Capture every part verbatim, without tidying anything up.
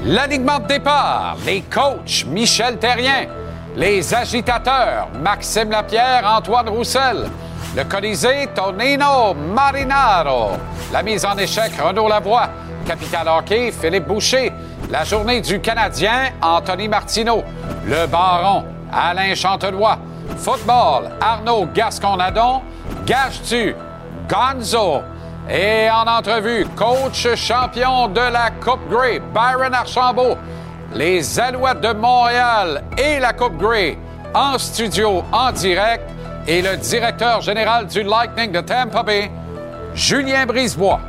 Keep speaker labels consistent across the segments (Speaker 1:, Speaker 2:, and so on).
Speaker 1: L'alignement de départ, les coachs Michel Therrien, les agitateurs Maxime Lapierre, Antoine Roussel, le Colisée Tonino Marinaro, la mise en échec Renaud Lavoie, Capital Hockey Philippe Boucher, la journée du Canadien Anthony Martineau, le Baron Alain Chantelois, football Arnaud Gascon-Nadon, Gage-tu Gonzo. Et en entrevue, coach champion de la Coupe Grey, Byron Archambault, les Alouettes de Montréal et la Coupe Grey en studio, en direct, et le directeur général du Lightning de Tampa Bay, Julien Brisebois.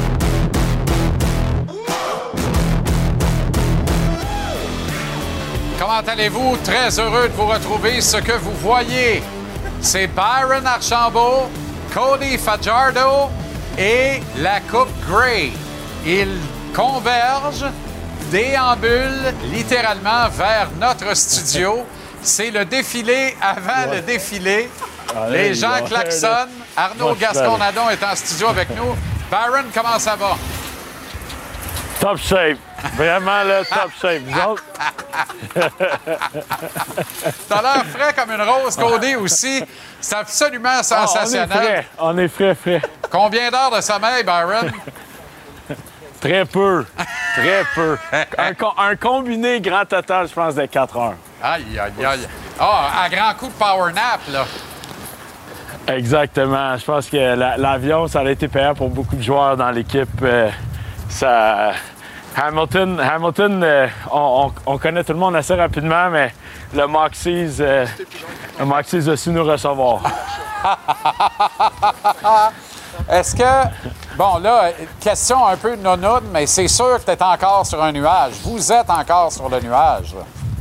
Speaker 1: Comment allez-vous? Très heureux de vous retrouver. Ce que vous voyez, c'est Byron Archambault, Cody Fajardo et la Coupe Grey. Ils convergent, déambulent littéralement vers notre studio. C'est le défilé avant ouais. le défilé. Allez, les gens klaxonnent. Arnaud Gascon-Nadon est en studio avec nous. Byron, comment ça va?
Speaker 2: Top shape. Vraiment, là, top shape. Vous autres?
Speaker 1: T'as l'air frais comme une rose, Cody aussi. C'est absolument sensationnel.
Speaker 2: Oh, on est frais. On est frais, frais.
Speaker 1: Combien d'heures de sommeil, Byron?
Speaker 2: Très peu. Très peu. Un, un combiné grand total, je pense, de quatre heures.
Speaker 1: Aïe, aïe, aïe. Ah, à grand coup de power nap, là.
Speaker 2: Exactement. Je pense que la, l'avion, ça a été payant pour beaucoup de joueurs dans l'équipe. Euh, ça... Hamilton, Hamilton euh, on, on, on connaît tout le monde assez rapidement, mais le Moxies, euh, le Moxies a su nous recevoir.
Speaker 1: Est-ce que... Bon, là, question un peu nonoune, mais c'est sûr que tu es encore sur un nuage. Vous êtes encore sur le nuage.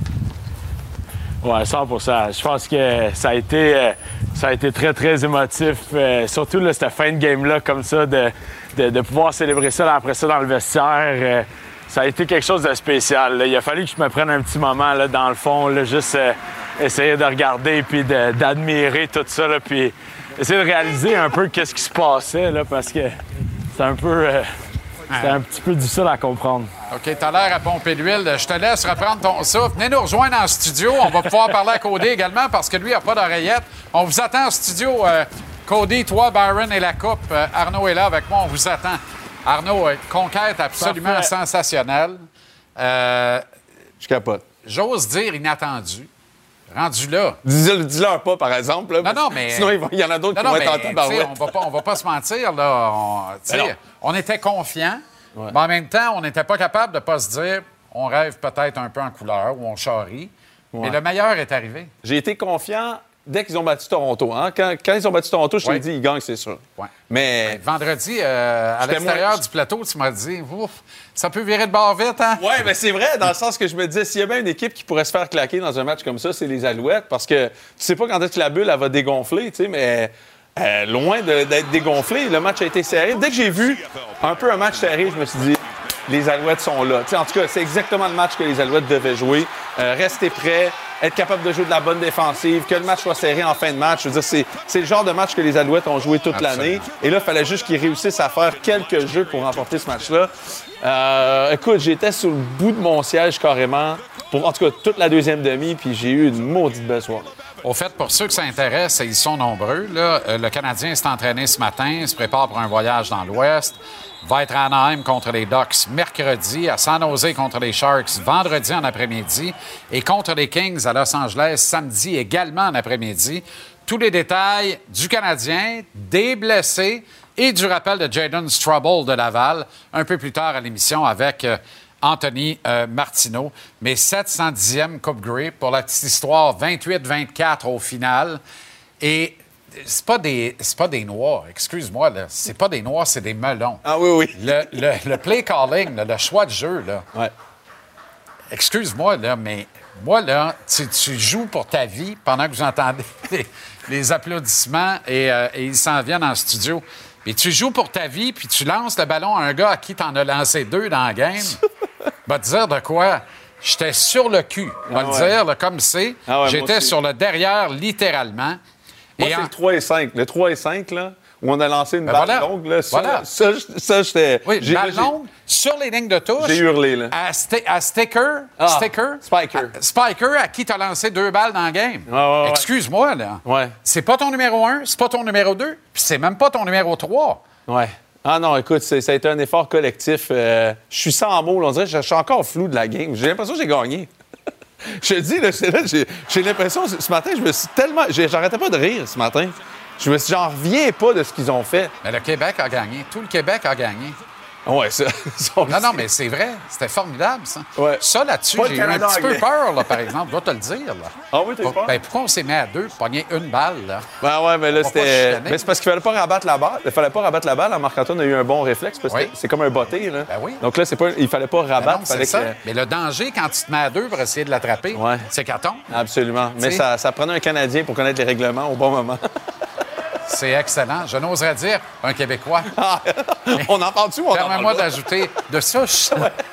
Speaker 2: Oui, cent pour cent. Je pense que ça a été, euh, ça a été très, très émotif. Euh, surtout, là, cette fin de game-là, comme ça, de, de, de pouvoir célébrer ça là, après ça dans le vestiaire. Euh, ça a été quelque chose de spécial. Là. Il a fallu que je me prenne un petit moment, là, dans le fond, là, juste euh, essayer de regarder puis de, d'admirer tout ça, là, puis essayer de réaliser un peu qu'est-ce qui se passait, là, parce que c'est un peu... Euh, C'était un petit peu difficile à comprendre.
Speaker 1: OK, t'as l'air à pomper l'huile. Je te laisse reprendre ton souffle. Venez nous rejoindre en studio. On va pouvoir parler à Cody également parce que lui, il n'a pas d'oreillette. On vous attend en studio. Euh, Cody, toi, Byron et la coupe. Euh, Arnaud est là avec moi. On vous attend. Arnaud, euh, conquête absolument Parfait. sensationnelle. Euh,
Speaker 3: Je capote.
Speaker 1: J'ose dire inattendu. Rendu là.
Speaker 3: Dis-le, dis-leur pas, par exemple. Là,
Speaker 1: non, non, mais...
Speaker 3: Sinon, il y en a d'autres non, qui non, vont être en tabarouette.
Speaker 1: On va pas, on va pas se mentir, là. On, on était confiants, ouais. mais en même temps, on n'était pas capable de pas se dire on rêve peut-être un peu en couleur ou on charrie. Ouais. Mais le meilleur est arrivé.
Speaker 3: J'ai été confiant dès qu'ils ont battu Toronto. Hein? Quand, quand ils ont battu Toronto, je ouais. t'ai dit ils gagnent, c'est sûr.
Speaker 1: Ouais.
Speaker 3: Mais...
Speaker 1: Vendredi, euh, à l'extérieur moins... du plateau, tu m'as dit ouf, ça peut virer de bord vite, hein?
Speaker 3: Oui, mais c'est vrai, dans le sens que je me disais, s'il y a bien une équipe qui pourrait se faire claquer dans un match comme ça, c'est les Alouettes, parce que tu sais pas quand est-ce que la bulle, elle va dégonfler, tu sais, mais euh, loin de, d'être dégonflée, le match a été serré. Dès que j'ai vu un peu un match serré, je me suis dit, les Alouettes sont là. T'sais, en tout cas, c'est exactement le match que les Alouettes devaient jouer. Euh, rester prêts, être capable de jouer de la bonne défensive, que le match soit serré en fin de match. Je veux dire, c'est, c'est le genre de match que les Alouettes ont joué toute Absolument. l'année. Et là, il fallait juste qu'ils réussissent à faire quelques jeux pour remporter ce match-là. Euh, écoute, j'étais sur le bout de mon siège carrément, pour en tout cas toute la deuxième demi, puis j'ai eu une maudite belle soirée.
Speaker 1: Au fait, pour ceux que ça intéresse, et ils sont nombreux, là, le Canadien s'est entraîné ce matin, se prépare pour un voyage dans l'Ouest, va être à Anaheim contre les Ducks mercredi, à San Jose contre les Sharks vendredi en après-midi et contre les Kings à Los Angeles samedi également en après-midi. Tous les détails du Canadien, des blessés et du rappel de Jayden Struble de Laval un peu plus tard à l'émission avec... Euh, Anthony euh, Martineau, mais sept cent dixième Coupe Grey pour la petite histoire, vingt-huit vingt-quatre au final. Et c'est pas des, c'est pas des noix, excuse-moi, là. C'est pas des noix, c'est des melons.
Speaker 3: Ah oui, oui.
Speaker 1: Le, le, le play calling, là, le choix de jeu, là.
Speaker 3: Ouais.
Speaker 1: Excuse-moi, là, mais moi, là, tu, tu joues pour ta vie pendant que vous entendez les, les applaudissements et, euh, et ils s'en viennent en studio. Mais tu joues pour ta vie, puis tu lances le ballon à un gars à qui t'en as lancé deux dans la game. Va te dire de quoi? J'étais sur le cul. Va ah te ouais. dire, là, comme c'est. Ah ouais, J'étais sur le derrière, littéralement.
Speaker 3: Moi,
Speaker 1: et
Speaker 3: c'est
Speaker 1: en...
Speaker 3: le trois et cinq. Le trois et cinq, là, où on a lancé une
Speaker 1: Ben
Speaker 3: balle
Speaker 1: voilà.
Speaker 3: longue. Là. Ça,
Speaker 1: Voilà.
Speaker 3: ça, ça, j'étais...
Speaker 1: Oui,
Speaker 3: j'ai-
Speaker 1: balle
Speaker 3: j'ai-
Speaker 1: longue, sur les lignes de touche.
Speaker 3: J'ai hurlé, là.
Speaker 1: À, sti- à sticker.
Speaker 3: Ah,
Speaker 1: sticker.
Speaker 3: Spiker.
Speaker 1: À- Spiker, à qui t'as lancé deux balles dans le game.
Speaker 3: Ouais, ouais, ouais.
Speaker 1: Excuse-moi, là.
Speaker 3: Ouais.
Speaker 1: C'est pas ton numéro un, c'est pas ton numéro deux, puis c'est même pas ton numéro trois.
Speaker 3: Ouais. Ah non, écoute, c'est- ça a été un effort collectif. Euh, je suis sans mots, là. On dirait que je suis encore flou de la game. J'ai l'impression que j'ai gagné. Je te dis, là, c'est là, j'ai, j'ai l'impression... Ce matin, je me suis tellement... j'ai- J'arrêtais pas de rire ce matin. Je me suis... J'en reviens pas de ce qu'ils ont fait.
Speaker 1: Mais le Québec a gagné. Tout le Québec a gagné.
Speaker 3: Ouais, ça...
Speaker 1: Non, non, mais c'est vrai. C'était formidable, ça.
Speaker 3: Ouais.
Speaker 1: Ça, là-dessus,
Speaker 3: Pas le
Speaker 1: j'ai eu un
Speaker 3: Canada
Speaker 1: petit peu
Speaker 3: anglais.
Speaker 1: peur, là, par exemple. Je dois te le dire, là.
Speaker 3: Ah oui, t'as eu peur?
Speaker 1: Ben, pourquoi on s'est mis à deux pour pogner une balle, là?
Speaker 3: Ben ouais, mais là,
Speaker 1: On va pas
Speaker 3: c'était...
Speaker 1: chicaner.
Speaker 3: Mais c'est parce qu'il fallait pas rabattre la balle. Il fallait pas rabattre la balle. Marc-Antoine a eu un bon réflexe parce que
Speaker 1: Oui.
Speaker 3: c'est comme un botté, là.
Speaker 1: Ben oui.
Speaker 3: Donc là, c'est pas... il fallait pas
Speaker 1: Ben
Speaker 3: rabattre.
Speaker 1: non,
Speaker 3: fallait
Speaker 1: c'est ça.
Speaker 3: que-
Speaker 1: Mais le danger, quand tu te mets à deux pour essayer de l'attraper,
Speaker 3: Ouais.
Speaker 1: c'est qu'elle tombe.
Speaker 3: Absolument. Mais
Speaker 1: T'sais.
Speaker 3: ça, ça prenait un Canadien pour connaître les règlements au bon moment.
Speaker 1: C'est excellent. Je n'oserais dire un Québécois.
Speaker 3: On en parle-tu ou on en parle
Speaker 1: Permets-moi
Speaker 3: pas?
Speaker 1: d'ajouter de souche.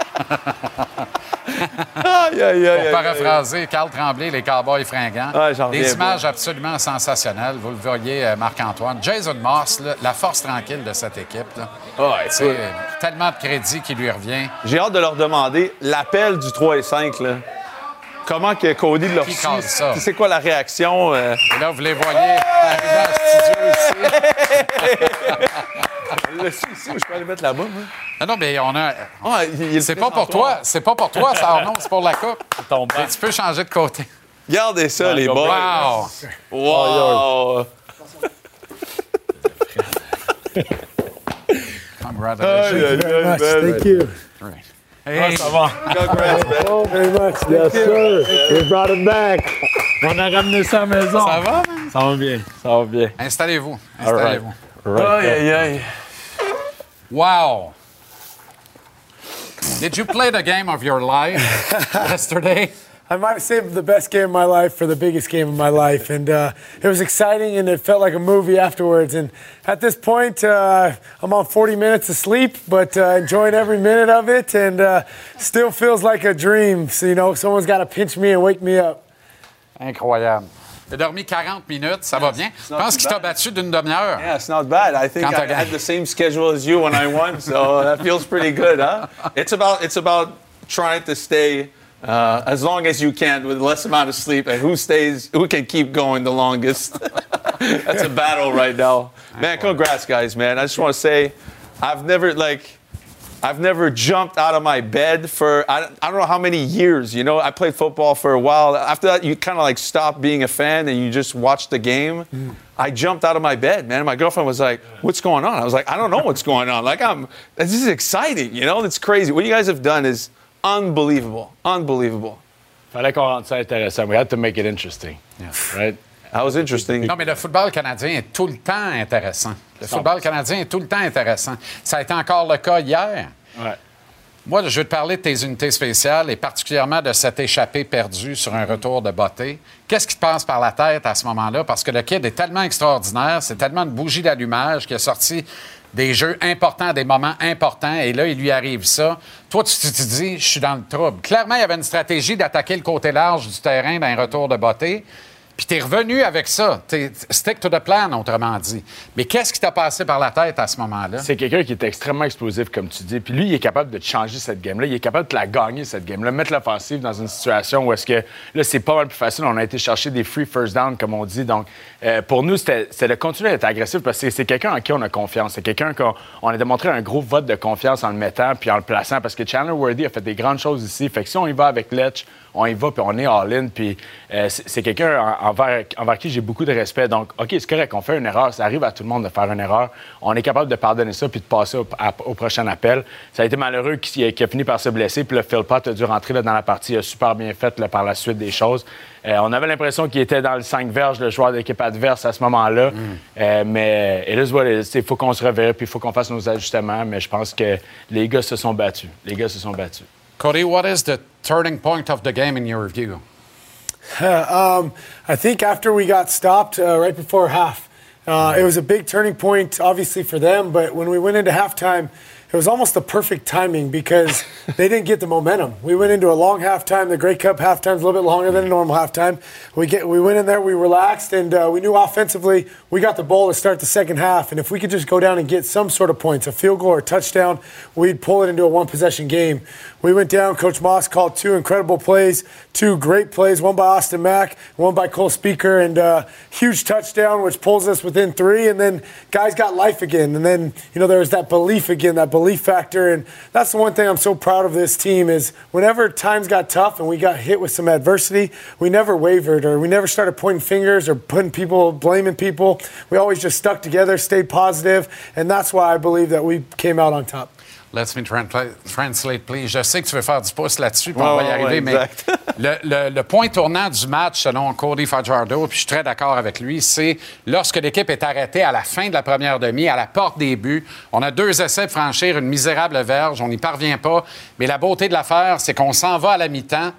Speaker 3: Aïe, aïe, aïe,
Speaker 1: Pour
Speaker 3: aïe, aïe.
Speaker 1: paraphraser Carl Tremblay, les Cowboys fringants.
Speaker 3: Ouais, j'en reviens
Speaker 1: Des
Speaker 3: pas.
Speaker 1: images absolument sensationnelles. Vous le voyez, euh, Marc-Antoine. Jason Moss, là, la force tranquille de cette équipe. Là.
Speaker 3: Ouais,
Speaker 1: C'est
Speaker 3: écoute,
Speaker 1: euh, tellement de crédit qui lui revient.
Speaker 3: j'ai hâte de leur demander l'appel du trois et cinq, là. Comment que Cody l'a
Speaker 1: Qui
Speaker 3: reçu?
Speaker 1: cause ça?
Speaker 3: C'est quoi la réaction? euh?
Speaker 1: Et là, vous les voyez arriver dans le studio ici.
Speaker 3: On l'a su ici, ou je peux aller mettre là-bas, moi?
Speaker 1: Non, non, mais on a...
Speaker 3: Ah, il- il est le
Speaker 1: C'est pas pour
Speaker 3: présentoir.
Speaker 1: toi. C'est pas pour toi, ça, Arnaud. C'est pour la coupe.
Speaker 2: Ton banc.
Speaker 1: Et tu peux changer de côté.
Speaker 3: Regardez ça, les
Speaker 2: go
Speaker 3: boys.
Speaker 1: Wow!
Speaker 3: Wow!
Speaker 1: Congratulations.
Speaker 3: Aïe, aïe,
Speaker 4: Very
Speaker 3: aïe,
Speaker 4: much.
Speaker 3: man.
Speaker 4: Thank you.
Speaker 1: Hey,
Speaker 2: Ça va.
Speaker 3: Congrats, man.
Speaker 4: Oh, very much. Yes, sir. We brought it back.
Speaker 2: On a ramené ça à la maison.
Speaker 1: ça va, man?
Speaker 2: Ça va bien. Ça va bien.
Speaker 1: Installez-vous.
Speaker 2: All right.
Speaker 1: Installez-vous.
Speaker 2: Right
Speaker 3: Aïe,
Speaker 2: there.
Speaker 3: aïe, aïe.
Speaker 1: Wow. Did you play the game of your life yesterday?
Speaker 4: I might have saved the best game of my life for the biggest game of my life. And uh, it was exciting, and it felt like a movie afterwards. And at this point, uh, I'm on forty minutes of sleep, but uh, enjoying every minute of it, and uh, still feels like a dream. So, you know, someone's got to pinch me and wake me up.
Speaker 1: Incroyable. Tu as dormi quarante minutes, ça va bien. Je
Speaker 3: not
Speaker 1: pense
Speaker 3: too
Speaker 1: qu'il t'a
Speaker 3: bad.
Speaker 1: battu d'une demi-heure.
Speaker 3: Yeah, it's not bad. I think
Speaker 1: Quand t'as
Speaker 3: I
Speaker 1: gagné.
Speaker 3: had the same schedule as you when I won, so that feels pretty good, huh? It's about it's about trying to stay uh, as long as you can with less amount of sleep, and who stays, who can keep going the longest. That's a battle right now. Man, congrats, guys, man. I just want to say, I've never like. I've never jumped out of my bed for, I, I don't know how many years, you know? I played football for a while. After that, you kind of like stop being a fan and you just watch the game. Mm. I jumped out of my bed, man. My girlfriend was like, what's going on? I was like, I don't know what's going on. Like, I'm, this is exciting, you know? It's crazy. What you guys have done is unbelievable. Unbelievable.
Speaker 2: Fallait qu'on rende ça intéressant. We had to make it interesting.
Speaker 1: Yeah.
Speaker 2: Right?
Speaker 3: That was interesting.
Speaker 1: Non, mais le football canadien est tout le temps intéressant. Le football canadien est tout le temps intéressant. Ça a été encore le cas hier.
Speaker 2: Ouais.
Speaker 1: Moi, je veux te parler de tes unités spéciales et particulièrement de cet échappé perdu sur un retour de botté. Qu'est-ce qui te passe par la tête à ce moment-là? Parce que le kid est tellement extraordinaire, c'est tellement une bougie d'allumage qui a sorti des jeux importants, des moments importants, et là, il lui arrive ça. Toi, tu te dis, je suis dans le trouble. Clairement, il y avait une stratégie d'attaquer le côté large du terrain d'un retour de botté. Puis t'es revenu avec ça. T'es stick to the plan, autrement dit. Mais qu'est-ce qui t'a passé par la tête à ce moment-là?
Speaker 2: C'est quelqu'un qui est extrêmement explosif, comme tu dis. Puis lui, il est capable de te changer cette game-là. Il est capable de te la gagner, cette game-là. Mettre l'offensive dans une situation où est-ce que, là, c'est pas mal plus facile. On a été chercher des free first down, comme on dit. Donc, euh, pour nous, c'était, c'était de continuer d'être agressif parce que c'est quelqu'un en qui on a confiance. C'est quelqu'un qu'on on a démontré un gros vote de confiance en le mettant puis en le plaçant parce que Chandler Worthy a fait des grandes choses ici. Fait que si on y va avec Letch, on y va puis on est all-in. Puis euh, c'est, c'est quelqu'un en, envers, envers qui j'ai beaucoup de respect. Donc, OK, c'est correct, on fait une erreur. Ça arrive à tout le monde de faire une erreur. On est capable de pardonner ça puis de passer au, à, au prochain appel. Ça a été malheureux qu'il a, qu'il a fini par se blesser. Puis le Philpott a dû rentrer là, dans la partie. Il a super bien fait là, par la suite des choses. Euh, on avait l'impression qu'il était dans le cinq verges, le joueur d'équipe adverse à ce moment-là. Mm. Euh, mais et là, il faut qu'on se réveille puis il faut qu'on fasse nos ajustements. Mais je pense que les gars se sont battus. Les gars se sont battus.
Speaker 1: Cody, what is the turning point of the game in your view?
Speaker 4: um, I think after we got stopped uh, right before half, uh, it was a big turning point, obviously, for them. But when we went into halftime, it was almost the perfect timing because they didn't get the momentum. We went into a long halftime. The Grey Cup halftime is a little bit longer than a normal halftime. We get we went in there, we relaxed, and uh, we knew offensively we got the ball to start the second half. And if we could just go down and get some sort of points, a field goal or a touchdown, we'd pull it into a one-possession game. We went down. Coach Moss called two incredible plays, two great plays, one by Austin Mack, one by Cole Speaker, and uh, huge touchdown, which pulls us within three. And then guys got life again. And then, you know, there was that belief again, that belief factor. And that's the one thing I'm so proud of this team is whenever times got tough and we got hit with some adversity, we never wavered or we never started pointing fingers or putting people, blaming people. We always just stuck together, stayed positive, and that's why I believe that we came out on top.
Speaker 1: Let me tra- translate, please. Je sais que tu veux faire du pouce là-dessus, puis
Speaker 3: ouais,
Speaker 1: on va y arriver,
Speaker 3: ouais,
Speaker 1: mais le, le, le point tournant du match, selon Cody Fajardo, puis je suis très d'accord avec lui, c'est lorsque l'équipe est arrêtée à la fin de la première demi, à la porte des buts, on a deux essais de franchir une misérable verge, on n'y parvient pas, mais la beauté de l'affaire, c'est qu'on s'en va à la mi-temps.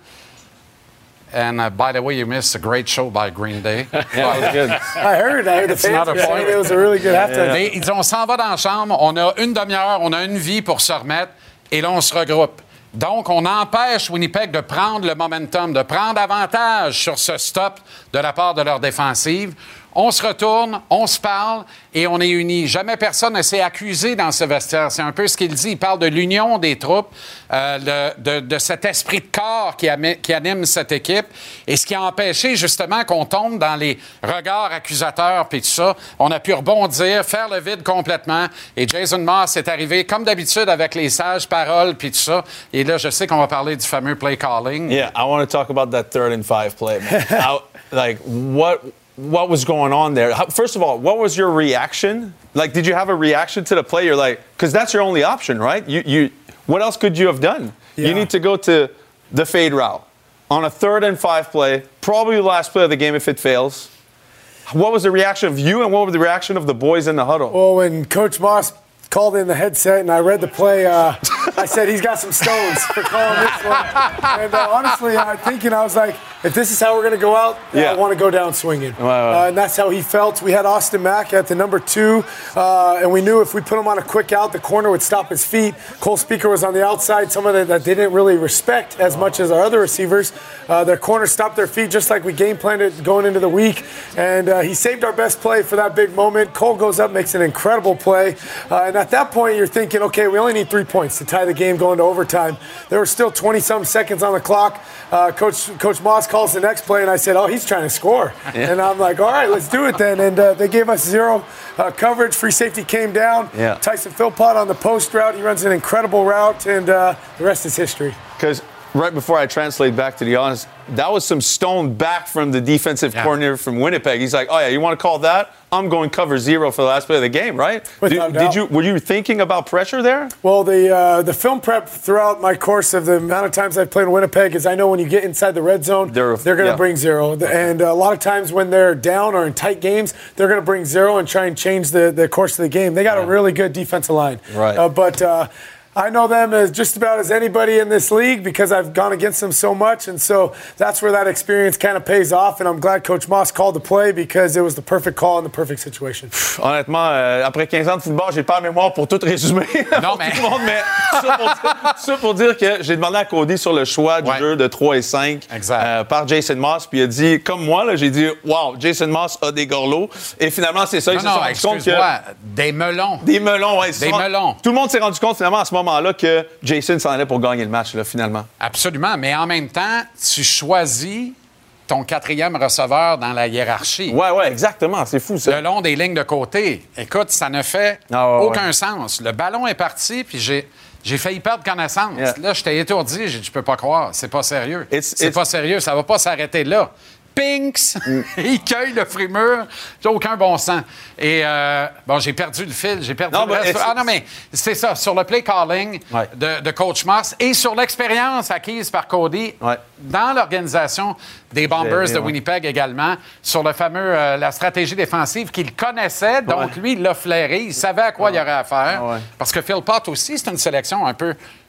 Speaker 1: And uh, by the way, you missed a great show by Green Day.
Speaker 3: Yeah, it was good.
Speaker 4: I heard. I heard the fans were saying it was a really good halftime.
Speaker 1: Mais ils disent, on s'en va dans la chambre, on a une demi-heure, on a une vie pour se remettre, et là, on se regroupe. Donc, on empêche Winnipeg de prendre le momentum, de prendre avantage sur ce stop de la part de leur défensive. On se retourne, on se parle et on est unis. Jamais personne ne s'est accusé dans ce vestiaire. C'est un peu ce qu'il dit. Il parle de l'union des troupes, euh, de, de, de cet esprit de corps qui, am- qui anime cette équipe et ce qui a empêché justement qu'on tombe dans les regards accusateurs puis tout ça. On a pu rebondir, faire le vide complètement et Jason Moss est arrivé comme d'habitude avec les sages paroles puis tout ça. Et là, je sais qu'on va parler du fameux play calling.
Speaker 3: Yeah, I want to talk about that third and five play. How, like, what... What was going on there? How, first of all, what was your reaction? Like, did you have a reaction to the play? You're like, because that's your only option, right? You, you, what else could you have done?
Speaker 4: Yeah.
Speaker 3: You need to go to the fade route on a third and five play, probably the last play of the game if it fails. What was the reaction of you, and what was the reaction of the boys in the huddle?
Speaker 4: Well, when Coach Moss called in the headset and I read the play, uh, I said he's got some stones for calling this one. And uh, honestly, I'm thinking, I was like, if this is how we're going to go out,
Speaker 3: yeah.
Speaker 4: I want to go down swinging.
Speaker 3: Wow, wow.
Speaker 4: Uh, and that's how he felt. We had Austin Mack at the number two, uh, and we knew if we put him on a quick out, the corner would stop his feet. Cole Speaker was on the outside, someone that, that they didn't really respect as much as our other receivers. Uh, their corner stopped their feet just like we game planned it going into the week. And uh, he saved our best play for that big moment. Cole goes up, makes an incredible play. Uh, and at that point, you're thinking, okay, we only need three points to tie the game going to overtime. There were still twenty-some seconds on the clock. Uh, Coach Coach Moss calls the next play, and I said, oh, he's trying to score. Yeah. And I'm like, all right, let's do it then. And uh, they gave us zero uh, coverage. Free safety came down.
Speaker 3: Yeah.
Speaker 4: Tyson Philpott on the post route. He runs an incredible route, and uh, the rest is history.
Speaker 3: Because right before I translate back to the honest, that was some stone back from the defensive yeah. coordinator from Winnipeg. He's like, oh, yeah, you want to call that? I'm going cover zero for the last play of the game, right? Did, did you were you thinking about pressure there?
Speaker 4: Well, the uh, the film prep throughout my course of the amount of times I've played in Winnipeg is I know when you get inside the red zone, they're, they're going to yeah. bring zero. And a lot of times when they're down or in tight games, they're going to bring zero and try and change the, the course of the game. They got yeah. a really good defensive line.
Speaker 3: Right.
Speaker 4: Uh, but uh, I know them as just about as anybody in this league because I've gone against them so much. And so that's where that experience kind of pays off. And I'm glad Coach Moss called the play because it was the perfect call in the perfect situation.
Speaker 3: Honnêtement, euh, après quinze ans de football, j'ai pas la mémoire pour tout résumer.
Speaker 1: Non, mais...
Speaker 3: tout le monde, mais ça pour, dire, ça pour dire que j'ai demandé à Cody sur le choix du ouais. jeu de trois et cinq euh, par Jason Moss. Puis il a dit, comme moi, là, j'ai dit, wow, Jason Moss a des gorlots. Et finalement, c'est ça.
Speaker 1: Non,
Speaker 3: il
Speaker 1: non,
Speaker 3: s'est rendu compte que.
Speaker 1: Des melons.
Speaker 3: Des melons, oui.
Speaker 1: Des melons.
Speaker 3: Tout le monde s'est rendu compte finalement à ce moment-là que Jason s'en allait pour gagner le match, là, finalement.
Speaker 1: Absolument. Mais en même temps, tu choisis ton quatrième receveur dans la hiérarchie.
Speaker 3: Oui, oui, exactement. C'est fou, ça.
Speaker 1: Le long des lignes de côté. Écoute, ça ne fait
Speaker 3: ah, ouais,
Speaker 1: aucun
Speaker 3: ouais.
Speaker 1: sens. Le ballon est parti, puis j'ai, j'ai failli perdre connaissance.
Speaker 3: Yeah.
Speaker 1: Là, j'étais étourdi. J'ai dit, je peux pas croire. C'est pas sérieux.
Speaker 3: It's,
Speaker 1: c'est
Speaker 3: it's...
Speaker 1: pas sérieux. Ça va pas s'arrêter là. Pinks! Mm. Il cueille le frimur. J'ai aucun bon sens. Et, euh, bon, j'ai perdu le fil. J'ai perdu
Speaker 3: non,
Speaker 1: le reste. Ah non, mais c'est ça. Sur le play calling
Speaker 3: ouais.
Speaker 1: de, de Coach Moss et sur l'expérience acquise par Cody
Speaker 3: ouais.
Speaker 1: dans l'organisation des Bombers
Speaker 3: bien,
Speaker 1: de
Speaker 3: ouais.
Speaker 1: Winnipeg également, sur le fameux, euh, la stratégie défensive qu'il connaissait. Donc,
Speaker 3: ouais.
Speaker 1: lui, il l'a flairé. Il savait à quoi
Speaker 3: ouais.
Speaker 1: il y aurait à faire.
Speaker 3: Ouais.
Speaker 1: Parce que Philpott aussi, c'est une sélection un peu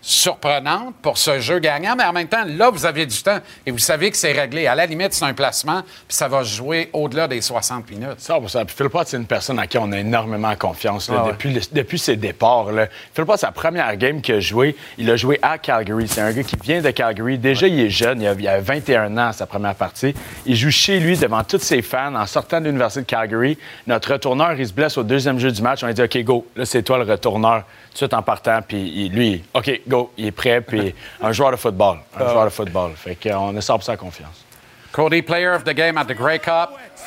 Speaker 1: surprenante pour ce jeu gagnant, mais en même temps, là, vous aviez du temps et vous savez que c'est réglé. À la limite, c'est un placement, puis ça va se jouer au-delà des soixante minutes.
Speaker 2: cent pour cent. Puis Phil Potts, c'est une personne à qui on a énormément confiance là,
Speaker 1: ah ouais.
Speaker 2: depuis, le, depuis ses départs. Là. Phil Potts, sa première game qu'il a joué, il a joué à Calgary. C'est un gars qui vient de Calgary. Déjà, ouais. il est jeune. Il a, il a vingt et un ans à sa première partie. Il joue chez lui devant tous ses fans en sortant de l'Université de Calgary. Notre retourneur, il se blesse au deuxième jeu du match. On a dit, OK, go. Là, c'est toi le retourneur. Tout de suite en partant. Puis il, lui, OK, go. Il est prêt. Puis un joueur de football. Un joueur de football. Fait qu'on a cent pour cent confiance.
Speaker 1: Cody, player of the game at the Grey Cup.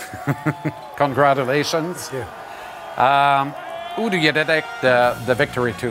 Speaker 1: Congratulations. Um, who do you dedicate the, the victory to?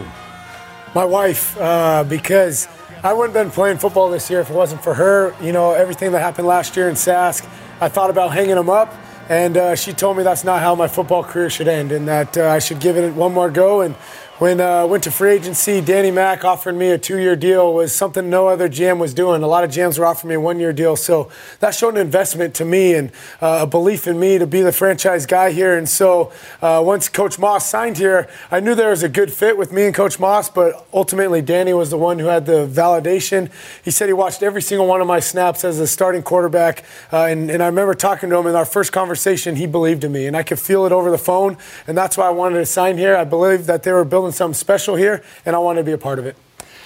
Speaker 4: My wife, uh, because I wouldn't have been playing football this year if it wasn't for her. You know, everything that happened last year in Sask, I thought about hanging them up, and uh, she told me that's not how my football career should end, and that uh, I should give it one more go. And when I uh, went to free agency, Danny Mack offered me a two-year deal. Was something no other G M was doing. A lot of G Ms were offering me a one-year deal. So that showed an investment to me and uh, a belief in me to be the franchise guy here. And so uh, once Coach Moss signed here, I knew there was a good fit with me and Coach Moss, but ultimately Danny was the one who had the validation. He said he watched every single one of my snaps as a starting quarterback. Uh, and, and I remember talking to him in our first conversation, he believed in me. And I could feel it over the phone. And that's why I wanted to sign here. I believed that they were building something special here, and I wanted to be a part of it.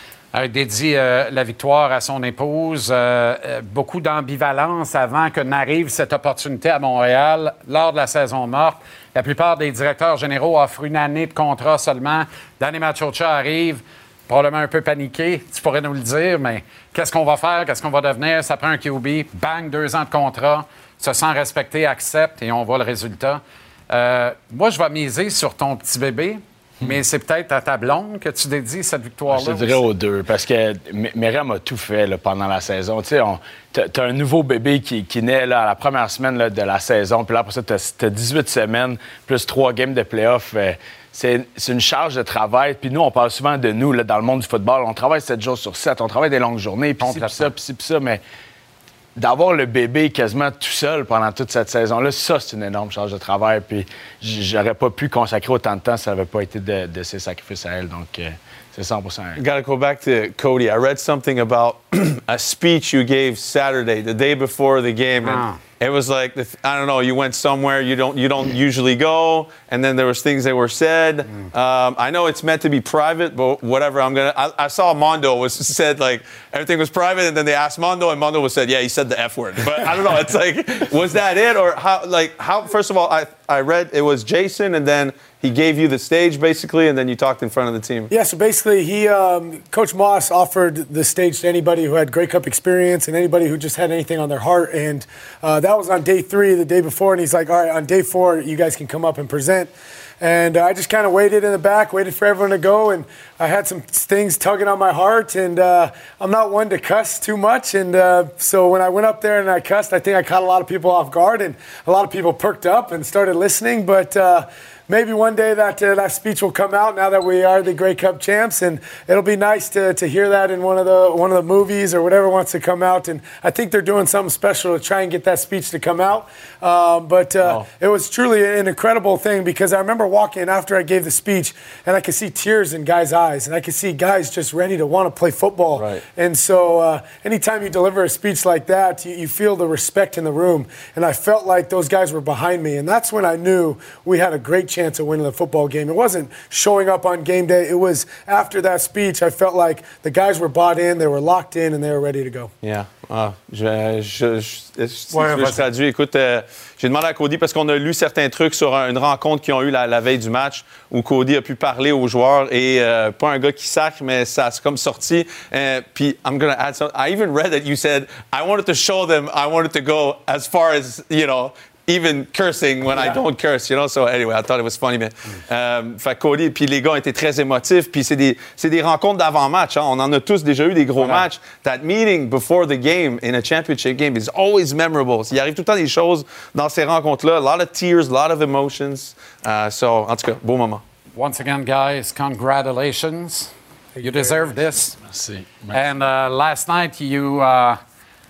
Speaker 1: Il dédie euh, la victoire à son épouse. Euh, euh, beaucoup d'ambivalence avant que n'arrive cette opportunité à Montréal lors de la saison morte. La plupart des directeurs généraux offrent une année de contrat seulement. Danny Machocha arrive, probablement un peu paniqué, tu pourrais nous le dire, mais qu'est-ce qu'on va faire? Qu'est-ce qu'on va devenir? Ça prend un Q B. Bang, deux ans de contrat. Se sent respecté, accepte, et on voit le résultat. Euh, moi, je vais miser sur ton petit bébé. Mais c'est peut-être à ta blonde que tu dédies cette victoire-là.
Speaker 2: Je te dirais aux deux, parce que Myriam a tout fait là, pendant la saison. Tu sais, tu as un nouveau bébé qui, qui naît là, à la première semaine là, de la saison, puis là, après ça, tu as dix-huit semaines, plus trois games de play-off. Euh, c'est, c'est une charge de travail. Puis nous, on parle souvent de nous, là, dans le monde du football. On travaille sept jours sur sept, on travaille des longues journées, puis ci, puis ça, puis ci, puis ça, mais d'avoir le bébé quasiment tout seul pendant toute cette saison-là, ça, c'est une énorme charge de travail. Puis j'aurais pas pu consacrer autant de temps si ça n'avait pas été de, de ces sacrifices à elle. Donc, euh, c'est cent pour cent elle.
Speaker 3: Got to go back to Cody. I read something about a speech you gave Saturday, the day before the game. And
Speaker 1: ah.
Speaker 3: It was like, the, I don't know, you went somewhere you don't you don't usually go, and then there was things that were said. Mm. Um, I know it's meant to be private, but whatever. I'm gonna. I, I saw Mondo was said like everything was private, and then they asked Mondo, and Mondo was said, yeah, he said the F word. But I don't know. It's like, was that it, or how? Like how? First of all, I I read it was Jason, and then he gave you the stage basically, and then you talked in front of the team.
Speaker 4: Yeah. So basically, he um, Coach Moss offered the stage to anybody who had Grey Cup experience and anybody who just had anything on their heart, and uh, that was on day three, the day before, and he's like, all right, on day four, you guys can come up and present. And uh, I just kind of waited in the back, waited for everyone to go, and I had some things tugging on my heart, and uh, I'm not one to cuss too much, and uh, so when I went up there and I cussed, I think I caught a lot of people off guard, and a lot of people perked up and started listening, but uh, maybe one day that uh, that speech will come out now that we are the Grey Cup champs, and it'll be nice to to hear that in one of the one of the movies or whatever wants to come out. And I think they're doing something special to try and get that speech to come out. Um, but uh, wow. It was truly an incredible thing because I remember walking after I gave the speech, and I could see tears in guys' eyes, and I could see guys just ready to want to play football.
Speaker 3: Right.
Speaker 4: And so uh, anytime you deliver a speech like that, you, you feel the respect in the room. And I felt like those guys were behind me, and that's when I knew we had a great chance of winning the football game. It wasn't showing up on game day. It was after that speech, I felt like the guys were bought in, they were locked in, and they were ready to go.
Speaker 3: Yeah. Ah, je, je, je, si ouais, tu veux, je traduis. Écoute, euh, j'ai demandé à Cody parce qu'on a lu certains trucs sur un, une rencontre qu'ils ont eue la, la veille du match où Cody a pu parler aux joueurs et euh, pas un gars qui sacre, mais ça c'est comme sorti. Euh, puis I'm gonna add something. I even read that you said I wanted to show them I wanted to go as far as you know. Even cursing when yeah. I don't curse, you know. So anyway, I thought it was funny, mais mm. euh, fait Cody puis les gars ont été très émotifs. Puis c'est des c'est des rencontres d'avant-match. Hein. On en a tous déjà eu des gros voilà. matchs. That meeting before the game in a championship game is always memorable. Il arrive tout le temps des choses dans ces rencontres-là. A lot of tears, a lot of emotions. Uh, so en tout cas, beau moment.
Speaker 1: Once again, guys, congratulations. You, you deserve this.
Speaker 2: Merci.
Speaker 1: And uh, last night you uh,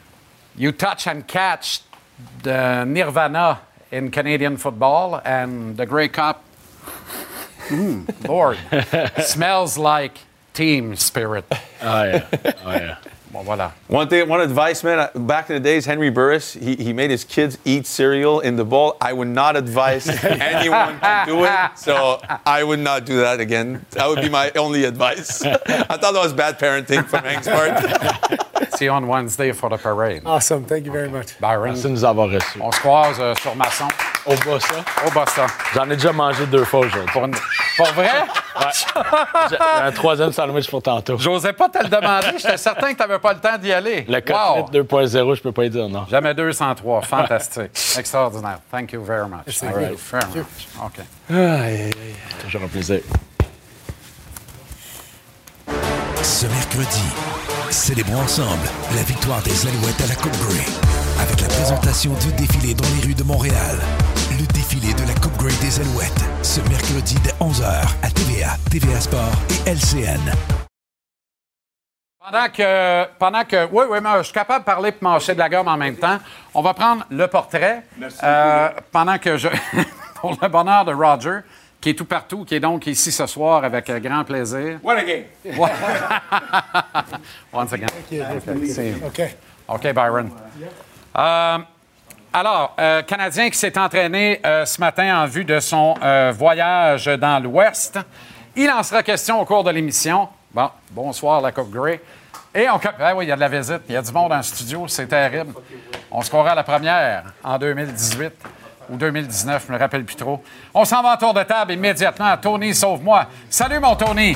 Speaker 1: you touch and catch the nirvana in Canadian football, and the Grey Cup, mm, Lord, smells like team spirit.
Speaker 2: Oh, yeah. Oh, yeah.
Speaker 1: Bon, voilà.
Speaker 3: One thing, one advice, man. Back in the days, Henry Burris, he, he made his kids eat cereal in the bowl. I would not advise anyone to do it, so I would not do that again. That would be my only advice. I thought that was bad parenting from Hank's part.
Speaker 1: See you on Wednesday for the parade.
Speaker 4: Awesome. Thank you very much.
Speaker 1: Byron,
Speaker 2: Merci de nous avoir reçus.
Speaker 1: on se croise euh, sur Masson,
Speaker 2: Au bas, ça.
Speaker 1: au Boston.
Speaker 2: J'en ai déjà mangé deux fois aujourd'hui.
Speaker 1: Pour, une... pour vrai?
Speaker 2: J'ai un troisième sandwich pour tantôt.
Speaker 1: J'osais pas te le demander. J'étais certain que tu n'avais pas le temps d'y aller.
Speaker 2: Le
Speaker 1: Wow.
Speaker 2: Cockpit deux point zéro, je peux pas y dire non.
Speaker 1: Jamais deux cent trois. Fantastique. Extraordinaire. Thank you very much.
Speaker 4: Yes,
Speaker 1: Thank
Speaker 4: thank
Speaker 1: you
Speaker 4: you.
Speaker 1: very much. OK.
Speaker 2: Toujours un plaisir.
Speaker 5: Ce mercredi, célébrons ensemble la victoire des Alouettes à la Coupe Grey avec la présentation du défilé dans les rues de Montréal. Le défilé de la Coupe Grey des Alouettes, ce mercredi dès onze heures à T V A, T V A Sport et L C N.
Speaker 1: Pendant que, pendant que, oui, oui, mais je suis capable de parler et mâcher de la gomme en même temps. On va prendre le portrait. Merci euh, pendant que je, pour le bonheur de Roger, qui est tout partout, qui est donc ici ce soir avec grand plaisir.
Speaker 3: What a game!
Speaker 1: Once again. Okay.
Speaker 4: Okay.
Speaker 1: OK, Byron. Euh, alors, euh, Canadien qui s'est entraîné euh, ce matin en vue de son euh, voyage dans l'Ouest. Il en sera question au cours de l'émission. Bon, bonsoir, la Coupe Grey. Et on... Ah oui, il y a de la visite. Il y a du monde en studio. C'est terrible. On se croira à la première en deux mille dix-huit ou deux mille dix-neuf, je me rappelle plus trop. On s'en va en tour de table immédiatement. Tony, sauve-moi. Salut, mon Tony.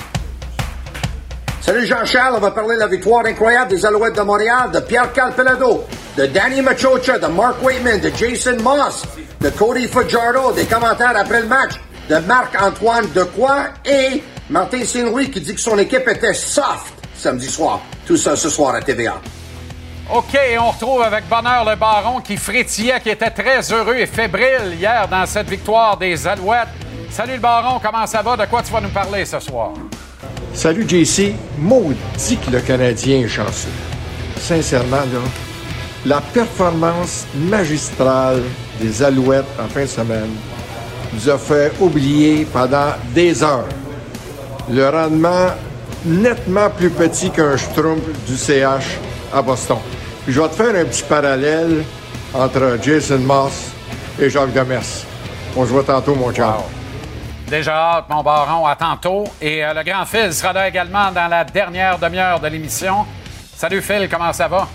Speaker 6: Salut Jean-Charles, on va parler de la victoire incroyable des Alouettes de Montréal, de Pierre Calpelado, de Danny Machocha, de Mark Waitman, de Jason Moss, de Cody Fajardo, des commentaires après le match, de Marc-Antoine Decoy et Martin Saint-Louis qui dit que son équipe était soft samedi soir. Tout ça ce soir à T V A.
Speaker 1: OK, et on retrouve avec bonheur le Baron qui frétillait, qui était très heureux et fébrile hier dans cette victoire des Alouettes. Salut le Baron, comment ça va? De quoi tu vas nous parler ce soir?
Speaker 7: Salut J C, maudit que le Canadien est chanceux. Sincèrement, là, la performance magistrale des Alouettes en fin de semaine nous a fait oublier pendant des heures le rendement nettement plus petit qu'un Schtroumpf du C H à Boston. Puis je vais te faire un petit parallèle entre Jason Moss et Jacques Demers. On se voit tantôt, mon chum.
Speaker 1: Wow. Déjà hâte, mon Baron, à tantôt. Et euh, le grand Phil sera là également dans la dernière demi-heure de l'émission. Salut Phil, comment ça va?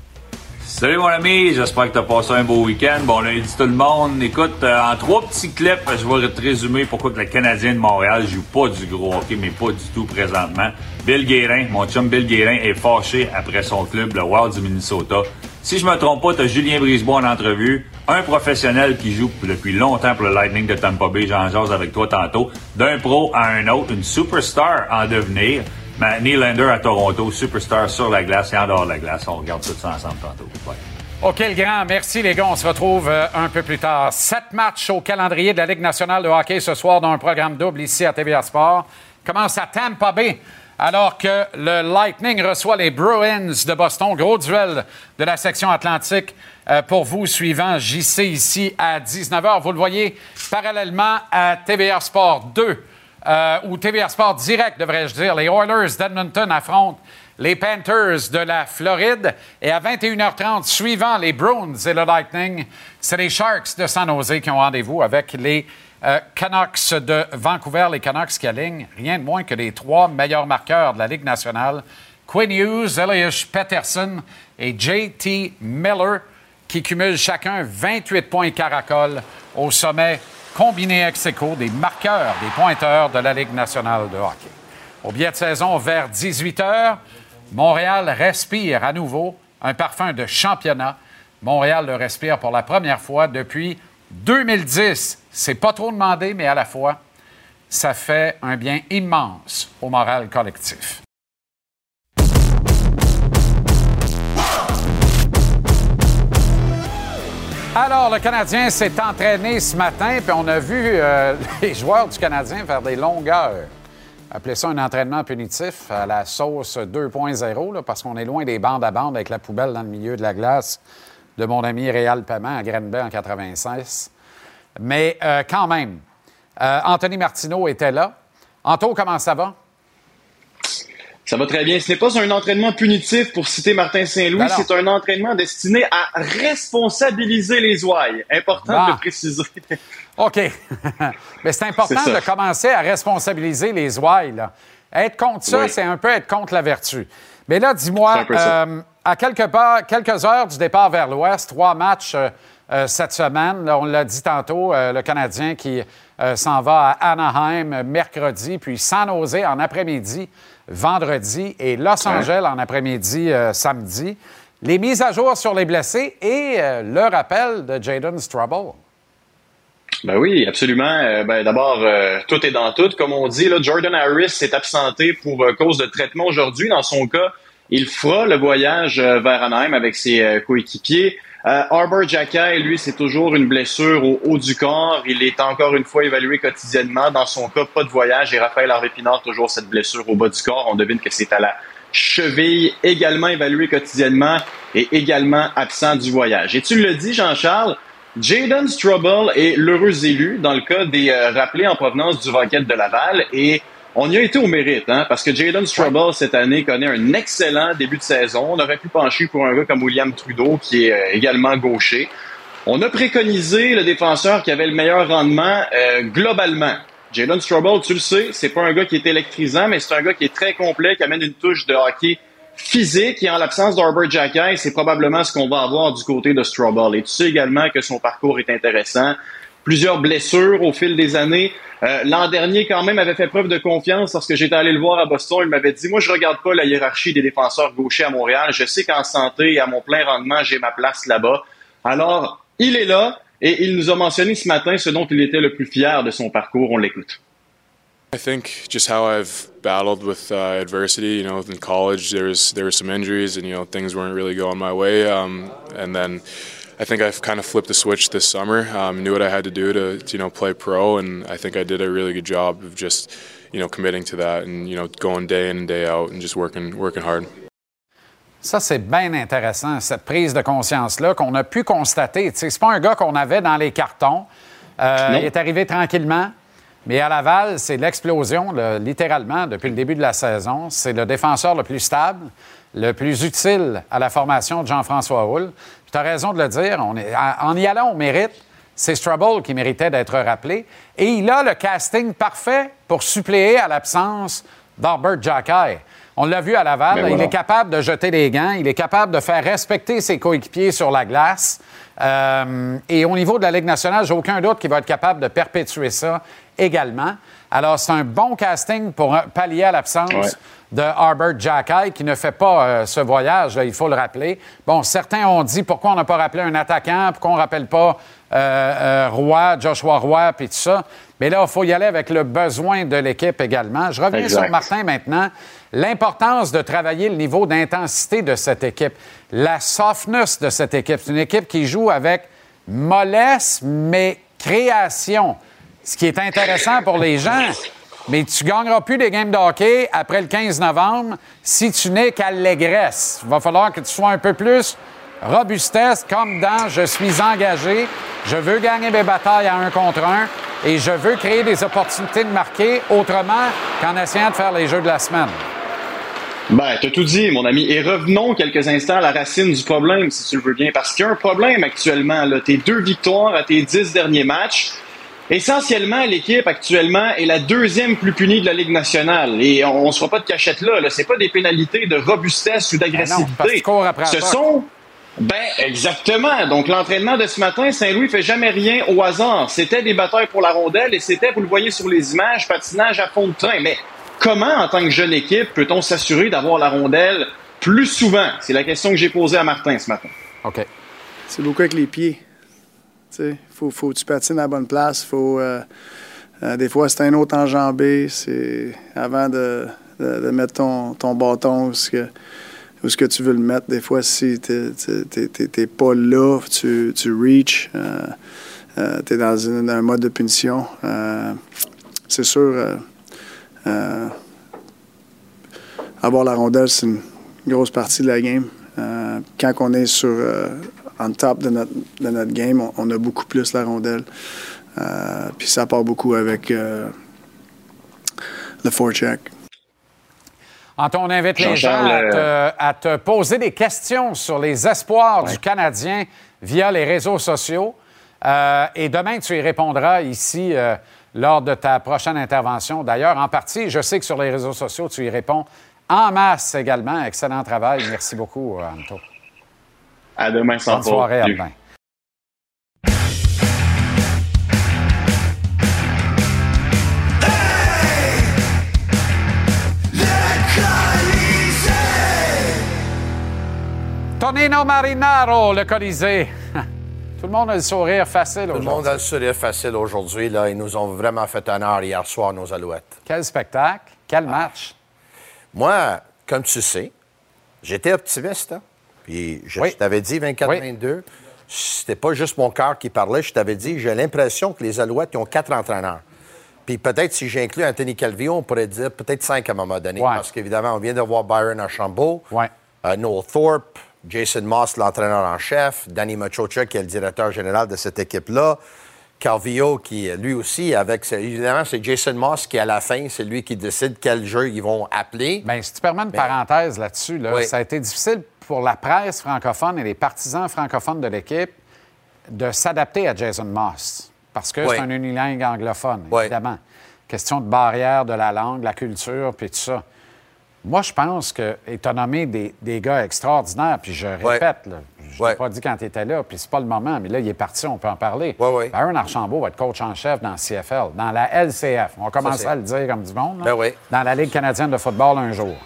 Speaker 8: Salut mon ami, j'espère que tu as passé un beau week-end. Bon lundi tout le monde. Écoute, euh, en trois petits clips, je vais te résumer pourquoi que le Canadien de Montréal joue pas du gros hockey, mais pas du tout présentement. Bill Guérin, mon chum Bill Guérin, est fâché après son club, le Wild du Minnesota. Si je me trompe pas, t'as Julien Brisebois en entrevue, un professionnel qui joue depuis longtemps pour le Lightning de Tampa Bay, j'en jase avec toi tantôt, d'un pro à un autre, une superstar en devenir. Mais Nylander à Toronto, superstar sur la glace et en dehors de la glace. On regarde tout ça ensemble tantôt. Ouais.
Speaker 1: OK, le grand. Merci, les gars. On se retrouve euh, un peu plus tard. Sept matchs au calendrier de la Ligue nationale de hockey ce soir dans un programme double ici à T V A Sport. Commence à Tampa Bay, alors que le Lightning reçoit les Bruins de Boston. Gros duel de la section Atlantique euh, pour vous, suivant J C ici à dix-neuf heures. Vous le voyez parallèlement à T V A Sport deux. Euh, ou T V A Sport Direct, devrais-je dire. Les Oilers d'Edmonton affrontent les Panthers de la Floride. Et à vingt et une heures trente, suivant les Bruins et le Lightning, c'est les Sharks de San Jose qui ont rendez-vous avec les euh, Canucks de Vancouver. Les Canucks qui alignent rien de moins que les trois meilleurs marqueurs de la Ligue nationale. Quinn Hughes, Elias Pettersson et J T Miller, qui cumulent chacun vingt-huit points caracol au sommet combiné ex aequo des marqueurs, des pointeurs de la Ligue nationale de hockey. Au billet de saison, vers dix-huit heures, Montréal respire à nouveau un parfum de championnat. Montréal le respire pour la première fois depuis deux mille dix. C'est pas trop demandé, mais à la fois, ça fait un bien immense au moral collectif. Alors, le Canadien s'est entraîné ce matin, puis on a vu euh, les joueurs du Canadien faire des longueurs. Appelez ça un entraînement punitif à la sauce deux point zéro, là, parce qu'on est loin des bandes à bandes avec la poubelle dans le milieu de la glace de mon ami Réal Paiement à Granby en quatre-vingt-seize. Mais euh, quand même, euh, Anthony Martineau était là. Anto, comment ça va?
Speaker 9: Ça va très bien. Ce n'est pas un entraînement punitif pour citer Martin Saint-Louis,
Speaker 1: Ben
Speaker 9: c'est un entraînement destiné à responsabiliser les ouailles. Important bon. de le préciser.
Speaker 1: OK. Mais c'est important c'est de commencer à responsabiliser les ouailles. Là. Être contre ça, oui. c'est un peu être contre la vertu. Mais là, dis-moi, euh, à quelque part, quelques heures du départ vers l'Ouest, trois matchs euh, euh, cette semaine, là, on l'a dit tantôt, euh, le Canadien qui euh, s'en va à Anaheim mercredi, puis San Jose en après-midi, vendredi, et Los Angeles ouais. en après-midi, euh, samedi. Les mises à jour sur les blessés et euh, le rappel de Jayden Struble.
Speaker 9: Ben oui, absolument. Euh, ben d'abord, euh, tout est dans tout. Comme on dit, là, Jordan Harris s'est absenté pour euh, cause de traitement aujourd'hui. Dans son cas, il fera le voyage euh, vers Anaheim avec ses euh, coéquipiers. Euh, Arber Xhekaj, lui, c'est toujours une blessure au haut du corps. Il est encore une fois évalué quotidiennement. Dans son cas, pas de voyage. Et Raphaël Harvey-Pinard, toujours cette blessure au bas du corps. On devine que c'est à la cheville, également évalué quotidiennement et également absent du voyage. Et tu le dis, Jean-Charles, Jayden Struble est l'heureux élu dans le cas des euh, rappelés en provenance du Rocket de Laval. Et on y a été au mérite, hein, parce que Jayden Struble, cette année, connaît un excellent début de saison. On aurait pu pencher pour un gars comme William Trudeau, qui est euh, également gaucher. On a préconisé le défenseur qui avait le meilleur rendement euh, globalement. Jayden Struble, tu le sais, c'est pas un gars qui est électrisant, mais c'est un gars qui est très complet, qui amène une touche de hockey physique. Et en l'absence d'Arber Xhekaj, c'est probablement ce qu'on va avoir du côté de Struble. Et tu sais également que son parcours est intéressant. Plusieurs blessures au fil des années. Euh, l'an dernier, quand même, avait fait preuve de confiance lorsque j'étais allé le voir à Boston. Il m'avait dit, moi, je regarde pas la hiérarchie des défenseurs gauchers à Montréal. Je sais qu'en santé et à mon plein rendement, j'ai ma place là-bas. Alors, il est là et il nous a mentionné ce matin ce dont il était le plus fier de son parcours. On l'écoute.
Speaker 10: I think just how I've battled with uh, adversity. You know, in college, there was there were some injuries, and you know things weren't really going my way. Um, and then I think I've kind of flipped the switch this summer. Um, knew what I had to do to, to you know play pro, and I think I did a really good job of just you know committing to that, and you know going day in and day out, and just working working hard.
Speaker 1: Ça, c'est bien intéressant, cette prise de conscience-là qu'on a pu constater. Tu sais, c'est pas un gars qu'on avait dans les cartons. Euh, il est arrivé tranquillement. Mais à Laval, c'est l'explosion, là, littéralement, depuis le début de la saison. C'est le défenseur le plus stable, le plus utile à la formation de Jean-François Houle. Tu as raison de le dire. On est, en y allant au mérite, c'est Struble qui méritait d'être rappelé. Et il a le casting parfait pour suppléer à l'absence d'Arber Xhekaj. On l'a vu à Laval, voilà. Il est capable de jeter les gants, il est capable de faire respecter ses coéquipiers sur la glace. Euh, et au niveau de la Ligue nationale, j'ai aucun doute qu'il va être capable de perpétuer ça également. Alors, c'est un bon casting pour pallier à l'absence ouais. de Arber Xhekaj qui ne fait pas euh, ce voyage, là, il faut le rappeler. Bon, certains ont dit pourquoi on n'a pas rappelé un attaquant, pourquoi on ne rappelle pas euh, euh, Roy, Joshua Roy, puis tout ça. Mais là, il faut y aller avec le besoin de l'équipe également. Je reviens exact. sur Martin maintenant. L'importance de travailler le niveau d'intensité de cette équipe, la softness de cette équipe. C'est une équipe qui joue avec mollesse, mais création. Ce qui est intéressant pour les gens, mais tu ne gagneras plus des games de hockey après le quinze novembre si tu n'es qu'allégresse. Il va falloir que tu sois un peu plus robustesse, comme dans « je suis engagé, je veux gagner mes batailles à un contre un et je veux créer des opportunités de marquer autrement qu'en essayant de faire les jeux de la semaine ».
Speaker 9: Ben, t'as tout dit, mon ami. Et revenons quelques instants à la racine du problème, si tu le veux bien, parce qu'il y a un problème actuellement. Là. Tes deux victoires à tes dix derniers matchs. Essentiellement, l'équipe actuellement est la deuxième plus punie de la Ligue nationale. Et on ne se fera pas de cachette là. là. C'est pas des pénalités de robustesse ou d'agressivité.
Speaker 1: Ben non,
Speaker 9: Ce sont... Ben, exactement. Donc, l'entraînement de ce matin, Saint-Louis fait jamais rien au hasard. C'était des batailles pour la rondelle et c'était, vous le voyez sur les images, patinage à fond de train. Mais comment, en tant que jeune équipe, peut-on s'assurer d'avoir la rondelle plus souvent? C'est la question que j'ai posée à Martin ce matin.
Speaker 1: OK.
Speaker 11: C'est beaucoup avec les pieds. Il faut, faut que tu patines à la bonne place. Faut, euh, euh, des fois, c'est un autre enjambé. C'est avant de, de, de mettre ton, ton bâton où ce que, où ce que tu veux le mettre. Des fois, si tu n'es pas là, tu, tu reach, euh, euh, tu es dans une, un mode de punition. Euh, c'est sûr, euh, euh, avoir la rondelle, c'est une grosse partie de la game. Euh, quand on est sur... Euh, on top de notre, de notre game, on, on a beaucoup plus la rondelle. Euh, puis ça part beaucoup avec euh, le forecheck.
Speaker 1: Antoine, on invite les gens à te, à te poser des questions sur les espoirs ouais. du Canadien via les réseaux sociaux. Euh, et demain, tu y répondras ici euh, lors de ta prochaine intervention. D'ailleurs, en partie, je sais que sur les réseaux sociaux, tu y réponds en masse également. Excellent travail. Merci beaucoup, Anto.
Speaker 9: À demain, sans
Speaker 1: Bonne soirée, à demain. Tonino Marinaro, le Colisée. Tout le monde a le sourire facile aujourd'hui.
Speaker 12: Tout le monde a le sourire facile aujourd'hui. Là. Ils nous ont vraiment fait honneur hier soir, nos Alouettes.
Speaker 1: Quel spectacle. Quel match.
Speaker 12: Moi, comme tu sais, j'étais optimiste. Hein? Puis je, oui. je t'avais dit vingt-quatre vingt-deux. Oui. C'était pas juste mon cœur qui parlait. Je t'avais dit, j'ai l'impression que les Alouettes ils ont quatre entraîneurs. Puis peut-être, si j'inclus Anthony Calvillo, on pourrait dire peut-être cinq à un moment donné. Ouais. Parce qu'évidemment, on vient de voir Byron Archambault, ouais. euh, Noel Thorpe, Jason Moss, l'entraîneur en chef, Danny Machocha, qui est le directeur général de cette équipe-là, Calvillo, qui, lui aussi, avec... Évidemment, c'est Jason Moss qui, à la fin, c'est lui qui décide quel jeu ils vont appeler.
Speaker 1: Bien, si tu permets une Mais... parenthèse là-dessus, là, oui. ça a été difficile pour la presse francophone et les partisans francophones de l'équipe de s'adapter à Jason Moss, parce que oui. c'est un unilingue anglophone, oui. évidemment. Question de barrière de la langue, la culture, puis tout ça. Moi, je pense que tu as nommé des, des gars extraordinaires, puis je répète, ouais. là, je ouais. t'ai pas dit quand tu étais là, puis c'est pas le moment, mais là, il est parti, on peut en parler.
Speaker 12: Ouais, ouais.
Speaker 1: Byron Archambault va être coach en chef dans le C F L, dans la L C F. On va commencer à le dire comme du monde.
Speaker 12: Ben oui.
Speaker 1: Dans la Ligue canadienne de football un jour.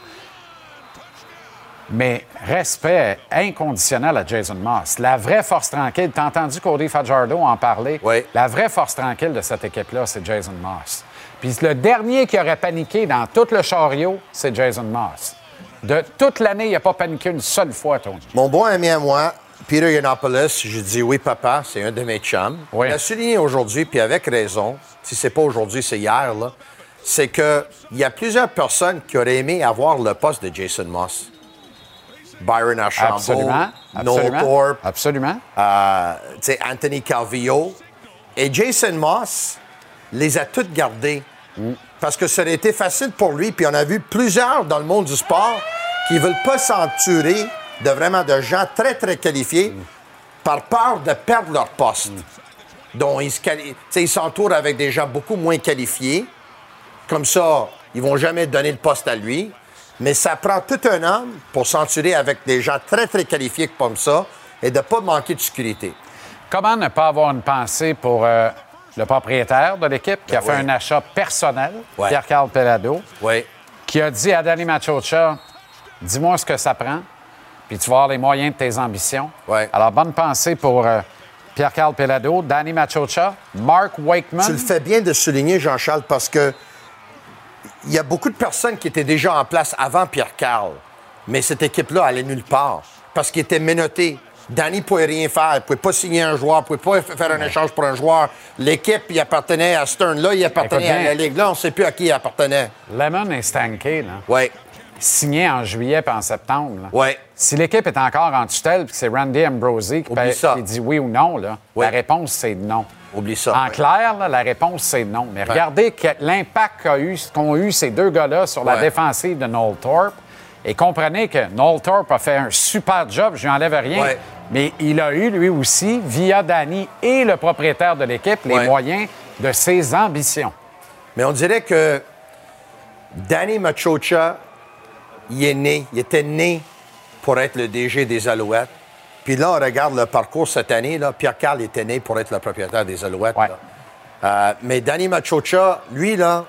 Speaker 1: Mais respect inconditionnel à Jason Moss. La vraie force tranquille, t'as entendu Cody Fajardo en parler?
Speaker 12: Oui.
Speaker 1: La vraie force tranquille de cette équipe-là, c'est Jason Moss. Puis le dernier qui aurait paniqué dans tout le chariot, c'est Jason Moss. De toute l'année, il n'a pas paniqué une seule fois, Tony.
Speaker 12: Mon bon ami à moi, Peter Yiannopoulos, je dis oui, papa, c'est un de mes chums. Oui. Il a souligné aujourd'hui, puis avec raison, si c'est pas aujourd'hui, c'est hier, là, c'est qu'il y a plusieurs personnes qui auraient aimé avoir le poste de Jason Moss. Byron Archambault,
Speaker 1: Absolument.
Speaker 12: Noel Thorpe,
Speaker 1: Absolument.
Speaker 12: Euh, Anthony Calvillo. Et Jason Moss les a toutes gardés. Mm. Parce que ça aurait été facile pour lui. Puis on a vu plusieurs dans le monde du sport qui ne veulent pas s'entourer de vraiment de gens très, très qualifiés mm. par peur de perdre leur poste. Mm. Donc, ils, se quali- ils s'entourent avec des gens beaucoup moins qualifiés. Comme ça, ils ne vont jamais donner le poste à lui. Mais ça prend tout un homme pour s'entourer avec des gens très, très qualifiés comme ça et de ne pas manquer de sécurité.
Speaker 1: Comment ne pas avoir une pensée pour euh, le propriétaire de l'équipe qui ben a fait oui. un achat personnel, ouais. Pierre-Carl Pelado,
Speaker 12: oui.
Speaker 1: qui a dit à Danny Machocha, dis-moi ce que ça prend, puis tu vas avoir les moyens de tes ambitions.
Speaker 12: Ouais.
Speaker 1: Alors, bonne pensée pour euh, Pierre-Carl Pelado, Danny Machocha, Mark Wakeman.
Speaker 12: Tu le fais bien de souligner, Jean-Charles, parce que il y a beaucoup de personnes qui étaient déjà en place avant Pierre-Carl, mais cette équipe-là allait nulle part parce qu'il était menotté. Danny ne pouvait rien faire, il ne pouvait pas signer un joueur, il ne pouvait pas faire un échange pour un joueur. L'équipe, il appartenait à Stern, là, il appartenait à la Ligue. Là, on ne sait plus à qui il appartenait.
Speaker 1: Lemon et Stanké, là.
Speaker 12: Oui.
Speaker 1: Signés en juillet et en septembre.
Speaker 12: Oui.
Speaker 1: Si l'équipe est encore en tutelle et que c'est Randy Ambrosie qui, paie, qui dit oui ou non, là, oui. la réponse, c'est non.
Speaker 12: Oublie ça.
Speaker 1: En clair, là, la réponse, c'est non. Mais ouais. regardez que l'impact qu'a eu, qu'ont eu ces deux gars-là sur la ouais. défensive de Noel Thorpe. Et comprenez que Noel Thorpe a fait un super job, je lui enlève rien. Ouais. Mais il a eu, lui aussi, via Danny et le propriétaire de l'équipe, les ouais. moyens de ses ambitions.
Speaker 12: Mais on dirait que Danny Machocha, il est né, il était né pour être le D G des Alouettes. Puis là, on regarde le parcours cette année. Là, Pierre-Carl était né pour être le propriétaire des Alouettes.
Speaker 1: Ouais.
Speaker 12: Là. Euh, mais Danny Machocha, lui, là,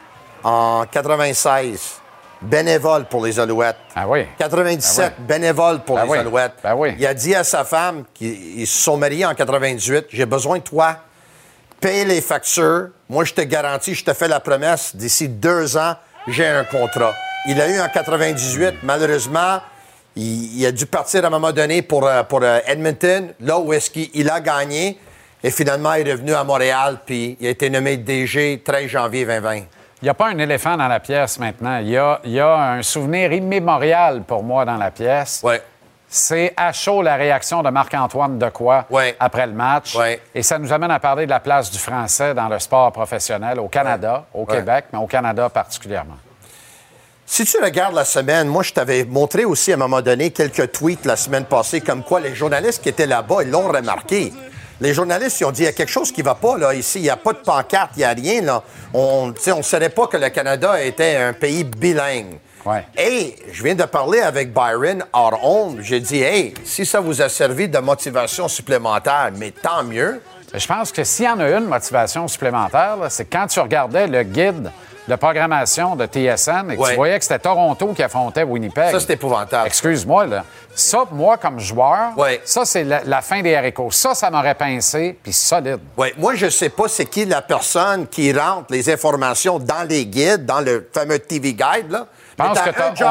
Speaker 12: en quatre-vingt-seize, bénévole pour les Alouettes.
Speaker 1: Ah oui.
Speaker 12: quatre-vingt-dix-sept,
Speaker 1: ah oui.
Speaker 12: bénévole pour
Speaker 1: ah
Speaker 12: les
Speaker 1: oui.
Speaker 12: Alouettes.
Speaker 1: Ah oui.
Speaker 12: Il a dit à sa femme, qu'ils se sont mariés en quatre-vingt-dix-huit, « J'ai besoin de toi. Paye les factures. Moi, je te garantis, je te fais la promesse, d'ici deux ans, j'ai un contrat. » Il a eu en quatre-vingt-dix-huit. Mm. Malheureusement, il, il a dû partir à un moment donné pour, pour Edmonton, là où est-ce qu'il a gagné. Et finalement, il est revenu à Montréal, puis il a été nommé D G treize janvier vingt vingt.
Speaker 1: Il n'y a pas un éléphant dans la pièce maintenant. Il y a, il y a un souvenir immémorial pour moi dans la pièce.
Speaker 12: Oui.
Speaker 1: C'est à chaud la réaction de Marc-Antoine Dequoy
Speaker 12: ouais.
Speaker 1: après le match.
Speaker 12: Ouais.
Speaker 1: Et ça nous amène à parler de la place du français dans le sport professionnel au Canada, ouais. au Québec, ouais. mais au Canada particulièrement.
Speaker 12: Si tu regardes la semaine, moi, je t'avais montré aussi à un moment donné quelques tweets la semaine passée, comme quoi les journalistes qui étaient là-bas, ils l'ont remarqué. Les journalistes, ils ont dit, il y a quelque chose qui ne va pas, là, ici. Il n'y a pas de pancarte, il n'y a rien, là. On ne savait pas que le Canada était un pays bilingue.
Speaker 1: Ouais.
Speaker 12: Et je viens de parler avec Byron hors onde. J'ai dit, hey, si ça vous a servi de motivation supplémentaire, mais tant mieux.
Speaker 1: Je pense que s'il y en a une motivation supplémentaire, là, c'est quand tu regardais le guide de programmation de T S N et que
Speaker 12: ouais.
Speaker 1: tu voyais que c'était Toronto qui affrontait Winnipeg.
Speaker 12: Ça, c'est épouvantable.
Speaker 1: Excuse-moi, là. Ça, moi, comme joueur,
Speaker 12: ouais.
Speaker 1: ça, c'est la, la fin des haricots. Ça, ça m'aurait pincé, puis solide.
Speaker 12: Oui, moi, je sais pas c'est qui la personne qui rentre les informations dans les guides, dans le fameux T V Guide, là.
Speaker 1: Je pense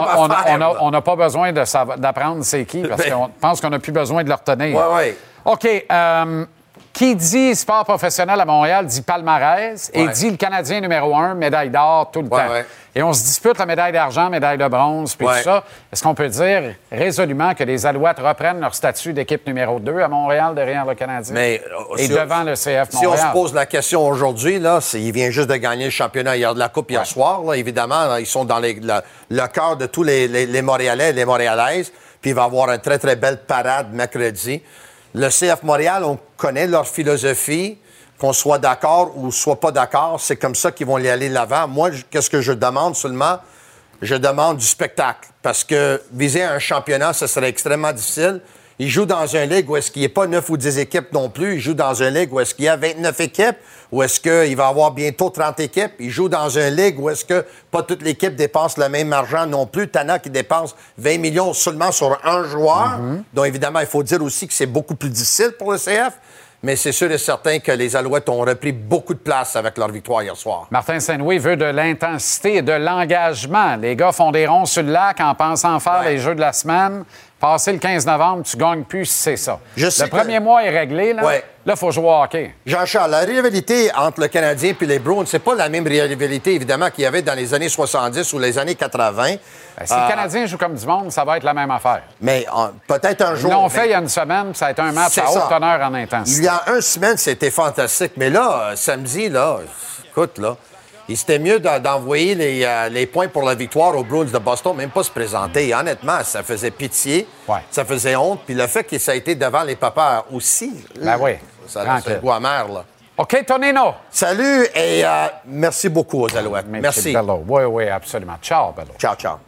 Speaker 1: qu'on n'a pas besoin de savoir, d'apprendre c'est qui, parce
Speaker 12: ben,
Speaker 1: qu'on pense qu'on n'a plus besoin de le retenir.
Speaker 12: Oui, oui.
Speaker 1: OK. Euh, qui dit sport professionnel à Montréal dit palmarès
Speaker 12: ouais.
Speaker 1: et dit le Canadien numéro un, médaille d'or tout le
Speaker 12: ouais,
Speaker 1: temps.
Speaker 12: Ouais.
Speaker 1: Et on se dispute la médaille d'argent, médaille de bronze, puis
Speaker 12: ouais.
Speaker 1: tout ça. Est-ce qu'on peut dire résolument que les Alouettes reprennent leur statut d'équipe numéro deux à Montréal derrière le Canadien
Speaker 12: Mais,
Speaker 1: et
Speaker 12: si
Speaker 1: devant
Speaker 12: on,
Speaker 1: le C F Montréal?
Speaker 12: Si on se pose la question aujourd'hui, là, c'est, il vient juste de gagner le championnat hier de la Coupe hier ouais. soir. Là, évidemment, là, ils sont dans les, le, le cœur de tous les, les, les Montréalais et les Montréalaises. Puis il va y avoir une très, très belle parade mercredi. Le C F Montréal, on connaît leur philosophie, qu'on soit d'accord ou soit pas d'accord, c'est comme ça qu'ils vont y aller de l'avant. Moi, qu'est-ce que je demande seulement? Je demande du spectacle. Parce que viser un championnat, ce serait extrêmement difficile. Ils jouent dans une ligue où est-ce qu'il n'y a pas neuf ou dix équipes non plus. Ils jouent dans une ligue où est-ce qu'il y a vingt-neuf équipes, où est-ce qu'il va y avoir bientôt trente équipes. Ils jouent dans une ligue où est-ce que pas toute l'équipe dépense le même argent non plus. Tana qui dépense vingt millions seulement sur un joueur. Mm-hmm. Donc, évidemment, il faut dire aussi que c'est beaucoup plus difficile pour le C F. Mais c'est sûr et certain que les Alouettes ont repris beaucoup de place avec leur victoire hier soir.
Speaker 1: Martin Saint-Louis veut de l'intensité et de l'engagement. Les gars font des ronds sur le lac en pensant faire ouais. les Jeux de la semaine. Passé le quinze novembre, tu gagnes plus si c'est ça.
Speaker 12: Je sais
Speaker 1: le premier
Speaker 12: que...
Speaker 1: mois est réglé, là. Ouais. Là, il faut jouer au hockey.
Speaker 12: Jean-Charles, la rivalité entre le Canadien et les Bruins, c'est pas la même rivalité, évidemment, qu'il y avait dans les années soixante-dix ou les années quatre-vingts.
Speaker 1: Ben, si euh... le Canadien joue comme du monde, ça va être la même affaire.
Speaker 12: Mais euh, peut-être un jour...
Speaker 1: Ils l'ont
Speaker 12: mais...
Speaker 1: fait il y a une semaine, ça a été un match à haute teneur en intensité.
Speaker 12: Il y a une semaine, c'était fantastique. Mais là, euh, samedi, là, écoute, là, il c'était mieux d'envoyer les, euh, les points pour la victoire aux Bruins de Boston, même pas se présenter. Honnêtement, ça faisait pitié,
Speaker 1: ouais.
Speaker 12: ça faisait honte. Puis le fait que ça a été devant les papas aussi,
Speaker 1: ben oui.
Speaker 12: ça laisse un goût amer, là.
Speaker 1: OK, Tonino.
Speaker 12: Salut et euh, merci beaucoup aux Alouettes. Merci.
Speaker 1: Merci. Oui, oui, absolument. Ciao, Bello.
Speaker 12: Ciao, ciao.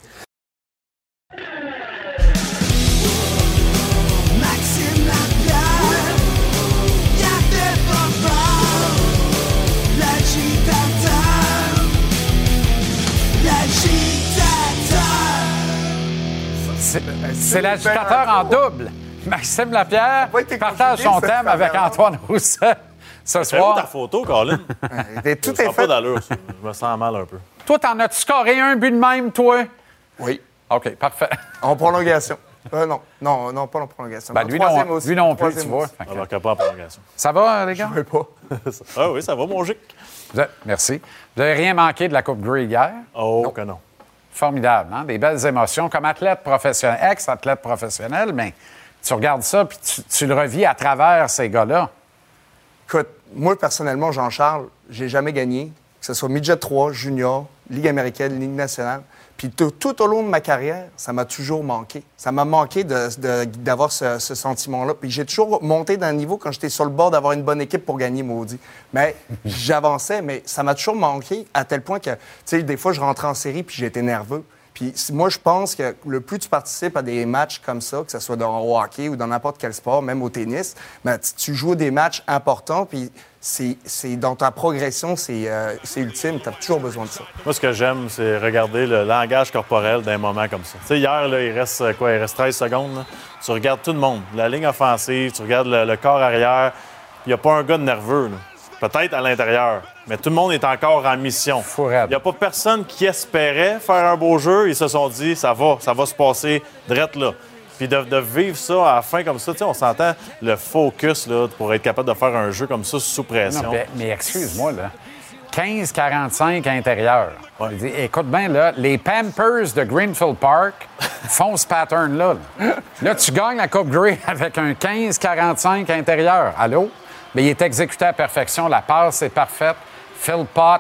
Speaker 1: C'est, c'est l'agitateur en double. Maxime Lapierre partage son thème avec Antoine Roussel ce soir.
Speaker 13: Où ta photo, Colin?
Speaker 4: Tout
Speaker 13: je
Speaker 4: est
Speaker 13: sens
Speaker 4: fait.
Speaker 13: pas d'allure, ça. Je me sens mal un peu.
Speaker 1: Toi, t'en as-tu scoré un but de même, toi?
Speaker 4: Oui.
Speaker 1: OK, parfait.
Speaker 4: En prolongation. Euh, non, non, non, pas en prolongation.
Speaker 1: Ben, lui, non,
Speaker 4: aussi.
Speaker 1: lui non plus, tu vois.
Speaker 13: Alors qu'il n'y a pas en prolongation.
Speaker 1: Ça va, les gars?
Speaker 4: Je ne veux pas.
Speaker 13: Ah oui, ça va, mon gic.
Speaker 1: Vous avez, merci. Vous n'avez rien manqué de la Coupe Grey hier?
Speaker 13: Oh,
Speaker 1: non.
Speaker 13: que non.
Speaker 1: Formidable, hein? Des belles émotions. Comme athlète professionnel, ex-athlète professionnel, mais tu regardes ça puis tu, tu le revis à travers ces gars-là.
Speaker 4: Écoute, moi, personnellement, Jean-Charles, j'ai jamais gagné, que ce soit Midget trois, Junior, Ligue américaine, Ligue nationale. Puis tout, tout au long de ma carrière, ça m'a toujours manqué. Ça m'a manqué de, de, d'avoir ce, ce sentiment-là. Puis j'ai toujours monté d'un niveau quand j'étais sur le bord d'avoir une bonne équipe pour gagner, maudit. Mais j'avançais, mais ça m'a toujours manqué à tel point que, tu sais, des fois, je rentrais en série puis j'étais nerveux. Puis moi, je pense que le plus tu participes à des matchs comme ça, que ce soit dans le hockey ou dans n'importe quel sport, même au tennis, ben, tu joues des matchs importants, puis c'est, c'est dans ta progression, c'est, euh, c'est ultime. Tu as toujours besoin de ça.
Speaker 13: Moi, ce que j'aime, c'est regarder le langage corporel d'un moment comme ça. Tu sais, hier, là, il reste quoi? Il reste treize secondes. Là. Tu regardes tout le monde. La ligne offensive, tu regardes le, le corps arrière. Il n'y a pas un gars de nerveux, là. Peut-être à l'intérieur, mais tout le monde est encore en mission. Il n'y a pas personne qui espérait faire un beau jeu. Ils se sont dit, ça va, ça va se passer drette là. Puis de, de vivre ça à la fin comme ça, tu sais, on s'entend le focus là, pour être capable de faire un jeu comme ça sous pression.
Speaker 1: Non, mais, mais excuse-moi, là. quinze quarante-cinq à l'intérieur. Ouais. Dis, écoute bien, là, les Pampers de Greenfield Park font ce pattern-là. Là, là tu gagnes la Coupe Grey avec un quinze quarante-cinq à l'intérieur. Allô? Mais il est exécuté à perfection. La passe est parfaite. Phil Pott,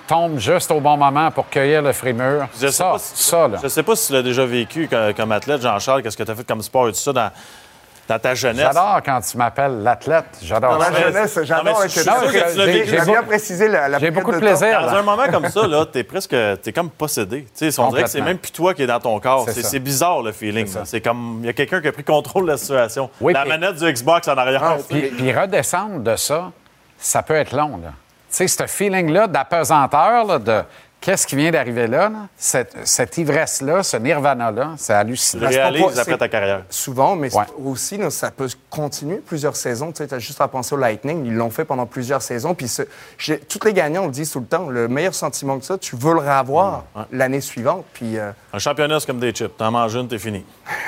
Speaker 1: tombe juste au bon moment pour cueillir le frimur.
Speaker 13: Je sais
Speaker 1: Ça,
Speaker 13: pas si-
Speaker 1: ça, là.
Speaker 13: Je sais pas si tu l'as déjà vécu comme, comme athlète, Jean-Charles, qu'est-ce que tu as fait comme sport et tout ça dans, dans ta jeunesse.
Speaker 1: J'adore quand tu m'appelles l'athlète. J'adore
Speaker 14: Dans ma
Speaker 1: ça.
Speaker 14: jeunesse, j'adore
Speaker 13: Non, mais
Speaker 14: être
Speaker 13: je suis sûr que tu l'as
Speaker 1: j'ai-
Speaker 13: vécu.
Speaker 1: j'ai
Speaker 14: J'ai bien
Speaker 1: beau-
Speaker 14: précisé la, la
Speaker 1: J'ai
Speaker 14: période
Speaker 1: beaucoup de
Speaker 14: temps.
Speaker 1: plaisir.
Speaker 13: Dans
Speaker 1: là.
Speaker 13: un moment comme ça, là, t'es presque, t'es comme possédé. Tu sais, on dirait que c'est
Speaker 1: Complètement.
Speaker 13: même plus toi qui est dans ton corps.
Speaker 1: C'est
Speaker 13: C'est,
Speaker 1: ça.
Speaker 13: c'est bizarre le feeling.
Speaker 1: C'est ça.
Speaker 13: là. C'est comme il y a quelqu'un qui a pris contrôle de la situation.
Speaker 1: Oui,
Speaker 13: la
Speaker 1: puis-
Speaker 13: manette du Xbox en arrière.
Speaker 14: Ah,
Speaker 13: tu sais.
Speaker 1: Puis, puis redescendre de ça, ça peut être long, là. Tu sais, ce feeling-là d'apesanteur, là, de qu'est-ce qui vient d'arriver là, là, cette, cette ivresse-là, ce nirvana-là, c'est
Speaker 13: Tu
Speaker 1: hallucinant.
Speaker 13: le
Speaker 14: c'est pas
Speaker 13: réalises
Speaker 14: pour-
Speaker 13: après
Speaker 14: c'est-
Speaker 13: ta carrière.
Speaker 14: Souvent, mais
Speaker 1: Ouais.
Speaker 14: c'est- aussi, là, ça peut continuer plusieurs saisons. Tu as juste à penser au Lightning. Ils l'ont fait pendant plusieurs saisons. Puis ce- j'ai- tous les gagnants, on le dit tout le temps, le meilleur sentiment que ça, tu veux le revoir
Speaker 13: Ouais.
Speaker 14: l'année suivante. Puis euh,
Speaker 13: Un championnat, c'est comme des chips. T'en manges une, t'es fini.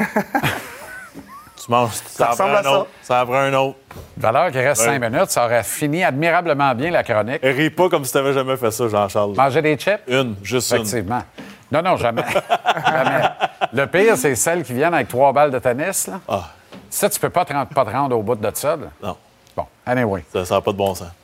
Speaker 13: Tu manges, ça, en
Speaker 14: ressemble
Speaker 13: prend
Speaker 14: à
Speaker 13: un
Speaker 14: ça.
Speaker 13: autre. Ça en prend un autre.
Speaker 1: Alors qu'il reste
Speaker 13: Ouais.
Speaker 1: cinq minutes, ça aurait fini admirablement bien la chronique.
Speaker 13: Et ris pas comme si t'avais jamais fait ça, Jean-Charles.
Speaker 1: Manger des chips?
Speaker 13: Une, juste une.
Speaker 1: Effectivement. Non, non, jamais. Jamais. Le pire, c'est celles qui viennent avec trois balles de tennis. Là.
Speaker 13: Ah,
Speaker 1: Ça, tu peux pas te rendre, pas te rendre au bout de ça. Là.
Speaker 13: non,
Speaker 1: Bon, anyway.
Speaker 13: ça n'a pas de bon sens.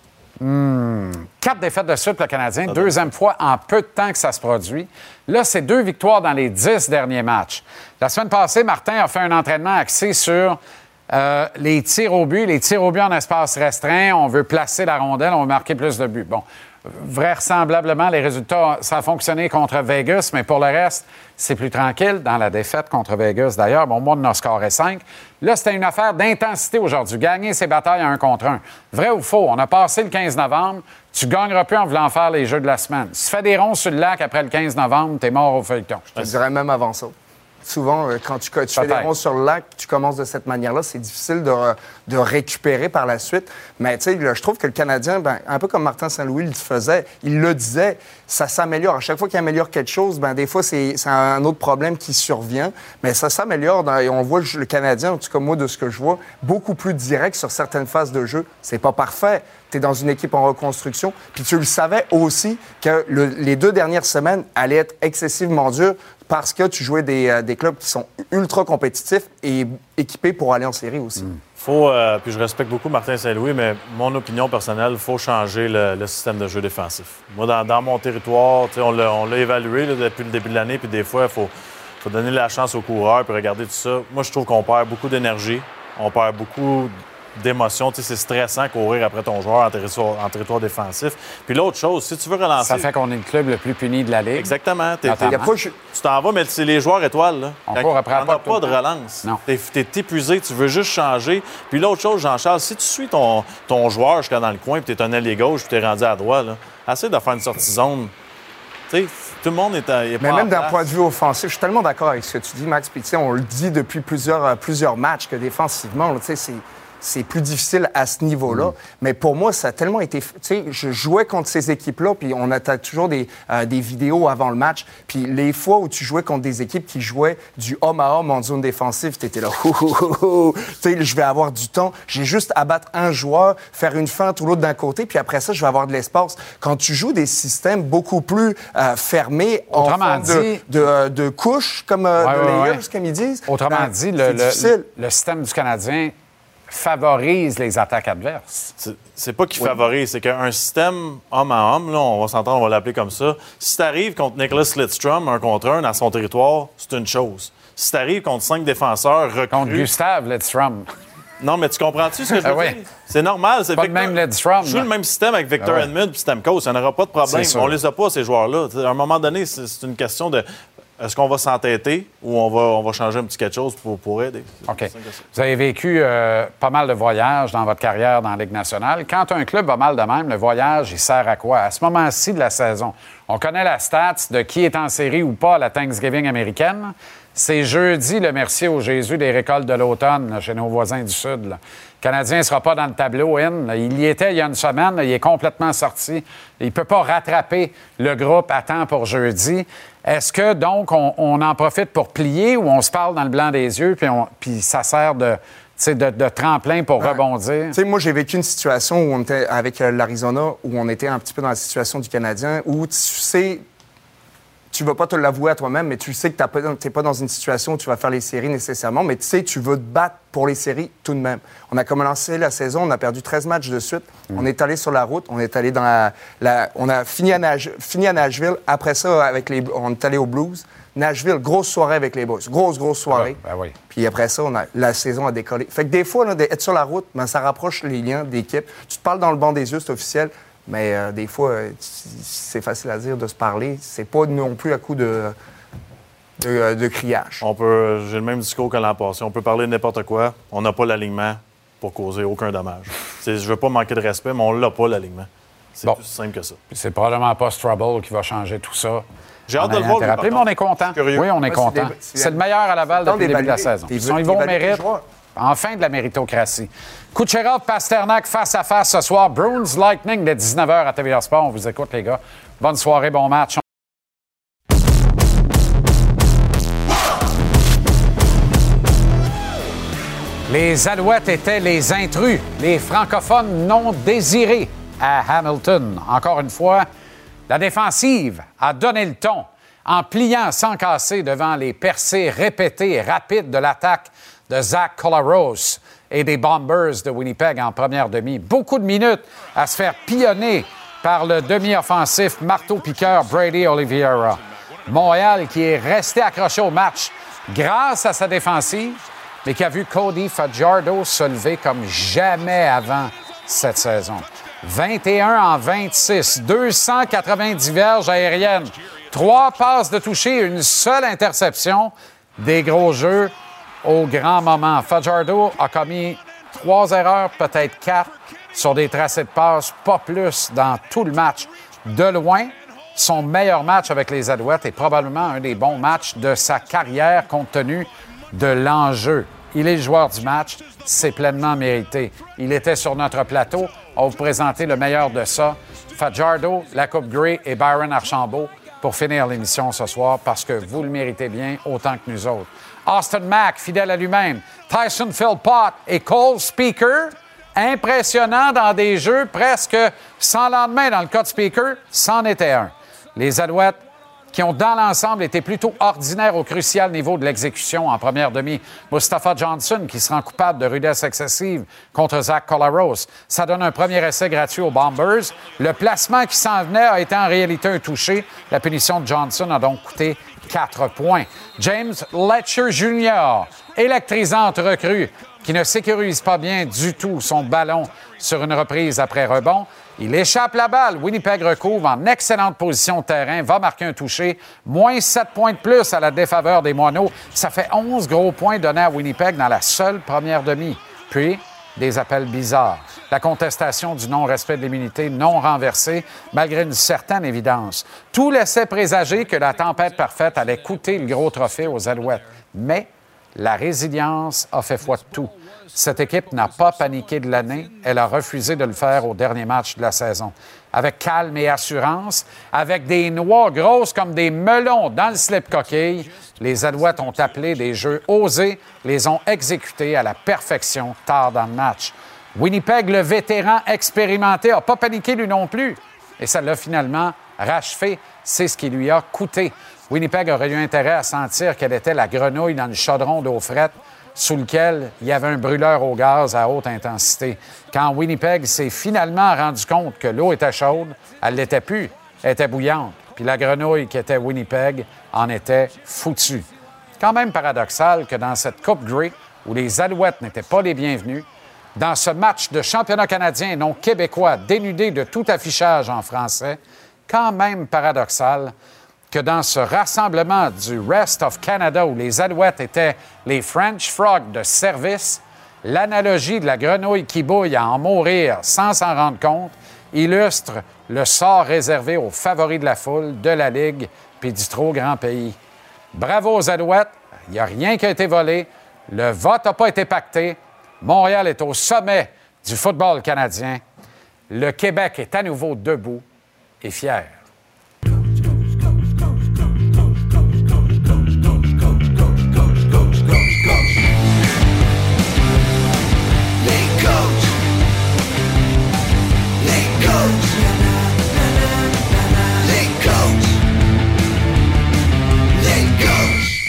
Speaker 1: Quatre défaites de suite pour le Canadien. Deuxième fois en peu de temps que ça se produit. Là, c'est deux victoires dans les dix derniers matchs. La semaine passée, Martin a fait un entraînement axé sur euh, les tirs au but, les tirs au but en espace restreint. On veut placer la rondelle, on veut marquer plus de buts. Bon, vraisemblablement, les résultats, ça a fonctionné contre Vegas, mais pour le reste, c'est plus tranquille dans la défaite contre Vegas. D'ailleurs, bon, moi, de notre score est cinq. Là, c'était une affaire d'intensité aujourd'hui. Gagner ses batailles à un contre un. Vrai ou faux? On a passé le quinze novembre. Tu gagneras plus en voulant faire les jeux de la semaine. Si tu fais des ronds sur le lac après le quinze novembre, t'es mort au feuilleton.
Speaker 14: je te dirais même avant ça. Souvent, euh, quand tu, quand tu fais des
Speaker 1: Peut-être.
Speaker 14: ronds sur le lac, tu commences de cette manière-là, c'est difficile de, re- de récupérer par la suite. Mais tu sais, là, je trouve que le Canadien, ben, un peu comme Martin Saint-Louis le faisait, il le disait, ça s'améliore. À chaque fois qu'il améliore quelque chose, ben, des fois, c'est c'est un autre problème qui survient. Mais ça s'améliore. dans- Et on voit le Canadien, en tout cas moi, de ce que je vois, beaucoup plus direct sur certaines phases de jeu. C'est pas parfait. Tu es dans une équipe en reconstruction. Puis tu le savais aussi que le- les deux dernières semaines allaient être excessivement dures parce que tu jouais des, euh, des clubs qui sont ultra compétitifs et équipés pour aller en série aussi.
Speaker 13: Faut, euh, puis je respecte beaucoup Martin Saint-Louis, mais mon opinion personnelle, il faut changer le, le système de jeu défensif. Moi, dans, dans mon territoire, tu sais, on l'a on l'a évalué là, depuis le début de l'année, puis des fois, il faut, faut donner la chance aux coureurs puis regarder tout ça. Moi, je trouve qu'on perd beaucoup d'énergie, on perd beaucoup d'émotions. Tu sais, c'est stressant courir après ton joueur en territoire, en territoire défensif. Puis l'autre chose, si tu veux relancer...
Speaker 1: Ça fait qu'on est le club le plus puni de la Ligue.
Speaker 13: Exactement. T'es-
Speaker 1: Notamment.
Speaker 13: t'es- y a pas- tu t'en vas, mais c'est les joueurs étoiles. Là.
Speaker 1: On
Speaker 13: Quand
Speaker 1: court après la
Speaker 13: t'en as
Speaker 1: pote tout
Speaker 13: pas
Speaker 1: le
Speaker 13: de
Speaker 1: temps.
Speaker 13: relance.
Speaker 1: Non.
Speaker 13: T'es, t'es épuisé, tu veux juste changer. Puis l'autre chose, Jean-Charles, si tu suis ton, ton joueur jusqu'à dans le coin, puis t'es un allié gauche, puis t'es rendu à droite, là, essaie de faire une sortie zone. Tu sais, tout le monde est, à, est
Speaker 14: Mais
Speaker 13: pas
Speaker 14: même
Speaker 13: en
Speaker 14: d'un
Speaker 13: place.
Speaker 14: point de vue offensif, je suis tellement d'accord avec ce que tu dis, Max. Puis, tu sais, on le dit depuis plusieurs, euh, plusieurs matchs que défensivement, là, tu sais, c'est. C'est plus difficile à ce niveau-là. Mais pour moi, ça a tellement été... Tu sais, je jouais contre ces équipes-là, puis on a toujours des, euh, des vidéos avant le match. Puis les fois où tu jouais contre des équipes qui jouaient du homme à homme en zone défensive, t'étais là... Ouh, ouh, ouh, ouh. Tu sais, je vais avoir du temps. J'ai juste à battre un joueur, faire une feinte ou l'autre d'un côté, puis après ça, je vais avoir de l'espace. Quand tu joues des systèmes beaucoup plus euh, fermés, en
Speaker 1: Autrement
Speaker 14: forme de,
Speaker 1: dit-
Speaker 14: de, euh, de couches, comme euh,
Speaker 1: Ouais,
Speaker 14: de
Speaker 1: ouais,
Speaker 14: layers,
Speaker 1: ouais.
Speaker 14: comme ils disent...
Speaker 1: Autrement
Speaker 14: ben,
Speaker 1: dit,
Speaker 14: c'est
Speaker 1: le,
Speaker 14: difficile.
Speaker 1: le, le système du Canadien favorise les attaques adverses.
Speaker 13: C'est, c'est pas qu'il favorise, c'est qu'un système homme à homme, là, on va s'entendre, on va l'appeler comme ça. Si t'arrives contre Nicholas Lidstrom, un contre un, dans son territoire, c'est une chose. Si t'arrives contre cinq défenseurs recrues...
Speaker 1: Contre Gustave Lidstrom.
Speaker 13: Non, mais tu comprends-tu ce que je veux
Speaker 1: Ah oui.
Speaker 13: dire? C'est normal. C'est
Speaker 1: Pas le
Speaker 13: Victor-
Speaker 1: même Lidstrom,
Speaker 13: Je joue
Speaker 1: là.
Speaker 13: le même système avec Victor
Speaker 1: Ah ouais.
Speaker 13: Edmund puis Stamkos. Il n'y en aura pas de problème.
Speaker 1: C'est sûr.
Speaker 13: On les a pas, ces joueurs-là. T'sais, à un moment donné, c'est, c'est une question de... Est-ce qu'on va s'entêter ou on va, on va changer un petit quelque chose pour, pour aider? C'est
Speaker 1: OK.
Speaker 13: simple que ça.
Speaker 1: Vous avez vécu euh, pas mal de voyages dans votre carrière dans la Ligue nationale. Quand un club va mal de même, le voyage, il sert à quoi? À ce moment-ci de la saison, on connaît la stats de qui est en série ou pas à la Thanksgiving américaine. C'est jeudi, le merci au Jésus des récoltes de l'automne là, chez nos voisins du Sud. Là. Le Canadien ne sera pas dans le tableau in. Là. Il y était il y a une semaine. Là. Il est complètement sorti. Il ne peut pas rattraper le groupe à temps pour jeudi. Est-ce que, donc, on, on en profite pour plier ou on se parle dans le blanc des yeux puis, on, puis ça sert de, tu sais, de, de tremplin pour
Speaker 14: Ouais.
Speaker 1: rebondir?
Speaker 14: Tu sais, moi, j'ai vécu une situation où on était avec euh, l'Arizona, où on était un petit peu dans la situation du Canadien, où tu sais, tu vas pas te l'avouer à toi-même, mais tu sais que tu n'es pas dans une situation où tu vas faire les séries nécessairement, mais tu sais, tu veux te battre pour les séries tout de même. On a commencé la saison, on a perdu treize matchs de suite. Mm. On est allé sur la route, on est allé dans la... la on a fini à, Nage, fini à Nashville. Après ça, avec les, on est allé au Blues. Nashville, grosse soirée avec les boys. Grosse, grosse soirée.
Speaker 1: Ah, ben oui.
Speaker 14: Puis après ça, on a, la saison a décollé. Fait que des fois, là, d'être sur la route, ben, ça rapproche les liens d'équipe. Tu te parles dans le banc des yeux, c'est officiel. Mais euh, des fois, euh, c'est facile à dire de se parler. C'est pas non plus à coup de, de, de criage.
Speaker 13: On peut, j'ai le même discours que l'an passé. On peut parler de n'importe quoi. On n'a pas l'alignement pour causer aucun dommage. C'est, je veux pas manquer de respect, mais on l'a pas, l'alignement. C'est
Speaker 1: bon.
Speaker 13: Plus simple que ça.
Speaker 1: C'est probablement pas Trouble qui va changer tout ça.
Speaker 13: J'ai hâte de le voir.
Speaker 1: Mais on est content. Oui, on est content. C'est, des... c'est, c'est le meilleur à Laval depuis le début de la saison. Ils sont au mérite. Enfin de la méritocratie. Kucherov, Pasternak face à face ce soir. Bruins Lightning dès dix-neuf heures à T V R Sport. On vous écoute, les gars. Bonne soirée, bon match. Les Alouettes étaient les intrus, les francophones non désirés à Hamilton. Encore une fois, la défensive a donné le ton en pliant sans casser devant les percées répétées et rapides de l'attaque de Zach Collaros et des Bombers de Winnipeg en première demi. Beaucoup de minutes à se faire pillonner par le demi-offensif marteau-piqueur Brady Oliveira. Montréal qui est resté accroché au match grâce à sa défensive, mais qui a vu Cody Fajardo se lever comme jamais avant cette saison. vingt et un en vingt-six, deux cent quatre-vingt-dix verges aériennes, trois passes de toucher, une seule interception, des gros jeux au grand moment. Fajardo a commis trois erreurs, peut-être quatre, sur des tracés de passe, pas plus dans tout le match. De loin, son meilleur match avec les Alouettes est probablement un des bons matchs de sa carrière compte tenu de l'enjeu. Il est le joueur du match, c'est pleinement mérité. Il était sur notre plateau. On va vous présenter le meilleur de ça. Fajardo, la Coupe Grey et Byron Archambault pour finir l'émission ce soir parce que vous le méritez bien autant que nous autres. Austin Mack, fidèle à lui-même. Tyson Philpott et Cole Speaker, impressionnant dans des jeux presque sans lendemain. Dans le cas de Speaker, c'en était un. Les Alouettes qui ont, dans l'ensemble, été plutôt ordinaires au crucial niveau de l'exécution en première demi. Mustafa Johnson, qui se rend coupable de rudesse excessive contre Zach Collaros. Ça donne un premier essai gratuit aux Bombers. Le placement qui s'en venait a été en réalité un touché. La punition de Johnson a donc coûté quatre points. James Letcher junior, électrisante recrue, qui ne sécurise pas bien du tout son ballon sur une reprise après rebond. Il échappe la balle. Winnipeg recouvre en excellente position de terrain, va marquer un touché. Moins sept points de plus à la défaveur des Moineaux. Ça fait onze gros points donnés à Winnipeg dans la seule première demi. Puis, des appels bizarres. La contestation du non-respect de l'immunité non renversée, malgré une certaine évidence. Tout laissait présager que la tempête parfaite allait coûter le gros trophée aux Alouettes. Mais la résilience a fait foi de tout. Cette équipe n'a pas paniqué de l'année. Elle a refusé de le faire au dernier match de la saison. Avec calme et assurance, avec des noix grosses comme des melons dans le slip coquille, les Alouettes ont appelé des jeux osés, les ont exécutés à la perfection tard dans le match. Winnipeg, le vétéran expérimenté, n'a pas paniqué lui non plus. Et ça l'a finalement rachevé. C'est ce qui lui a coûté. Winnipeg aurait eu intérêt à sentir qu'elle était la grenouille dans le chaudron d'eau frette sous lequel il y avait un brûleur au gaz à haute intensité. Quand Winnipeg s'est finalement rendu compte que l'eau était chaude, elle ne l'était plus, elle était bouillante. Puis la grenouille qui était Winnipeg en était foutue. Quand même paradoxal que dans cette Coupe Grey, où les Alouettes n'étaient pas les bienvenus, dans ce match de championnat canadien non québécois dénudé de tout affichage en français, quand même paradoxal que dans ce rassemblement du Rest of Canada où les Alouettes étaient les French Frogs de service, l'analogie de la grenouille qui bouille à en mourir sans s'en rendre compte illustre le sort réservé aux favoris de la foule, de la Ligue puis du trop grand pays. Bravo aux Alouettes, il n'y a rien qui a été volé, le vote n'a pas été pacté, Montréal est au sommet du football canadien, le Québec est à nouveau debout et fier.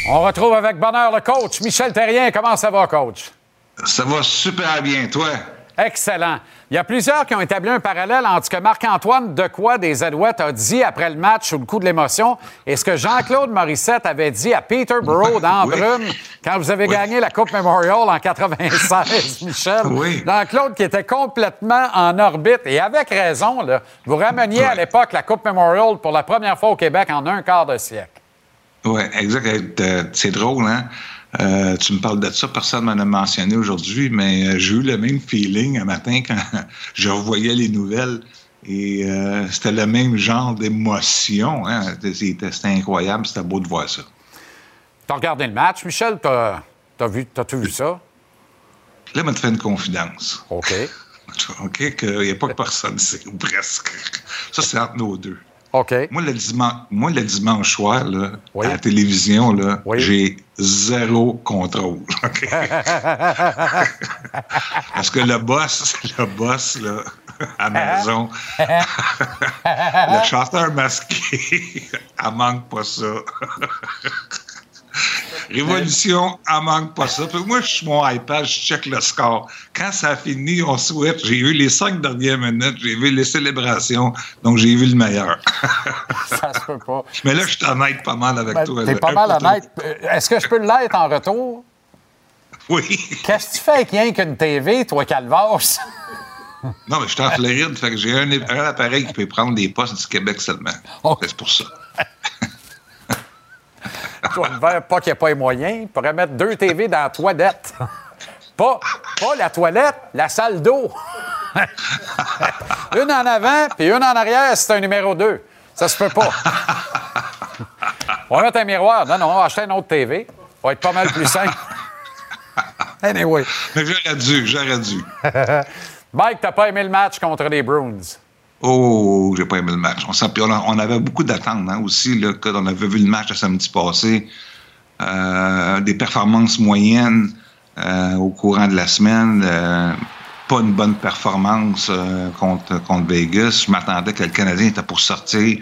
Speaker 1: On retrouve avec bonheur le coach Michel Therrien. Comment ça va, coach?
Speaker 15: Ça va super bien, toi?
Speaker 1: Excellent. Il y a plusieurs qui ont établi un parallèle entre ce que Marc-Antoine Dequoy des Alouettes a dit après le match sous le coup de l'émotion et ce que Jean-Claude Morissette avait dit à Peterborough dans
Speaker 15: oui.
Speaker 1: Brume quand vous avez oui. gagné la Coupe Memorial en quatre-vingt-seize, Michel.
Speaker 15: Oui.
Speaker 1: Jean-Claude qui était complètement en orbite et avec raison. Là, vous rameniez oui. à l'époque la Coupe Memorial pour la première fois au Québec en un quart de siècle.
Speaker 15: Oui, exact. C'est drôle, hein? Euh, tu me parles de ça, personne ne m'en a mentionné aujourd'hui, mais euh, j'ai eu le même feeling un matin quand je revoyais les nouvelles et euh, c'était le même genre d'émotion. Hein? C'était, c'était incroyable, c'était beau de voir ça.
Speaker 1: T'as regardé le match, Michel? T'as, t'as vu, t'as-tu vu ça?
Speaker 15: Là, on te fait une confidence.
Speaker 1: OK.
Speaker 15: OK, qu'il n'y a pas que personne ici, ou presque. Ça, c'est entre nos deux.
Speaker 1: OK.
Speaker 15: Moi, le dimanche, moi, le dimanche soir, là, oui. à la télévision, là, oui. j'ai zéro contrôle. Okay? Parce que le boss, le boss, là, à la maison, le chanteur masqué, elle manque pas ça. Révolution, elle manque pas ça. Puis moi, je suis mon iPad, je check le score. Quand ça a fini, on souhaite. J'ai vu les cinq dernières minutes, j'ai vu les célébrations, donc j'ai vu le meilleur.
Speaker 1: Ça se peut pas.
Speaker 15: Mais là, je suis honnête pas mal avec ben, toi.
Speaker 1: T'es
Speaker 15: là.
Speaker 1: pas mal honnête. Est-ce que je peux l'être en retour?
Speaker 15: Oui.
Speaker 1: Qu'est-ce que tu fais avec rien qu'une T V, toi, Calvas?
Speaker 15: Non, mais je suis en Floride, fait que j'ai un, un appareil qui peut prendre des postes du Québec seulement. Okay. C'est pour ça.
Speaker 1: Pas qu'il n'y ait pas les moyens. Il pourrait mettre deux T V dans la toilette. Pas, pas la toilette, la salle d'eau. Une en avant, puis une en arrière, c'est un numéro deux. Ça se peut pas. On va mettre un miroir. Non, non, on va acheter une autre T V. Ça va être pas mal plus simple. Anyway.
Speaker 15: Mais j'aurais dû, j'aurais dû.
Speaker 1: Mike, t'as pas aimé le match contre les Bruins?
Speaker 15: Oh, j'ai pas aimé le match. On, on avait beaucoup d'attentes hein, aussi. Là, quand on avait vu le match le samedi passé, euh, des performances moyennes euh, au courant de la semaine. Euh, pas une bonne performance euh, contre, contre Vegas. Je m'attendais que le Canadien était pour sortir.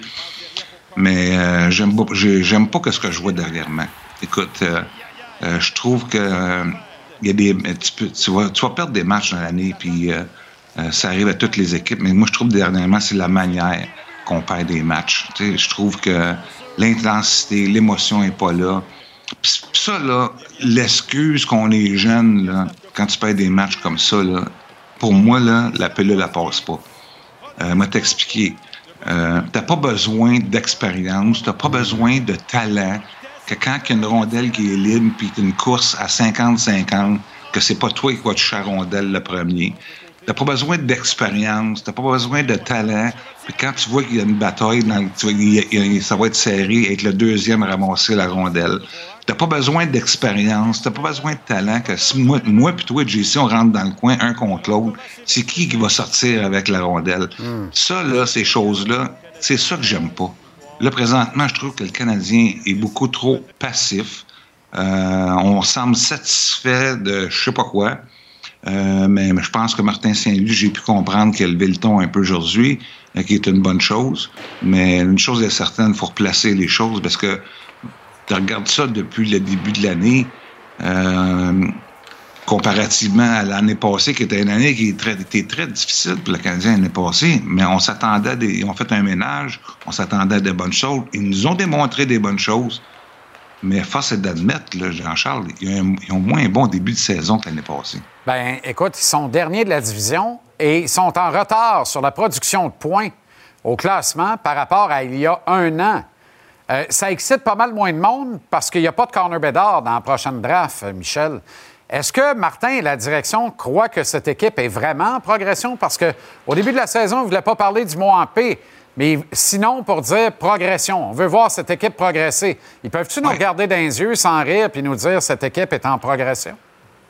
Speaker 15: Mais euh, j'aime pas, j'aime pas ce que je vois dernièrement. Écoute, euh, euh, je trouve que euh, y a des, tu, peux, tu, vas, tu vas perdre des matchs dans l'année, puis euh, euh, ça arrive à toutes les équipes. Mais moi, je trouve dernièrement, c'est la manière qu'on perd des matchs. Tu sais, je trouve que l'intensité, l'émotion n'est pas là. Puis ça, là, l'excuse qu'on est jeune, là, quand tu perds des matchs comme ça, là, pour moi, là, la pilule, elle passe pas. Euh, moi, t'expliquer. Euh, t'as pas besoin d'expérience, t'as pas besoin de talent, que quand il y a une rondelle qui est libre puis une course à cinquante cinquante, que c'est pas toi qui vas toucher la rondelle le premier. T'as pas besoin d'expérience, t'as pas besoin de talent. Puis quand tu vois qu'il y a une bataille, dans, tu vois, il y a, ça va être serré avec le deuxième à ramasser la rondelle. T'as pas besoin d'expérience, t'as pas besoin de talent. Que si moi, moi puis toi, J C, on rentre dans le coin un contre l'autre, c'est qui qui va sortir avec la rondelle? Mm. Ça, là, ces choses-là, c'est ça que j'aime pas. Là, présentement, je trouve que le Canadien est beaucoup trop passif. Euh, on semble satisfait de je sais pas quoi. Euh, mais, mais je pense que Martin Saint-Louis, j'ai pu comprendre qu'il a levé le ton un peu aujourd'hui, euh, qui est une bonne chose. Mais une chose est certaine, il faut replacer les choses parce que tu regardes ça depuis le début de l'année, euh, comparativement à l'année passée, qui était une année qui était très, était très difficile pour le Canadien l'année passée. Mais on s'attendait à des, ils ont fait un ménage, on s'attendait à des bonnes choses. Ils nous ont démontré des bonnes choses. Mais force est d'admettre, là, Jean-Charles, ils ont, ils ont moins un bon début de saison que l'année passée.
Speaker 1: Bien, écoute, ils sont derniers de la division et ils sont en retard sur la production de points au classement par rapport à il y a un an. Euh, ça excite pas mal moins de monde parce qu'il n'y a pas de Connor Bedard dans la prochaine draft, Michel. Est-ce que Martin et la direction croient que cette équipe est vraiment en progression? Parce qu'au début de la saison, ils ne voulaient pas parler du mot en P. Mais sinon, pour dire progression, on veut voir cette équipe progresser. Ils peuvent-tu nous ouais. regarder dans les yeux sans rire puis nous dire cette équipe est en progression?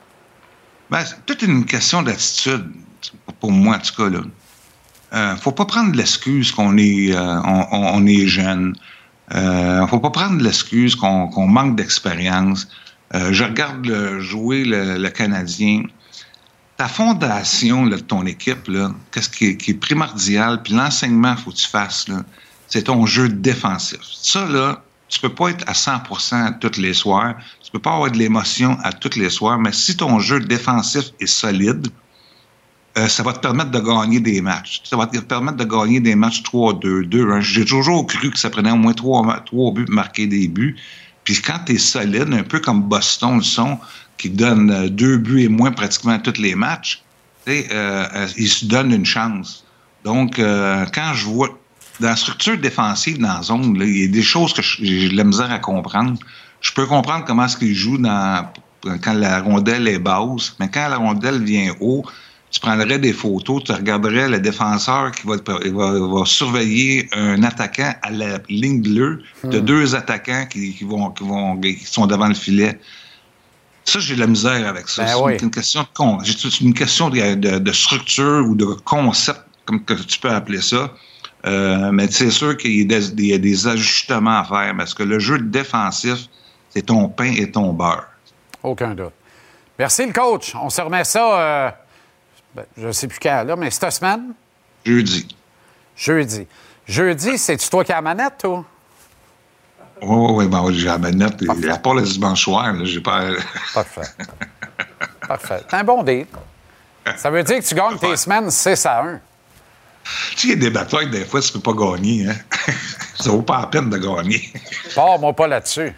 Speaker 15: Bien, c'est toute une question d'attitude, pour moi, en tout cas. Il ne euh, faut pas prendre l'excuse qu'on est, euh, on, on est jeune. Il euh, ne faut pas prendre l'excuse qu'on, qu'on manque d'expérience. Euh, je regarde le, jouer le, le Canadien. Ta fondation là, de ton équipe, là, qu'est-ce qui est, qui est primordial, puis l'enseignement qu'il faut que tu fasses, là, c'est ton jeu défensif. Ça, là, tu peux pas être à cent pour cent tous les soirs. Tu peux pas avoir de l'émotion à tous les soirs. Mais si ton jeu défensif est solide, euh, ça va te permettre de gagner des matchs. Ça va te permettre de gagner des matchs trois deux, deux un. J'ai toujours cru que ça prenait au moins trois buts pour marquer des buts. Puis quand tu es solide, un peu comme Boston le sont, qui donne deux buts et moins pratiquement à tous les matchs, euh, euh, ils se donnent une chance. Donc, euh, quand je vois dans la structure défensive dans la zone, là, il y a des choses que j'ai de la misère à comprendre. Je peux comprendre comment est-ce qu'ils jouent dans, quand la rondelle est basse, mais quand la rondelle vient haut, tu prendrais des photos, tu regarderais le défenseur qui va, va, va surveiller un attaquant à la ligne bleue de hmm. deux attaquants qui, qui, vont, qui, vont, qui sont devant le filet. Ça, j'ai de la misère avec ça. Ben c'est oui. une question de con. C'est une question de, de, de structure ou de concept, comme que tu peux appeler ça. Euh, mais c'est sûr qu'il y a, des, il y a des ajustements à faire parce que le jeu défensif, c'est ton pain et ton beurre.
Speaker 1: Aucun doute. Merci, le coach. On se remet ça, euh, ben, je ne sais plus quand, là, mais cette semaine?
Speaker 15: Jeudi.
Speaker 1: Jeudi. Jeudi, c'est-tu toi qui as la manette, toi?
Speaker 15: Oui, oui, oui, ben, j'ai la manette. Et, à part le dimanche soir, là, j'ai pas...
Speaker 1: Parfait. Parfait. C'est un bon date. Ça veut dire que tu gagnes tes semaines six à un.
Speaker 15: Tu sais, il y a des batailles, des fois, tu peux pas gagner. Hein? Ça vaut pas la peine de gagner.
Speaker 1: Pars-moi pas là-dessus.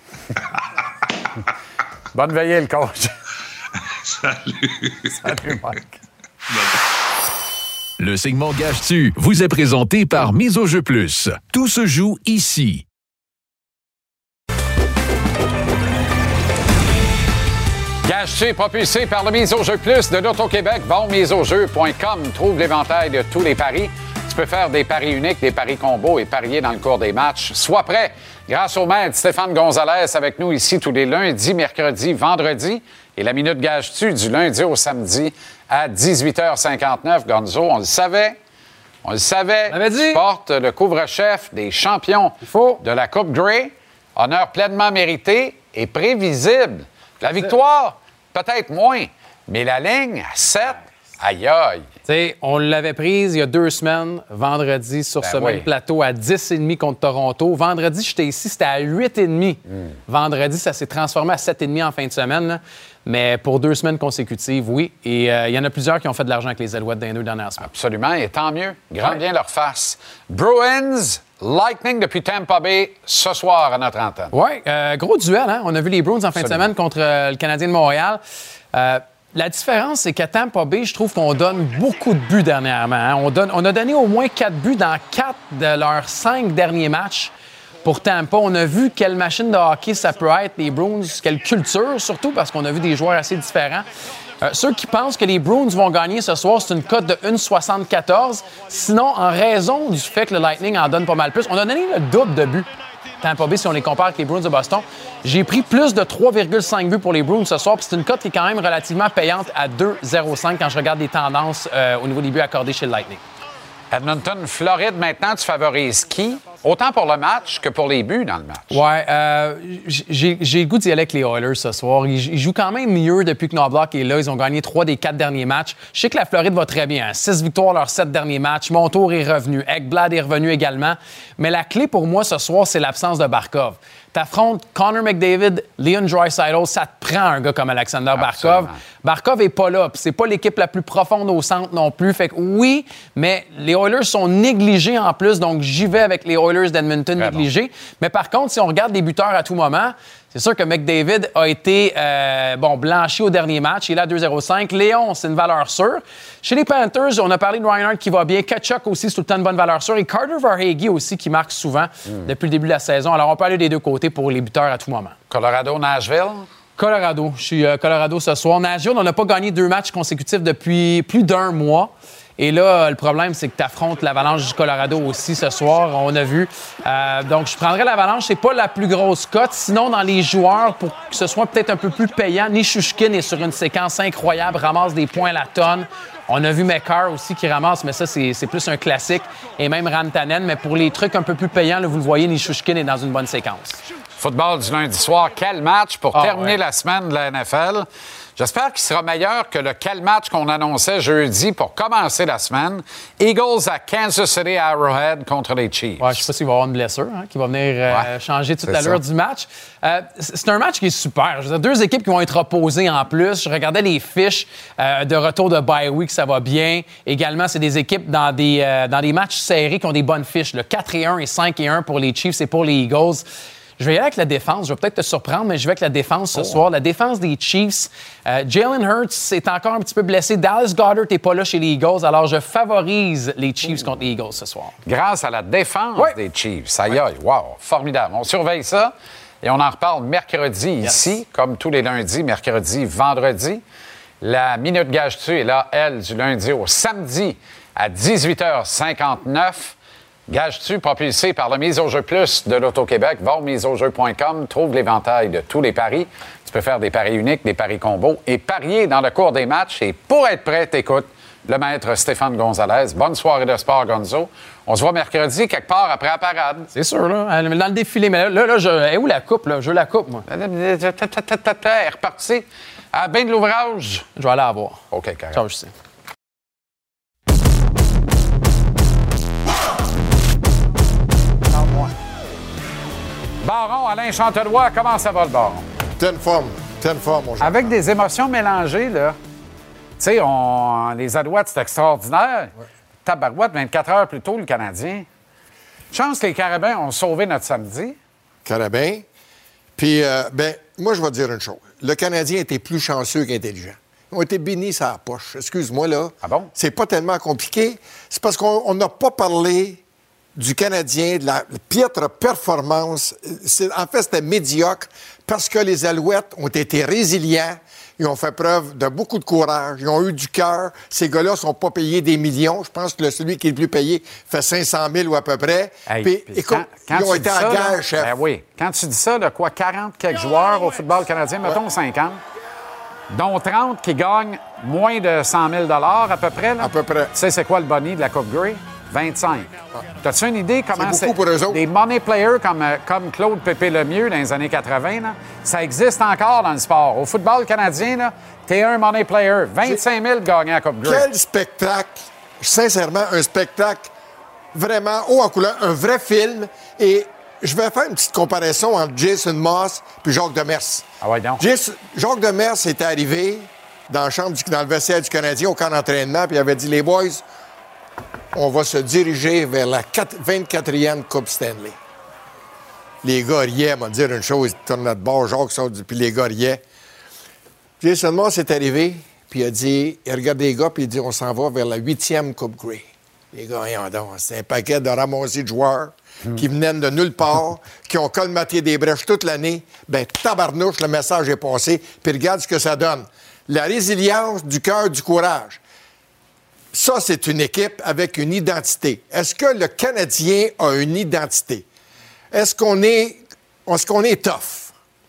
Speaker 1: Bonne veillée, le coach.
Speaker 15: Salut.
Speaker 1: Salut, Mike.
Speaker 5: Le segment Gage-tu vous est présenté par Mise au jeu plus. Tout se joue ici.
Speaker 1: Gage-tu est propulsé par le Mise au jeu plus de l'Auto-Québec. Bon, mise au jeu point com trouve l'éventail de tous les paris. Tu peux faire des paris uniques, des paris combos et parier dans le cours des matchs. Sois prêt grâce au maître Stéphane Gonzalez avec nous ici tous les lundis, mercredis, vendredis. Et la Minute Gage-tu du lundi au samedi à dix-huit heures cinquante-neuf. Gonzo, on le savait. On le savait.
Speaker 16: On avait dit.
Speaker 1: Tu portes le couvre-chef des champions de la Coupe Grey. Honneur pleinement mérité et prévisible. La victoire, peut-être moins, mais la ligne à sept, aïe aïe.
Speaker 16: T'sais, on l'avait prise il y a deux semaines, vendredi, sur ben ce oui. même plateau, à dix virgule cinq contre Toronto. Vendredi, j'étais ici, c'était à huit virgule cinq. Mm. Vendredi, ça s'est transformé à sept virgule cinq en fin de semaine. Là. Mais pour deux semaines consécutives, oui. Et il euh, y en a plusieurs qui ont fait de l'argent avec les Alouettes dans les deux dernières semaines.
Speaker 1: Absolument, et tant mieux. Grand ouais. bien leur face. Bruins, Lightning depuis Tampa Bay, ce soir à notre antenne.
Speaker 16: Oui, euh, gros duel. Hein? On a vu les Bruins en fin Absolument. de semaine contre euh, le Canadien de Montréal. Euh, La différence, c'est qu'à Tampa Bay, je trouve qu'on donne beaucoup de buts dernièrement. Hein? On, donne, on a donné au moins quatre buts dans quatre de leurs cinq derniers matchs pour Tampa. On a vu quelle machine de hockey ça peut être, les Bruins, quelle culture, surtout parce qu'on a vu des joueurs assez différents. Euh, ceux qui pensent que les Bruins vont gagner ce soir, c'est une cote de un virgule soixante-quatorze. Sinon, en raison du fait que le Lightning en donne pas mal plus, on a donné le double de buts. Tampa Bay, si on les compare avec les Bruins de Boston. J'ai pris plus de trois virgule cinq buts pour les Bruins ce soir, puis c'est une cote qui est quand même relativement payante à deux virgule zéro cinq quand je regarde les tendances euh, au niveau des buts accordés chez le Lightning.
Speaker 1: Edmonton, Floride, maintenant, tu favorises qui? Autant pour le match que pour les buts dans le match.
Speaker 16: Oui, euh, j'ai, j'ai le goût d'y aller avec les Oilers ce soir. Ils, ils jouent quand même mieux depuis que Knoblauch est là. Ils ont gagné trois des quatre derniers matchs. Je sais que la Floride va très bien. Hein? Six victoires leurs sept derniers matchs. Montour est revenu. Ekblad est revenu également. Mais la clé pour moi ce soir, c'est l'absence de Barkov. T'affrontes Connor McDavid, Leon Draisaitl, ça te prend un gars comme Alexander Barkov. Absolument. Barkov est pas là, puis c'est pas l'équipe la plus profonde au centre non plus. Fait que oui, mais les Oilers sont négligés en plus, donc j'y vais avec les Oilers d'Edmonton Très négligés. Bon. Mais par contre, si on regarde les buteurs à tout moment, c'est sûr que McDavid a été euh, bon, blanchi au dernier match. Il est à deux virgule zéro cinq. Léon, c'est une valeur sûre. Chez les Panthers, on a parlé de Reinhardt qui va bien. Tkachuk aussi, c'est tout le temps une bonne valeur sûre. Et Carter Verhaeghe aussi qui marque souvent mm. depuis le début de la saison. Alors, on peut aller des deux côtés pour les buteurs à tout moment.
Speaker 1: Colorado, Nashville?
Speaker 16: Colorado. Je suis euh, Colorado ce soir. Nashville, on n'a pas gagné deux matchs consécutifs depuis plus d'un mois. Et là, le problème, c'est que tu affrontes l'Avalanche du Colorado aussi ce soir, on a vu. Euh, donc, je prendrais l'Avalanche. C'est pas la plus grosse cote. Sinon, dans les joueurs, pour que ce soit peut-être un peu plus payant, Nichushkin est sur une séquence incroyable, ramasse des points à la tonne. On a vu Makar aussi qui ramasse, mais ça, c'est, c'est plus un classique. Et même Rantanen. Mais pour les trucs un peu plus payants, là, vous le voyez, Nichushkin est dans une bonne séquence.
Speaker 1: Football du lundi soir, quel match pour
Speaker 16: Ah,
Speaker 1: terminer
Speaker 16: ouais.
Speaker 1: la semaine de la N F L. J'espère qu'il sera meilleur que le quel match qu'on annonçait jeudi pour commencer la semaine. Eagles à Kansas City à Arrowhead contre les Chiefs.
Speaker 16: Ouais, je ne sais pas s'il va y avoir une blessure hein, qui va venir euh,
Speaker 1: Ouais,
Speaker 16: changer toute
Speaker 1: c'est
Speaker 16: l'allure
Speaker 1: ça.
Speaker 16: du match. Euh, c'est un match qui est super. Je veux dire, deux équipes qui vont être opposées en plus. Je regardais les fiches euh, de retour de bye week, ça va bien. Également, c'est des équipes dans des, euh, dans des matchs serrés qui ont des bonnes fiches. Le quatre et un et cinq et un pour les Chiefs et pour les Eagles. Je vais y aller avec la défense. Je vais peut-être te surprendre, mais je vais avec la défense ce
Speaker 1: Oh.
Speaker 16: soir. La défense des Chiefs. Euh, Jalen Hurts est encore un petit peu blessé. Dallas Goedert n'est pas là chez les Eagles. Alors, je favorise les Chiefs contre les Eagles ce soir.
Speaker 1: Grâce à la défense
Speaker 16: Ouais.
Speaker 1: des Chiefs. Aïe, aïe, wow, formidable. On surveille ça et on en reparle mercredi ici, comme tous les lundis, mercredi, vendredi. La Minute Gage-tu est là, elle, du lundi au samedi à dix-huit heures cinquante-neuf. Gage-tu, propulsé par le Mise au jeu plus de l'Auto-Québec. Va au mise au jeu point com, trouve l'éventail de tous les paris. Tu peux faire des paris uniques, des paris combos et parier dans le cours des matchs. Et pour être prêt, t'écoutes le maître Stéphane Gonzalez. Bonne soirée de sport, Gonzo. On se voit mercredi, quelque part après la parade.
Speaker 16: C'est sûr, là. Dans le défilé. Mais là, là, je... est où la coupe, là? Je veux la coupe, moi.
Speaker 1: Elle est repartie. À bien de l'ouvrage.
Speaker 16: Je vais aller la voir.
Speaker 1: OK, carrément.
Speaker 16: Ciao, je sais.
Speaker 1: Baron, Alain Chantelois, comment ça va, le Baron?
Speaker 7: Pleine forme. Pleine forme, mon cher.
Speaker 1: Avec des émotions mélangées, là. Tu sais, on... les Alouettes, c'est extraordinaire. Ouais. Tabarouette, vingt-quatre heures plus tôt, le Canadien. Chance que les Carabins ont sauvé notre samedi.
Speaker 7: Carabins. Puis, euh, ben, moi, je vais te dire une chose. Le Canadien était plus chanceux qu'intelligent. Ils ont été bénis sa poche. Excuse-moi, là.
Speaker 1: Ah bon?
Speaker 7: C'est pas tellement compliqué. C'est parce qu'on n'a pas parlé du Canadien, de la piètre performance. C'est, en fait, c'était médiocre parce que les Alouettes ont été résilients. Ils ont fait preuve de beaucoup de courage. Ils ont eu du cœur. Ces gars-là ne sont pas payés des millions. Je pense que le, celui qui est le plus payé fait cinq cent mille ou à peu près.
Speaker 1: Hey,
Speaker 7: puis,
Speaker 1: puis
Speaker 7: écoute,
Speaker 1: quand, quand
Speaker 7: ils ont
Speaker 1: tu
Speaker 7: été
Speaker 1: dis
Speaker 7: à
Speaker 1: ça,
Speaker 7: guerre,
Speaker 1: là,
Speaker 7: chef.
Speaker 1: Ben oui. Quand tu dis ça, de quoi, quarante quelques joueurs au football canadien, mettons cinquante, dont trente qui gagnent moins de cent mille à peu près. Là.
Speaker 7: À peu près.
Speaker 1: Tu sais, c'est quoi le boni de la Coupe Grey? vingt-cinq. T'as-tu une idée comment
Speaker 7: c'est... beaucoup pour eux autres.
Speaker 1: Des money players comme, comme Claude Pépé Lemieux dans les années quatre-vingt, là, ça existe encore dans le sport. Au football canadien, là, t'es un money player. vingt-cinq mille gagnés à la Coupe Grey.
Speaker 7: Quel spectacle! Sincèrement, un spectacle vraiment haut en couleur, un vrai film. Et je vais faire une petite comparaison entre Jason Moss et Jacques Demers.
Speaker 1: Ah ouais, donc.
Speaker 7: Jason, Jacques Demers est arrivé dans, la chambre du, dans le vestiaire du Canadien au camp d'entraînement, puis il avait dit, les boys, on va se diriger vers la vingt-quatrième Coupe Stanley. Les gars riaient, m'a dire une chose, ils tournent notre bord, Jacques sort du... Puis les gars riaient. Jason Moss est arrivé, puis il a dit, il regarde les gars, puis il dit, on s'en va vers la huitième Coupe Grey. Les gars, rien donc, c'est un paquet de ramassés de joueurs hmm. qui venaient de nulle part, qui ont colmaté des brèches toute l'année. Ben tabarnouche, le message est passé, puis regarde ce que ça donne. La résilience, du cœur, du courage. Ça, c'est une équipe avec une identité. Est-ce que le Canadien a une identité? Est-ce qu'on est, est-ce qu'on est tough?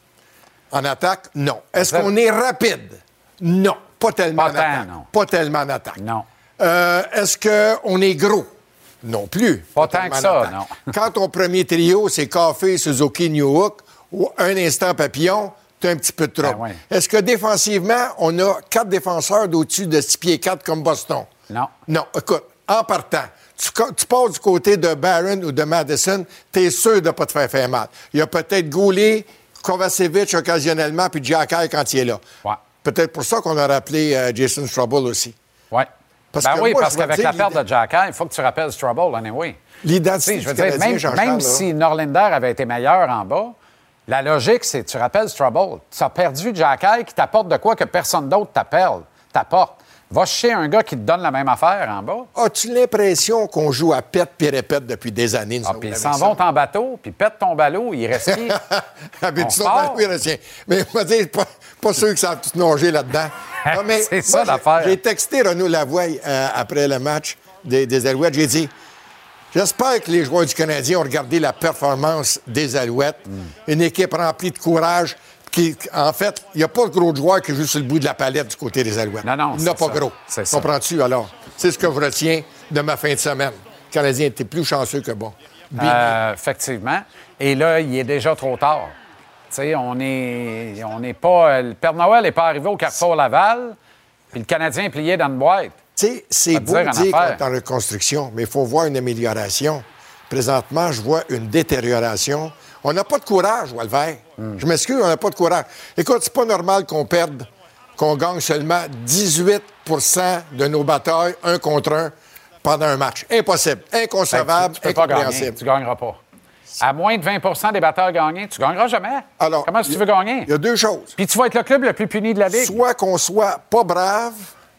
Speaker 7: En attaque? Non. Est-ce qu'on est rapide? Non. Pas tellement
Speaker 1: Pas
Speaker 7: en
Speaker 1: tant,
Speaker 7: attaque.
Speaker 1: non.
Speaker 7: Pas tellement en attaque.
Speaker 1: Non.
Speaker 7: Euh, est-ce qu'on est gros? Non plus.
Speaker 1: Pas, pas tant que ça, non.
Speaker 7: Quand ton premier trio, c'est Café, Suzuki, Newhook, ou un instant papillon, t'as un petit peu de trouble.
Speaker 1: Ben ouais.
Speaker 7: Est-ce que défensivement, on a quatre défenseurs d'au-dessus de six pieds quatre comme Boston?
Speaker 1: Non.
Speaker 7: Non. Écoute, en partant, tu, tu pars du côté de Barron ou de Madison, t'es sûr de ne pas te faire faire mal. Il y a peut-être Goulet, Kovacevic occasionnellement, puis Jacky quand il est là.
Speaker 1: Ouais.
Speaker 7: Peut-être pour ça qu'on a rappelé euh, Jason Strobel aussi.
Speaker 1: Oui.
Speaker 7: Parce
Speaker 1: ben
Speaker 7: que
Speaker 1: oui,
Speaker 7: moi,
Speaker 1: parce
Speaker 7: je vais
Speaker 1: qu'avec
Speaker 7: dire,
Speaker 1: la perte de Jacky, il faut que tu rappelles Strobel, anyway.
Speaker 7: L'identité
Speaker 1: je veux
Speaker 7: du
Speaker 1: dire,
Speaker 7: Canadien,
Speaker 1: même,
Speaker 7: Jean-Charles,
Speaker 1: même
Speaker 7: là.
Speaker 1: si Norlinder avait été meilleur en bas, la logique, c'est tu rappelles Strobel. Tu as perdu Jacky qui t'apporte de quoi que personne d'autre t'appelle, t'apporte. Va chez un gars qui te donne la même affaire en bas.
Speaker 7: As-tu l'impression qu'on joue à pète puis répète depuis des années? Nous
Speaker 1: ah, puis ils s'en vont en bateau, puis pète ton ballot, il reste qui?
Speaker 7: ah, mais tu ballot, il reste rien. Mais je veux dire, pas, pas sûr que ça a tout nager là-dedans. Non, mais
Speaker 1: c'est ça l'affaire.
Speaker 7: J'ai texté Renaud Lavoie euh, après le match des, des Alouettes. J'ai dit, j'espère que les joueurs du Canadien ont regardé la performance des Alouettes. Mm. Une équipe remplie de courage. Qui, en fait, il n'y a pas de gros joueurs qui jouent sur le bout de la palette du côté des Alouettes.
Speaker 1: Non, non,
Speaker 7: il n'y en a pas
Speaker 1: ça.
Speaker 7: gros.
Speaker 1: C'est ça.
Speaker 7: Comprends-tu, alors? C'est ce que je retiens de ma fin de semaine. Le Canadien était plus chanceux que bon.
Speaker 1: Euh, effectivement. Et là, il est déjà trop tard. sais, on est, on n'est pas... Le Père Noël n'est pas arrivé au Carrefour Laval, puis le Canadien est plié dans une boîte.
Speaker 7: Tu sais, c'est beau de dire qu'on est en reconstruction, mais il faut voir une amélioration. Présentement, je vois une détérioration. On n'a pas de courage, Walver. Mm. Je m'excuse, on n'a pas de courage. Écoute, c'est pas normal qu'on perde, qu'on gagne seulement dix-huit pour cent de nos batailles, un contre un, pendant un match. Impossible, inconcevable,
Speaker 1: ben, tu, tu peux
Speaker 7: incompréhensible.
Speaker 1: Pas gagner, tu gagneras pas. À moins de vingt pour cent des batailles gagnées, tu gagneras jamais.
Speaker 7: Alors,
Speaker 1: comment est-ce que tu veux gagner?
Speaker 7: Il y a deux choses.
Speaker 1: Puis tu vas être le club le plus puni de la Ligue.
Speaker 7: Soit qu'on soit pas brave,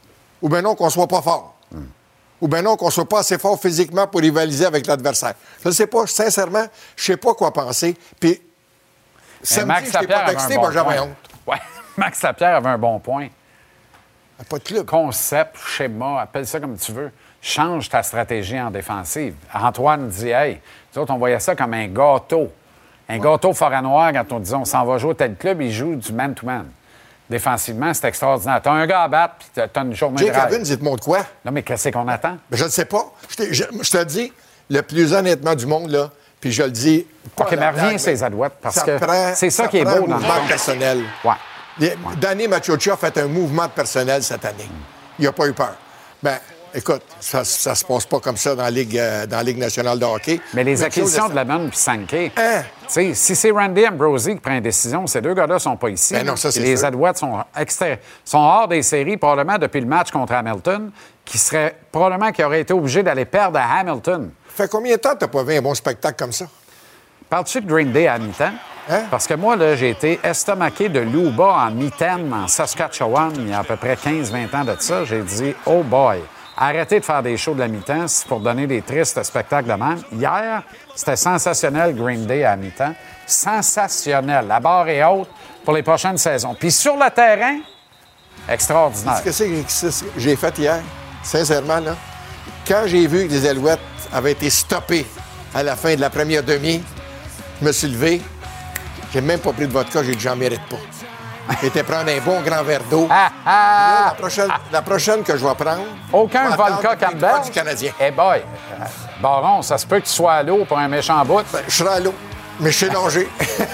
Speaker 7: ou bien non qu'on soit pas fort. Mm. Ou bien non qu'on soit pas assez fort physiquement pour rivaliser avec l'adversaire. Je ne sais pas, sincèrement, je sais pas quoi penser. Puis, samedi,
Speaker 1: Max
Speaker 7: je t'ai pas texté, moi, j'avais honte.
Speaker 1: Ouais. Max Lapierre avait un bon point.
Speaker 7: Pas de club.
Speaker 1: Concept, schéma, appelle ça comme tu veux. Change ta stratégie en défensive. Antoine dit, hey, nous autres, on voyait ça comme un gâteau. Un ouais. gâteau fort à noir quand on disait on s'en va jouer au tel club, il joue du man-to-man. Défensivement, c'est extraordinaire. T'as un gars à battre, puis t'as une journée
Speaker 7: Jake
Speaker 1: de rêve.
Speaker 7: Evans, il te montre quoi?
Speaker 1: Non, mais qu'est-ce qu'on attend?
Speaker 7: Ben, je ne sais pas. Je, je, je te dis, le plus honnêtement du monde, là, puis je le dis...
Speaker 1: OK, mais reviens ces Alouettes, parce
Speaker 7: ça
Speaker 1: que
Speaker 7: prend,
Speaker 1: c'est ça,
Speaker 7: ça
Speaker 1: qui est beau
Speaker 7: un
Speaker 1: dans le
Speaker 7: mouvement personnel.
Speaker 1: Ouais.
Speaker 7: ouais. Danny Machocha a fait un mouvement de personnel cette année. Il n'a pas eu peur. Ben, écoute, ça ne se passe pas comme ça dans la Ligue, euh, dans la Ligue nationale de hockey.
Speaker 1: Mais les
Speaker 7: mais
Speaker 1: acquisitions de la Lemon puis Sankey,
Speaker 7: hein?
Speaker 1: si c'est Randy Ambrosie qui prend une décision, ces deux gars-là ne sont pas ici.
Speaker 7: Ben non, ça,
Speaker 1: les
Speaker 7: sûr.
Speaker 1: Alouettes sont, extra... sont hors des séries, probablement depuis le match contre Hamilton, qui serait probablement qui aurait été obligé d'aller perdre à Hamilton.
Speaker 7: Fait combien de temps tu n'as pas vu un bon spectacle comme ça?
Speaker 1: Parles-tu de Green Day à mi-temps? Hein? Parce que moi, là, j'ai été estomaqué de Luba en mi-temps en Saskatchewan il y a à peu près quinze vingt ans de ça. J'ai dit, oh boy, arrêtez de faire des shows de la mi-temps pour donner des tristes spectacles de même. Hier, c'était sensationnel, Green Day à mi-temps. Sensationnel. La barre est haute pour les prochaines saisons. Puis sur le terrain, extraordinaire.
Speaker 7: Qu'est-ce que j'ai fait hier? Sincèrement, là, quand j'ai vu que les Alouettes avaient été stoppées à la fin de la première demi, je me suis levé. J'ai même pas pris de vodka, j'ai dit j'en mérite pas. J'étais prendre un bon grand verre d'eau.
Speaker 1: Ah, ah,
Speaker 7: la, prochaine, la prochaine que je vais prendre...
Speaker 1: Aucun vodka Campbell?
Speaker 7: Du Canadien.
Speaker 1: Eh hey boy! Baron, ça se peut que tu sois à l'eau pour un méchant bout.
Speaker 7: Ben, je serai à l'eau, mais je sais nager.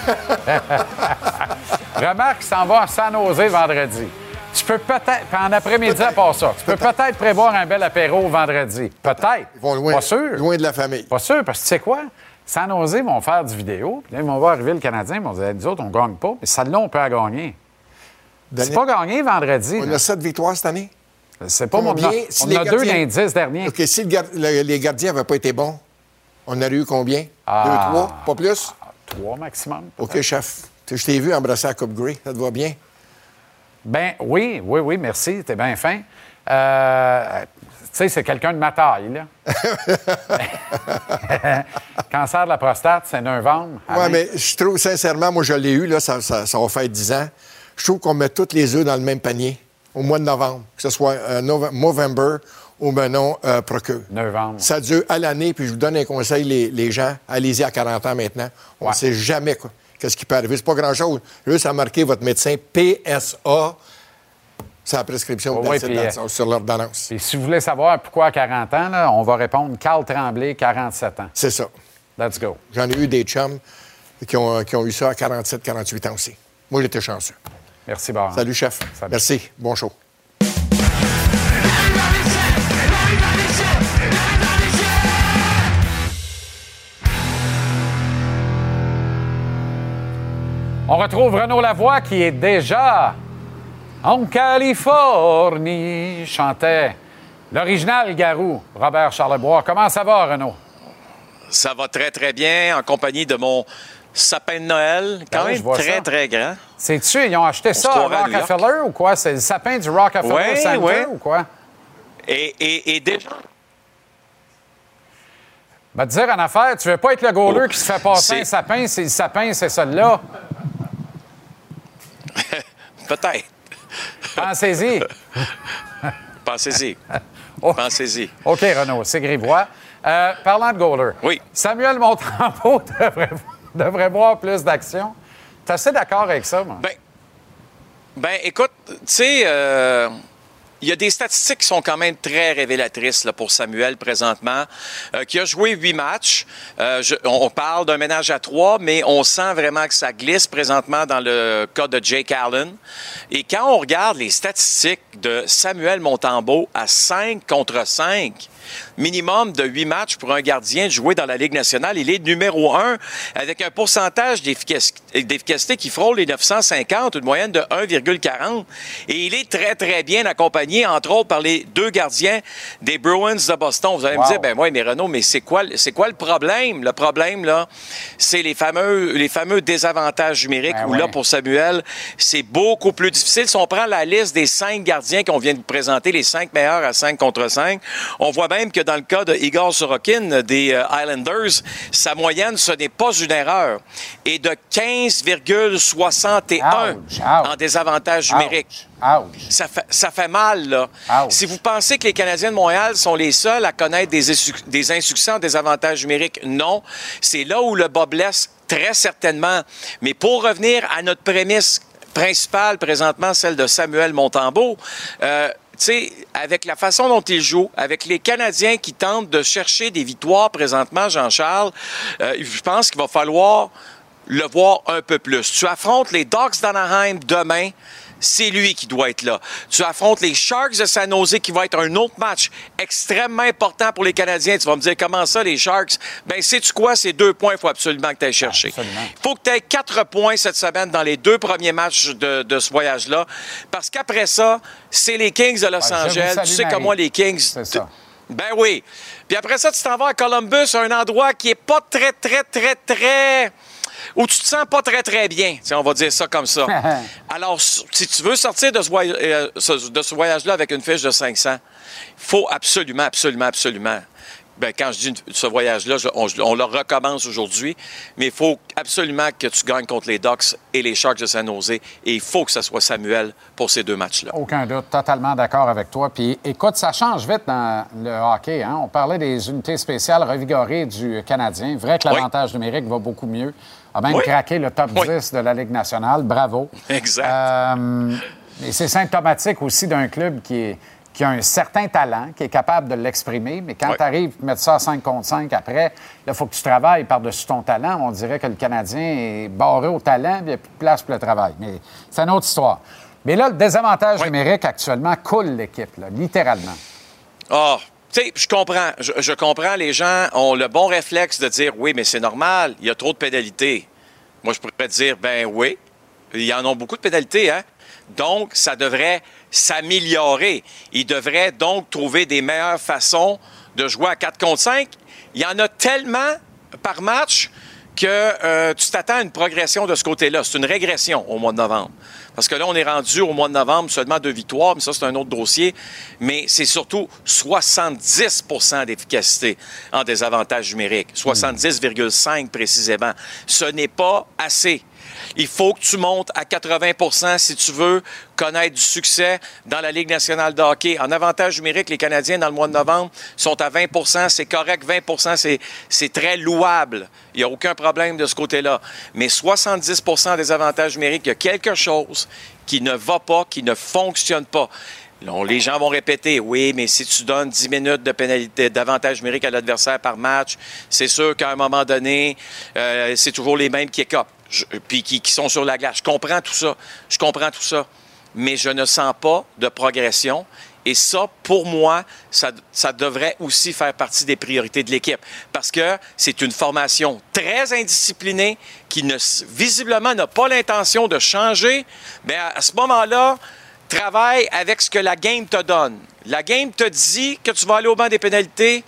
Speaker 1: Remarque qu'il s'en va à San Jose vendredi. Tu peux peut-être, en après-midi à part ça, tu peux peut-être peut prévoir un bel apéro vendredi. Peut-être.
Speaker 7: Ils vont loin,
Speaker 1: pas sûr.
Speaker 7: Loin de la famille.
Speaker 1: Pas sûr, parce que tu sais quoi? San Jose vont faire du vidéo, puis là, ils vont voir arriver le Canadien, ils vont dire, nous autres, on gagne pas, mais celle-là, on peut la gagner. Daniel, c'est pas gagné vendredi.
Speaker 7: On
Speaker 1: là.
Speaker 7: a sept victoires cette année?
Speaker 1: C'est pas mon... On a,
Speaker 7: si
Speaker 1: on a
Speaker 7: gardiens...
Speaker 1: deux dans les dix derniers.
Speaker 7: OK, si le gar... le, les gardiens n'avaient pas été bons, on aurait eu combien?
Speaker 1: Ah,
Speaker 7: Deux, trois? Pas plus?
Speaker 1: Trois maximum.
Speaker 7: OK, chef. Je t'ai vu embrasser la Coupe Grey. Ça te va bien?
Speaker 1: Ben oui, oui, oui, merci. T'es bien fin. Euh, tu sais, c'est quelqu'un de ma taille, là. Cancer de la prostate, c'est novembre.
Speaker 7: Oui, mais je trouve, sincèrement, moi, je l'ai eu, là, ça, ça, ça va faire dix ans. Je trouve qu'on met tous les œufs dans le même panier au mois de novembre, que ce soit euh, November ou ben non, euh, Procure.
Speaker 1: Novembre.
Speaker 7: Ça dure à l'année, puis je vous donne un conseil, les, les gens, allez-y à quarante ans maintenant. On ne ouais. sait jamais quoi. Qu'est-ce qui peut arriver? C'est pas grand-chose. Juste à marquer votre médecin P S A, c'est la prescription
Speaker 1: oh, oui, puis,
Speaker 7: euh, sur l'ordonnance.
Speaker 1: Et si vous voulez savoir pourquoi à quarante ans, là, on va répondre Carl Tremblay, quarante-sept ans.
Speaker 7: C'est ça.
Speaker 1: Let's go.
Speaker 7: J'en ai eu des chums qui ont, qui ont eu ça à quarante-sept, quarante-huit ans aussi. Moi, j'étais chanceux.
Speaker 1: Merci, Baron.
Speaker 7: Salut, chef.
Speaker 1: Salut.
Speaker 7: Merci. Bon show.
Speaker 1: On retrouve Renaud Lavoie qui est déjà en Californie. Chantait l'original Garou, Robert Charlebois. Comment ça va, Renaud?
Speaker 17: Ça va très, très bien, en compagnie de mon sapin de Noël, quand ben, même très, ça. très grand.
Speaker 1: C'est-tu, ils ont acheté On ça à Rockefeller ou quoi? C'est le sapin du Rockefeller
Speaker 17: oui,
Speaker 1: Center
Speaker 17: oui.
Speaker 1: ou quoi?
Speaker 17: Et, et, et déjà...
Speaker 1: Va te dire en affaire, tu veux pas être le goaler oh, qui se fait passer un sapin, c'est le sapin, c'est celui-là.
Speaker 17: Peut-être.
Speaker 1: Pensez-y.
Speaker 17: Pensez-y. Oh. Pensez-y.
Speaker 1: OK, Renaud, c'est Grivois. Euh, parlant de goaler,
Speaker 17: oui.
Speaker 1: Samuel Montembeault devrait, devrait voir plus d'action. Tu es assez d'accord avec ça, moi?
Speaker 17: Ben, ben écoute, tu sais, euh, il y a des statistiques qui sont quand même très révélatrices là, pour Samuel présentement, euh, qui a joué huit matchs. Euh, je, on parle d'un ménage à trois, mais on sent vraiment que ça glisse présentement dans le cas de Jake Allen. Et quand on regarde les statistiques de Samuel Montembeault à cinq contre cinq, minimum de huit matchs pour un gardien de jouer dans la Ligue nationale, il est numéro un avec un pourcentage d'efficacité, d'efficacité qui frôle les neuf cent cinquante, une moyenne de un virgule quarante. Et il est très, très bien accompagné, entre autres, par les deux gardiens des Bruins de Boston. Vous allez wow. me dire, ben moi, mais Renaud, mais c'est quoi, c'est quoi le problème? Le problème, là, c'est les fameux, les fameux désavantages numériques ben où, ouais. là, pour Samuel, c'est beaucoup plus difficile. Si on prend la liste des cinq gardiens qu'on vient de présenter, les cinq meilleurs à cinq contre cinq, on voit même que dans le cas de Igor Sorokin des euh, Islanders, sa moyenne, ce n'est pas une erreur, est de quinze virgule soixante et un ouch, ouch. En désavantage numérique.
Speaker 1: Ouch.
Speaker 17: Ça fait, ça fait mal, là.
Speaker 1: Ouch.
Speaker 17: Si vous pensez que les Canadiens de Montréal sont les seuls à connaître des, des insuccès en désavantage numérique, non. C'est là où le bas blesse, très certainement. Mais pour revenir à notre prémisse principale, présentement, celle de Samuel Montembeault, euh, tu sais, avec la façon dont il joue, avec les Canadiens qui tentent de chercher des victoires présentement, Jean-Charles, euh, je pense qu'il va falloir le voir un peu plus. Tu affrontes les Ducks d'Anaheim demain, c'est lui qui doit être là. Tu affrontes les Sharks de San Jose, qui va être un autre match extrêmement important pour les Canadiens. Tu vas me dire, comment ça, les Sharks? Bien, sais-tu quoi? C'est deux points, il faut absolument que tu ailles chercher. Il faut que tu aies quatre points cette semaine dans les deux premiers matchs de, de ce voyage-là. Parce qu'après ça, c'est les Kings de Los ouais, Angeles. Tu sais comment les Kings...
Speaker 1: C'est ça.
Speaker 17: Ben oui. Puis après ça, tu t'en vas à Columbus, un endroit qui est pas très, très, très, très... où tu te sens pas très, très bien. T'sais, on va dire ça comme ça. Alors, si tu veux sortir de ce, voy- euh, de ce voyage-là avec une fiche de cinq cents, il faut absolument, absolument, absolument... Bien, quand je dis ce voyage-là, on, on le recommence aujourd'hui, mais il faut absolument que tu gagnes contre les Ducks et les Sharks de San Jose, et il faut que ce soit Samuel pour ces deux matchs-là.
Speaker 1: Aucun doute, totalement d'accord avec toi. Puis écoute, ça change vite dans le hockey. Hein? On parlait des unités spéciales revigorées du Canadien. Vrai que l'avantage oui. numérique va beaucoup mieux. A même oui. craqué le top oui. dix de la Ligue nationale. Bravo.
Speaker 17: Exact.
Speaker 1: Euh, et c'est symptomatique aussi d'un club qui est... qui a un certain talent, qui est capable de l'exprimer, mais quand oui. tu arrives à mettre ça à cinq contre cinq après, il faut que tu travailles par-dessus ton talent. On dirait que le Canadien est barré au talent, il n'y a plus de place pour le travail. Mais c'est une autre histoire. Mais là, le désavantage oui. numérique actuellement coule l'équipe, là, littéralement.
Speaker 17: Ah, oh, tu sais, je comprends. Je, je comprends, les gens ont le bon réflexe de dire « Oui, mais c'est normal, il y a trop de pénalités. » Moi, je pourrais te dire « Ben oui, il y en a beaucoup de pénalités, hein? » Donc, ça devrait s'améliorer. Ils devraient donc trouver des meilleures façons de jouer à quatre contre cinq. Il y en a tellement par match que euh, tu t'attends à une progression de ce côté-là. C'est une régression au mois de novembre. Parce que là, on est rendu au mois de novembre seulement deux victoires, mais ça, c'est un autre dossier. Mais c'est surtout soixante-dix pour cent d'efficacité en désavantage numérique. soixante-dix virgule cinq précisément. Ce n'est pas assez. Il faut que tu montes à quatre-vingts pour cent si tu veux connaître du succès dans la Ligue nationale de hockey. En avantage numérique, les Canadiens, dans le mois de novembre, sont à vingt pour cent. C'est correct, vingt pour cent, c'est, c'est très louable. Il n'y a aucun problème de ce côté-là. Mais soixante-dix pour cent des avantages numériques, il y a quelque chose qui ne va pas, qui ne fonctionne pas. Là, les gens vont répéter, oui, mais si tu donnes dix minutes de pénalité, d'avantage numérique à l'adversaire par match, c'est sûr qu'à un moment donné, euh, c'est toujours les mêmes qui écopent. Je, puis qui, qui sont sur la glace. Je comprends tout ça. Je comprends tout ça. Mais je ne sens pas de progression. Et ça, pour moi, ça, ça devrait aussi faire partie des priorités de l'équipe. Parce que c'est une formation très indisciplinée qui, ne, visiblement, n'a pas l'intention de changer. Bien, à ce moment-là, travaille avec ce que la game te donne. La game te dit que tu vas aller au banc des pénalités.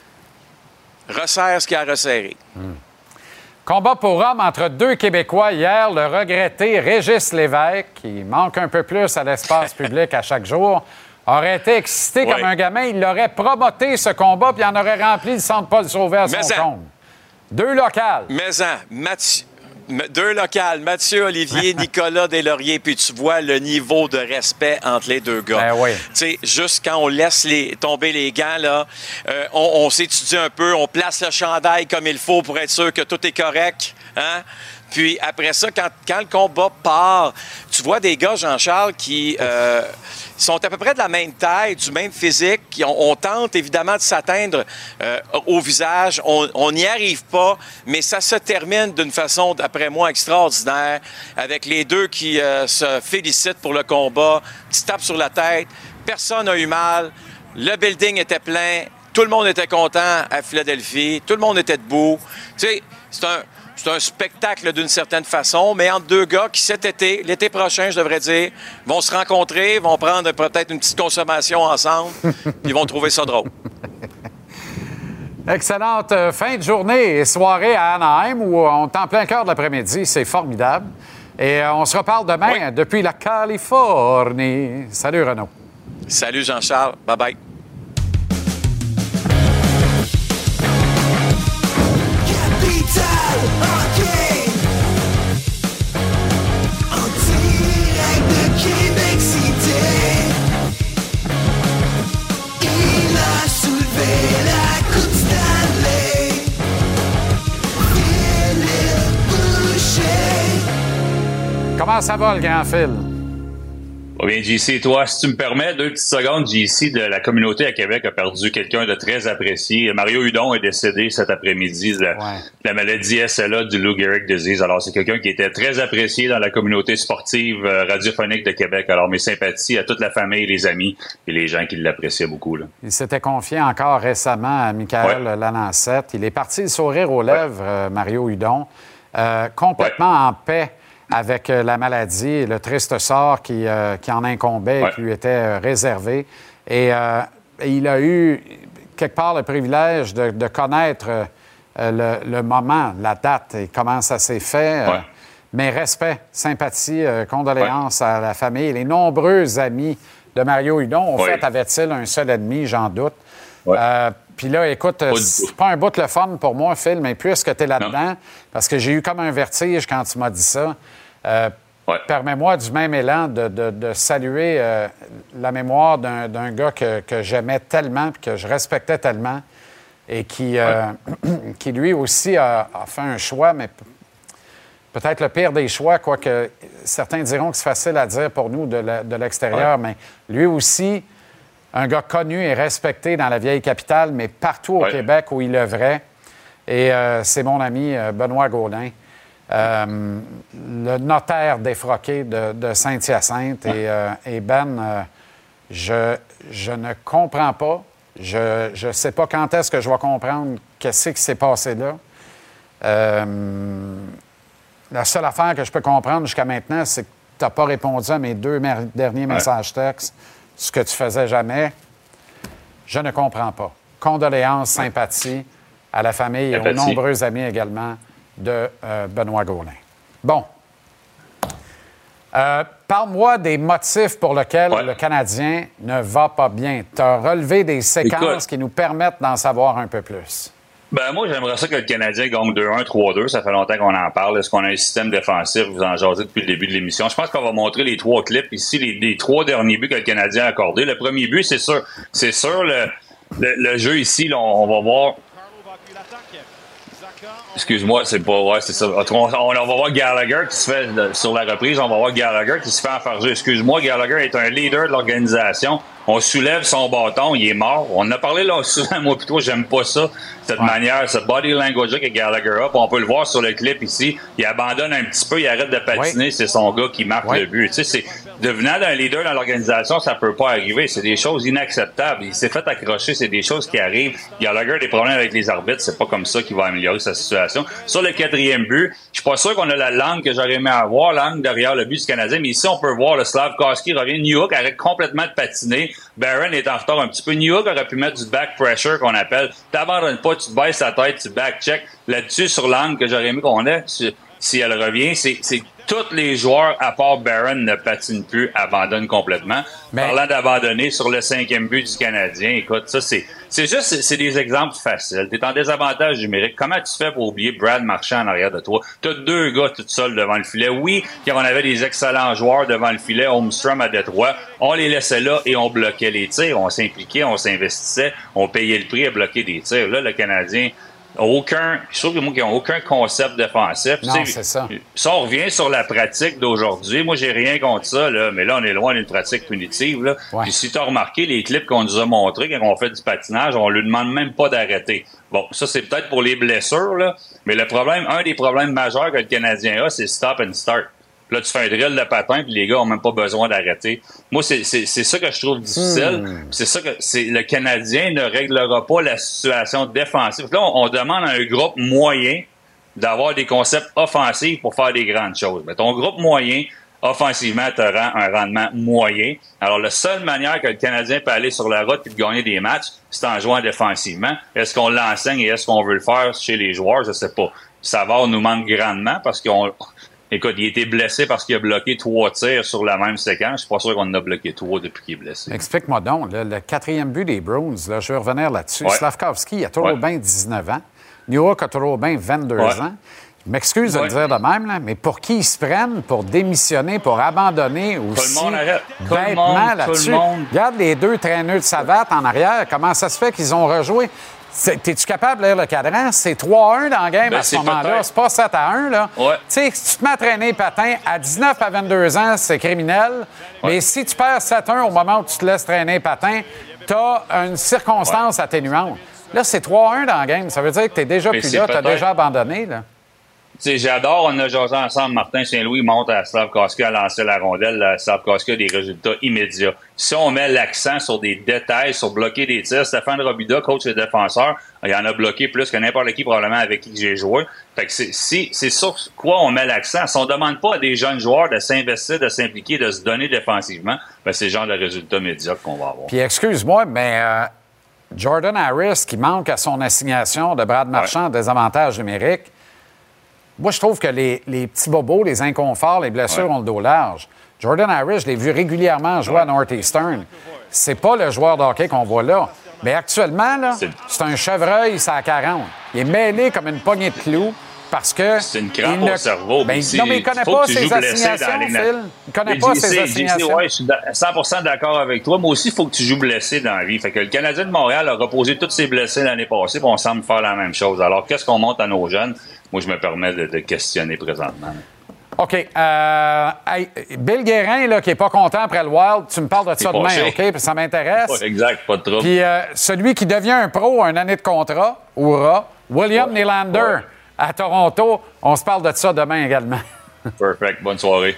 Speaker 17: Resserre ce qu'il y a à resserrer.
Speaker 1: Mm. Combat pour hommes entre deux Québécois hier, le regretté Régis Lévesque, qui manque un peu plus à l'espace public à chaque jour, aurait été excité oui. comme un gamin. Il aurait promoté ce combat, puis il en aurait rempli le centre Paul Sauvé à son compte. Deux locales.
Speaker 17: Mais en, Mathieu, Deux locales, Mathieu Olivier, Nicolas Deslauriers, puis tu vois le niveau de respect entre les deux gars.
Speaker 1: Ben oui.
Speaker 17: Tu sais, juste quand on laisse les, tomber les gants, là, euh, on, on s'étudie un peu, on place le chandail comme il faut pour être sûr que tout est correct, hein? Puis après ça, quand, quand le combat part, tu vois des gars, Jean-Charles, qui euh, sont à peu près de la même taille, du même physique. Qui on, on tente évidemment de s'atteindre euh, au visage. On n'y arrive pas, mais ça se termine d'une façon, d'après moi, extraordinaire, avec les deux qui euh, se félicitent pour le combat, qui se tapent sur la tête. Personne n'a eu mal. Le building était plein. Tout le monde était content à Philadelphie. Tout le monde était debout. Tu sais, c'est un... C'est un spectacle d'une certaine façon, mais entre deux gars qui, cet été, l'été prochain, je devrais dire, vont se rencontrer, vont prendre peut-être une petite consommation ensemble, ils vont trouver ça drôle.
Speaker 1: Excellente fin de journée et soirée à Anaheim où on est en plein cœur de l'après-midi. C'est formidable. Et on se reparle demain oui. depuis la Californie. Salut, Renaud.
Speaker 17: Salut, Jean-Charles. Bye-bye.
Speaker 18: Hockey en direct de Québec City. Il a soulevé la Coupe Stanley. Philippe Boucher.
Speaker 1: Comment ça va, le grand Phil?
Speaker 8: Oh bien, J C, toi, si tu me permets, deux petites secondes, J C, de la communauté à Québec a perdu quelqu'un de très apprécié. Mario Hudon est décédé cet après-midi de la, ouais. de la maladie S L A du Lou Gehrig disease. Alors, c'est quelqu'un qui était très apprécié dans la communauté sportive euh, radiophonique de Québec. Alors, mes sympathies à toute la famille, les amis et les gens qui l'appréciaient beaucoup. Là.
Speaker 1: Il s'était confié encore récemment à Michael ouais. Lanancette. Il est parti le sourire aux lèvres, ouais. euh, Mario Hudon, euh, complètement ouais. en paix avec euh, la maladie et le triste sort qui, euh, qui en incombait ouais. et qui lui était euh, réservé. Et, euh, et il a eu, quelque part, le privilège de, de connaître euh, le, le moment, la date et comment ça s'est fait. Euh, ouais. Mais respect, sympathie, euh, condoléances ouais. à la famille. Les nombreux amis de Mario Hudon, au ouais. fait, avait-il un seul ennemi, j'en doute. Ouais. Euh, Puis là, écoute, pas c'est pas un bout de le fun pour moi, Phil, mais puisque tu es là-dedans, non. parce que j'ai eu comme un vertige quand tu m'as dit ça, euh, ouais. permets-moi du même élan de, de, de saluer euh, la mémoire d'un, d'un gars que, que j'aimais tellement et que je respectais tellement et qui, euh, ouais. qui lui aussi a, a fait un choix, mais p- peut-être le pire des choix, quoique certains diront que c'est facile à dire pour nous de, la, de l'extérieur, ouais. mais lui aussi... Un gars connu et respecté dans la vieille capitale, mais partout au oui. Québec où il œuvrait. Et euh, c'est mon ami euh, Benoît Gaudin, euh, le notaire défroqué de, de Saint-Hyacinthe. Oui. Et, euh, et Ben, euh, je, je ne comprends pas. Je ne sais pas quand est-ce que je vais comprendre qu'est-ce qui s'est passé là. Euh, la seule affaire que je peux comprendre jusqu'à maintenant, c'est que tu n'as pas répondu à mes deux mer- derniers oui. messages textes. Ce que tu faisais jamais, je ne comprends pas. Condoléances, sympathie à la famille et aux nombreux amis également de euh, Benoît Gaudin. Bon. Euh, parle-moi des motifs pour lesquels ouais. le Canadien ne va pas bien. Tu as relevé des séquences Écoute. qui nous permettent d'en savoir un peu plus.
Speaker 8: Ben moi, j'aimerais ça que le Canadien gagne deux un, trois deux. Ça fait longtemps qu'on en parle. Est-ce qu'on a un système défensif? Vous en jasez depuis le début de l'émission. Je pense qu'on va montrer les trois clips ici, les, les trois derniers buts que le Canadien a accordés. Le premier but, c'est sûr. C'est sûr, le, le, le jeu ici, là, on, on va voir... Excuse-moi, c'est pas... Ouais, c'est ça. On, on, on va voir Gallagher qui se fait... Sur la reprise, on va voir Gallagher qui se fait enfarger. Excuse-moi, Gallagher est un leader de l'organisation. On soulève son bâton, il est mort. On en a parlé là un mois plus tôt, j'aime pas ça, cette ouais. manière, ce body language que Gallagher a. On peut le voir sur le clip ici. Il abandonne un petit peu, il arrête de patiner, ouais. c'est son gars qui marque ouais. le but. Tu sais, c'est, devenant d'un leader dans l'organisation, ça peut pas arriver. C'est des choses inacceptables. Il s'est fait accrocher, c'est des choses qui arrivent. Gallagher a des problèmes avec les arbitres, c'est pas comme ça qu'il va améliorer sa situation. Sur le quatrième but, je suis pas sûr qu'on a la langue que j'aurais aimé avoir, langue derrière le but du Canadien, mais ici on peut voir le Slavkovski revient, Newhook arrête complètement de patiner. Barron est en retard un petit peu. Newhook aurait pu mettre du back pressure qu'on appelle. T'abandonnes pas, tu te baisses la tête, tu back check. Là-dessus, sur l'angle que j'aurais aimé qu'on ait, si, si elle revient, c'est, c'est tous les joueurs, à part Barron, ne patinent plus, abandonnent complètement. Mais... Parlant d'abandonner sur le cinquième but du Canadien, écoute, ça, c'est, c'est juste, c'est, c'est des exemples faciles. T'es en désavantage numérique. Comment tu fais pour oublier Brad Marchand en arrière de toi? T'as deux gars tout seuls devant le filet. Oui, quand on avait des excellents joueurs devant le filet, Holmstrom à Détroit, on les laissait là et on bloquait les tirs. On s'impliquait, on s'investissait, on payait le prix à bloquer des tirs. Là, le Canadien... Aucun, je trouve que moi, qu'ils n'ont aucun concept défensif.
Speaker 16: Non, c'est ça.
Speaker 8: Si on revient sur la pratique d'aujourd'hui, moi, j'ai rien contre ça, là, mais là, on est loin d'une pratique punitive. Là. Ouais. Puis si tu as remarqué les clips qu'on nous a montrés quand on fait du patinage, on lui demande même pas d'arrêter. Bon, ça, c'est peut-être pour les blessures, là, mais le problème, un des problèmes majeurs que le Canadien a, c'est stop and start. Puis là, tu fais un drill de patin, puis les gars ont même pas besoin d'arrêter. Moi, c'est, c'est, c'est ça que je trouve difficile. Hmm. C'est ça que c'est le Canadien ne réglera pas la situation défensive. Là, on, on demande à un groupe moyen d'avoir des concepts offensifs pour faire des grandes choses. Mais ton groupe moyen, offensivement, te rend un rendement moyen. Alors, la seule manière que le Canadien peut aller sur la route et de gagner des matchs, c'est en jouant défensivement. Est-ce qu'on l'enseigne et est-ce qu'on veut le faire chez les joueurs? Je sais pas. Savard nous manque grandement parce qu'on... Écoute, il a été blessé parce qu'il a bloqué trois tirs sur la même séquence. Je suis pas sûr qu'on en a bloqué trois depuis qu'il est blessé.
Speaker 1: Explique-moi donc, là, le quatrième but des Bruins, là, je vais revenir là-dessus. Ouais. Slavkovski, il a toujours ouais. bien dix-neuf ans. Newhook a toujours bien vingt-deux ouais. ans. Je m'excuse ouais. de le dire de même, là, mais pour qui ils se prennent pour démissionner, pour abandonner aussi?
Speaker 8: Tout le monde arrête. Tout
Speaker 1: le
Speaker 8: monde,
Speaker 1: là-dessus.
Speaker 8: Tout le monde.
Speaker 1: Regarde les deux traîneurs de savate en arrière. Comment ça se fait qu'ils ont rejoué? C'est, t'es-tu capable de lire le cadran? C'est trois à un dans le game ben, à ce moment-là. Peut-être. C'est pas sept à un. Là.
Speaker 8: Ouais.
Speaker 1: Tu sais, si tu te mets à traîner patin, à dix-neuf à vingt-deux ans, c'est criminel. Ouais. Mais si tu perds sept à un au moment où tu te laisses traîner patin, tu as une circonstance ouais. atténuante. Là, c'est trois à un dans le game. Ça veut dire que tu es déjà mais plus là, tu as déjà abandonné. Là.
Speaker 8: Tu sais, j'adore, on a jasé ensemble, Martin Saint-Louis monte à Slavkovski à lancer la rondelle. Slavkovski a des résultats immédiats. Si on met l'accent sur des détails, sur bloquer des tirs, Stéphane Robida, coach des défenseurs, il en a bloqué plus que n'importe qui probablement avec qui j'ai joué. Fait que c'est, si, c'est sur quoi on met l'accent. Si on demande pas à des jeunes joueurs de s'investir, de s'impliquer, de se donner défensivement, ben c'est le genre de résultats médiocres qu'on va avoir.
Speaker 1: Puis excuse-moi, mais euh, Jordan Harris, qui manque à son assignation de Brad Marchand, ouais. désavantage numérique, moi, je trouve que les, les petits bobos, les inconforts, les blessures ouais. ont le dos large. Jordan Harris, je l'ai vu régulièrement jouer ouais. à Northeastern. C'est pas le joueur de hockey qu'on voit là. Mais actuellement, là, c'est, c'est un chevreuil, ça à quarante. Il est mêlé comme une poignée de clous parce que...
Speaker 8: C'est une crampe au
Speaker 1: ne...
Speaker 8: cerveau.
Speaker 1: Ben, non, mais il connaît pas ses assignations, Phil. Il connaît pas ses assignations.
Speaker 8: Ouais, je suis cent pour cent d'accord avec toi. Moi aussi, il faut que tu joues blessé dans la vie. Fait que le Canadien de Montréal a reposé tous ses blessés l'année passée, puis on semble faire la même chose. Alors, qu'est-ce qu'on montre à nos jeunes? Moi, je me permets de, de questionner présentement.
Speaker 1: OK. Euh, hey, Bill Guérin, là, qui n'est pas content après le Wild, tu me parles de ça demain, OK? Parce que ça m'intéresse.
Speaker 8: Pas exact, pas de trouble.
Speaker 1: Puis euh, celui qui devient un pro à une année de contrat, aura, William ouais. Nylander ouais. à Toronto. On se parle de ça demain également.
Speaker 8: Perfect. Bonne soirée.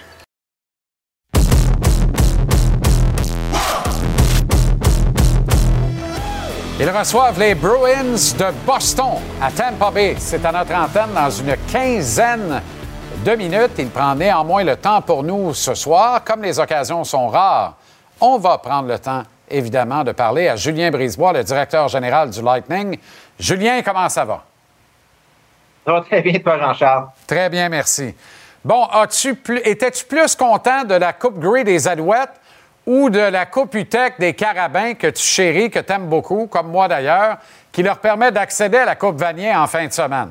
Speaker 1: Ils reçoivent les Bruins de Boston à Tampa Bay. C'est à notre antenne dans une quinzaine de minutes. Il prend néanmoins le temps pour nous ce soir. Comme les occasions sont rares, on va prendre le temps, évidemment, de parler à Julien Brisebois, le directeur général du Lightning. Julien, comment ça va?
Speaker 19: Ça va très bien, toi, Jean-Charles.
Speaker 1: Très bien, merci. Bon, as-tu plus, étais-tu plus content de la Coupe Grey des Alouettes ou de la Coupe U T E C des Carabins que tu chéris, que tu aimes beaucoup, comme moi d'ailleurs, qui leur permet d'accéder à la Coupe Vanier en fin de semaine?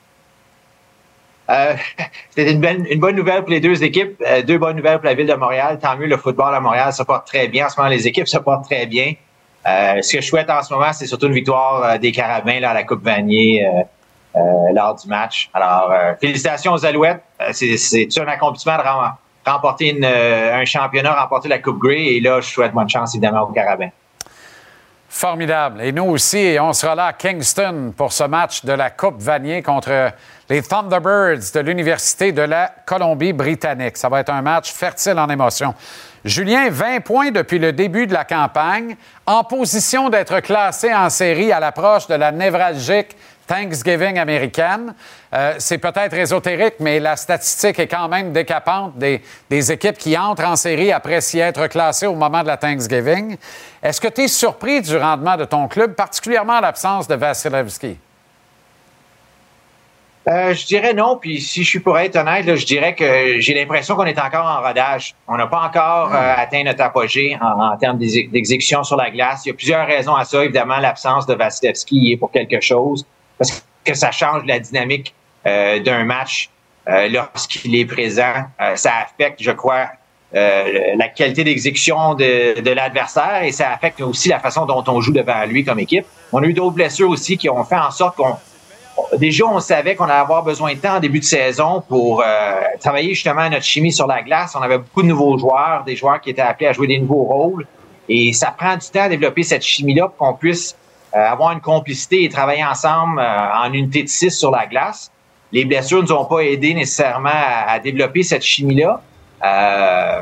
Speaker 19: Euh, c'était une, belle, une bonne nouvelle pour les deux équipes, euh, deux bonnes nouvelles pour la Ville de Montréal. Tant mieux, le football à Montréal se porte très bien. En ce moment, les équipes se portent très bien. Euh, ce que je souhaite en ce moment, c'est surtout une victoire euh, des Carabins là, à la Coupe Vanier euh, euh, lors du match. Alors, euh, félicitations aux Alouettes. Euh, c'est, c'est un accomplissement de rem- remporter une, euh, un championnat, remporter la Coupe Grey. Et là, je souhaite bonne chance, évidemment, aux Carabins.
Speaker 1: Formidable. Et nous aussi, on sera là à Kingston pour ce match de la Coupe Vanier contre les Thunderbirds de l'Université de la Colombie-Britannique. Ça va être un match fertile en émotions. Julien, vingt points depuis le début de la campagne, en position d'être classé en série à l'approche de la névralgique Thanksgiving américaine. Euh, c'est peut-être ésotérique, mais la statistique est quand même décapante des, des équipes qui entrent en série après s'y être classées au moment de la Thanksgiving. Est-ce que tu es surpris du rendement de ton club, particulièrement à l'absence de Vasilevski?
Speaker 19: Euh, je dirais non, puis si je suis pour être honnête, là, je dirais que j'ai l'impression qu'on est encore en rodage. On n'a pas encore euh, atteint notre apogée en, en termes d'exé- d'exécution sur la glace. Il y a plusieurs raisons à ça. Évidemment, l'absence de Vasilevski y est pour quelque chose, parce que ça change la dynamique euh, d'un match euh, lorsqu'il est présent. Euh, ça affecte, je crois, euh, la qualité d'exécution de, de l'adversaire et ça affecte aussi la façon dont on joue devant lui comme équipe. On a eu d'autres blessures aussi qui ont fait en sorte qu'on Déjà, on savait qu'on allait avoir besoin de temps en début de saison pour euh, travailler justement notre chimie sur la glace. On avait beaucoup de nouveaux joueurs, des joueurs qui étaient appelés à jouer des nouveaux rôles. Et ça prend du temps à développer cette chimie-là pour qu'on puisse euh, avoir une complicité et travailler ensemble euh, en unité de six sur la glace. Les blessures ne nous ont pas aidé nécessairement à, à développer cette chimie-là. Euh,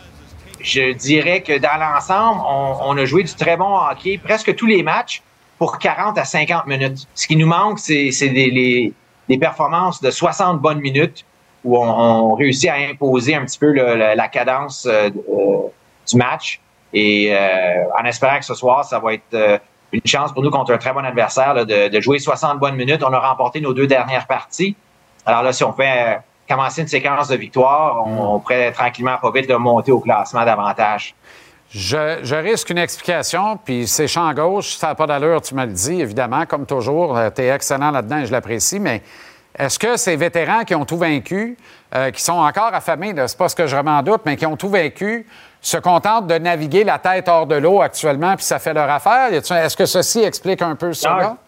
Speaker 19: je dirais que dans l'ensemble, on, on a joué du très bon hockey presque tous les matchs pour quarante à cinquante minutes. Ce qui nous manque, c'est, c'est des, les, des performances de soixante bonnes minutes où on, on réussit à imposer un petit peu le, le, la cadence euh, euh, du match. Et euh, en espérant que ce soir, ça va être euh, une chance pour nous contre un très bon adversaire là, de, de jouer soixante bonnes minutes. On a remporté nos deux dernières parties. Alors là, si on fait euh, commencer une séquence de victoires, on, on pourrait tranquillement, pas vite, de monter au classement davantage.
Speaker 1: Je, je risque une explication, puis c'est champ gauche, ça n'a pas d'allure, tu me le dis, évidemment, comme toujours. Tu es excellent là-dedans et je l'apprécie, mais est-ce que ces vétérans qui ont tout vaincu, euh, qui sont encore affamés, là, c'est pas ce que je m'en doute, mais qui ont tout vaincu, se contentent de naviguer la tête hors de l'eau actuellement, puis ça fait leur affaire? Est-ce que ceci explique un peu ça?
Speaker 19: Non,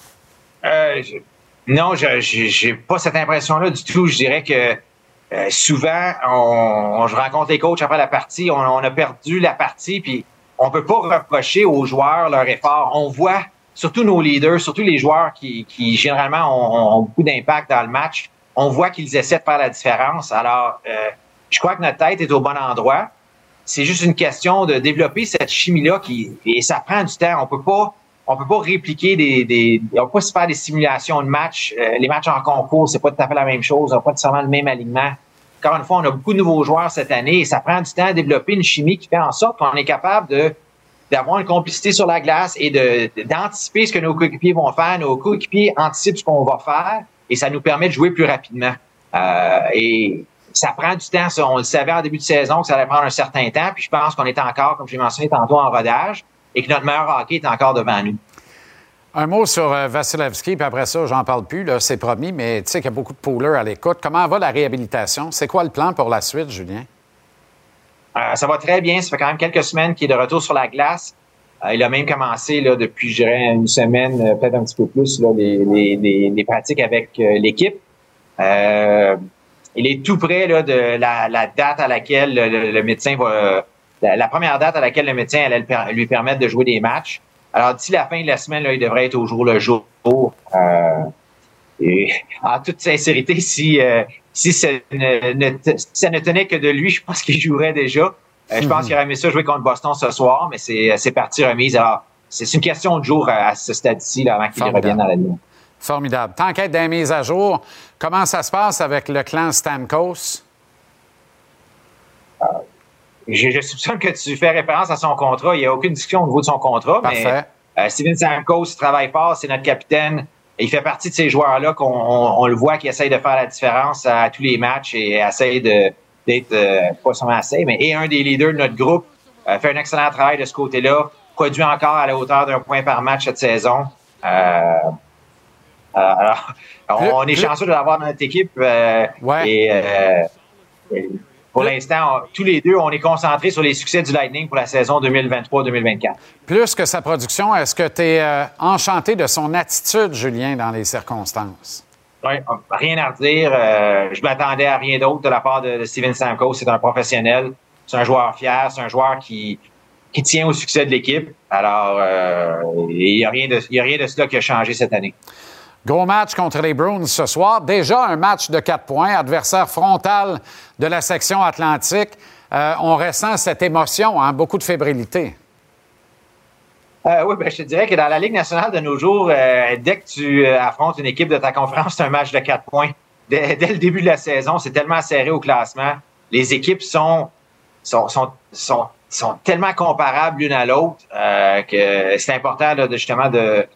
Speaker 19: euh, je, non je, je, j'ai pas cette impression-là du tout. Je dirais que Euh, souvent, on, on, je rencontre les coachs après la partie, on, on a perdu la partie, puis on peut pas reprocher aux joueurs leur effort. On voit, surtout nos leaders, surtout les joueurs qui, qui généralement ont, ont beaucoup d'impact dans le match, on voit qu'ils essaient de faire la différence. Alors, euh, je crois que notre tête est au bon endroit. C'est juste une question de développer cette chimie-là qui, et ça prend du temps. On peut pas, on peut pas répliquer des, des, on peut pas se faire des simulations de matchs. Euh, les matchs en concours, c'est pas tout à fait la même chose. On n'a pas nécessairement le même alignement. Encore une fois, on a beaucoup de nouveaux joueurs cette année et ça prend du temps à développer une chimie qui fait en sorte qu'on est capable de, d'avoir une complicité sur la glace et de, d'anticiper ce que nos coéquipiers vont faire. Nos coéquipiers anticipent ce qu'on va faire et ça nous permet de jouer plus rapidement. Euh, et ça prend du temps. Ça. On le savait en début de saison que ça allait prendre un certain temps. Puis je pense qu'on est encore, comme j'ai mentionné tantôt, en rodage et que notre meilleur hockey est encore devant nous.
Speaker 1: Un mot sur euh, Vasilevski, puis après ça, j'en parle plus, là, c'est promis, mais tu sais qu'il y a beaucoup de poolers à l'écoute. Comment va la réhabilitation? C'est quoi le plan pour la suite, Julien?
Speaker 19: Euh, ça va très bien. Ça fait quand même quelques semaines qu'il est de retour sur la glace. Euh, il a même commencé là, depuis, je dirais, une semaine, euh, peut-être un petit peu plus, là, les, les, les, les pratiques avec euh, l'équipe. Euh, il est tout près là, de la, la date à laquelle le, le, le médecin va... La, la première date à laquelle le médecin allait le, lui permettre de jouer des matchs. Alors, d'ici la fin de la semaine, là, il devrait être au jour le jour. Euh, et en toute sincérité, si, euh, si ça, ne, ne, ça ne tenait que de lui, je pense qu'il jouerait déjà. Euh, je pense qu'il aurait aimé ça jouer contre Boston ce soir, mais c'est, c'est partie remise. Alors, c'est une question de jour à, à ce stade-ci, là, avant qu'il revienne dans la ligne.
Speaker 1: Formidable. Tant qu'être des mises à jour, comment ça se passe avec le clan Stamkos?
Speaker 19: Euh, Je, je soupçonne que tu fais référence à son contrat. Il n'y a aucune discussion au niveau de son contrat.
Speaker 1: Parfait.
Speaker 19: Mais euh, Steven Stamkos travaille fort, c'est notre capitaine. Il fait partie de ces joueurs-là qu'on on, on le voit qui essayent de faire la différence à, à tous les matchs et essayent de, d'être, euh, pas seulement assez, mais est un des leaders de notre groupe. Euh, fait un excellent travail de ce côté-là. Produit encore à la hauteur d'un point par match cette saison. Euh, euh, alors, on, on est chanceux de l'avoir dans notre équipe. Euh,
Speaker 1: ouais.
Speaker 19: Et... Euh, et Pour l'instant, on, tous les deux, on est concentrés sur les succès du Lightning pour la saison deux mille vingt-trois deux mille vingt-quatre.
Speaker 1: Plus que sa production, est-ce que tu es euh, enchanté de son attitude, Julien, dans les circonstances?
Speaker 19: Oui, rien à redire. Euh, je m'attendais à rien d'autre de la part de, de Steven Stamkos. C'est un professionnel, c'est un joueur fier, c'est un joueur qui, qui tient au succès de l'équipe. Alors, euh, il n'y a rien de, il y a rien de cela qui a changé cette année.
Speaker 1: Gros match contre les Bruins ce soir. Déjà un match de quatre points, adversaire frontal de la section Atlantique. Euh, on ressent cette émotion, hein, beaucoup de fébrilité.
Speaker 19: Euh, oui, ben, je te dirais que dans la Ligue nationale de nos jours, euh, dès que tu euh, affrontes une équipe de ta conférence, c'est un match de quatre points. Dès, dès le début de la saison, c'est tellement serré au classement. Les équipes sont, sont, sont, sont, sont tellement comparables l'une à l'autre euh, que c'est important là, de, justement de...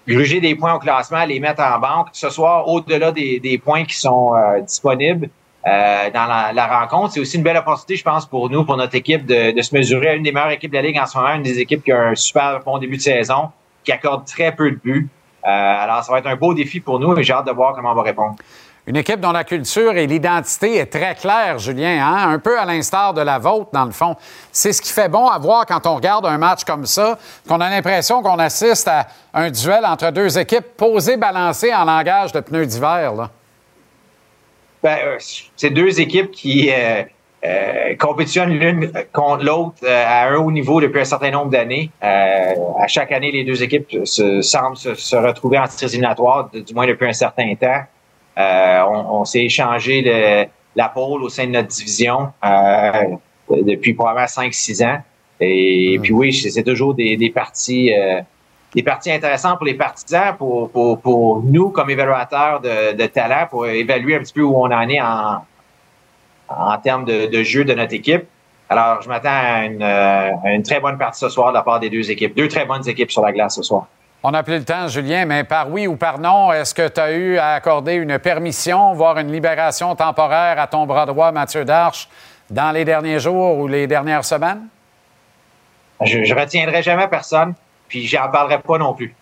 Speaker 19: gruger des points au classement, les mettre en banque. Ce soir, au-delà des, des points qui sont euh, disponibles euh, dans la, la rencontre, c'est aussi une belle opportunité, je pense, pour nous, pour notre équipe, de, de se mesurer à une des meilleures équipes de la Ligue en ce moment, une des équipes qui a un super bon début de saison, qui accorde très peu de buts. Euh, alors, ça va être un beau défi pour nous et j'ai hâte de voir comment on va répondre.
Speaker 1: Une équipe dont la culture et l'identité est très claire, Julien, hein? Un peu à l'instar de la vôtre, dans le fond. C'est ce qui fait bon à voir quand on regarde un match comme ça, qu'on a l'impression qu'on assiste à un duel entre deux équipes posées, balancées en langage de pneus d'hiver, là.
Speaker 19: Ben, euh, c'est deux équipes qui euh, euh, compétitionnent l'une contre l'autre euh, à un haut niveau depuis un certain nombre d'années. Euh, à chaque année, les deux équipes se, semblent se, se retrouver en séries éliminatoires, du moins depuis un certain temps. Euh, on, on s'est échangé le, la pôle au sein de notre division euh, depuis probablement cinq six ans. Et mmh. puis oui, c'est, c'est toujours des, des parties euh, des parties intéressantes pour les partisans, pour, pour, pour nous comme évaluateurs de, de talent, pour évaluer un petit peu où on en est en, en termes de, de jeu de notre équipe. Alors, je m'attends à une, à une très bonne partie ce soir de la part des deux équipes. Deux très bonnes équipes sur la glace ce soir.
Speaker 1: On n'a plus le temps, Julien, mais par oui ou par non, est-ce que tu as eu à accorder une permission, voire une libération temporaire à ton bras droit, Mathieu Darche, dans les derniers jours ou les dernières semaines?
Speaker 19: Je ne retiendrai jamais personne, puis j'en parlerai pas non plus.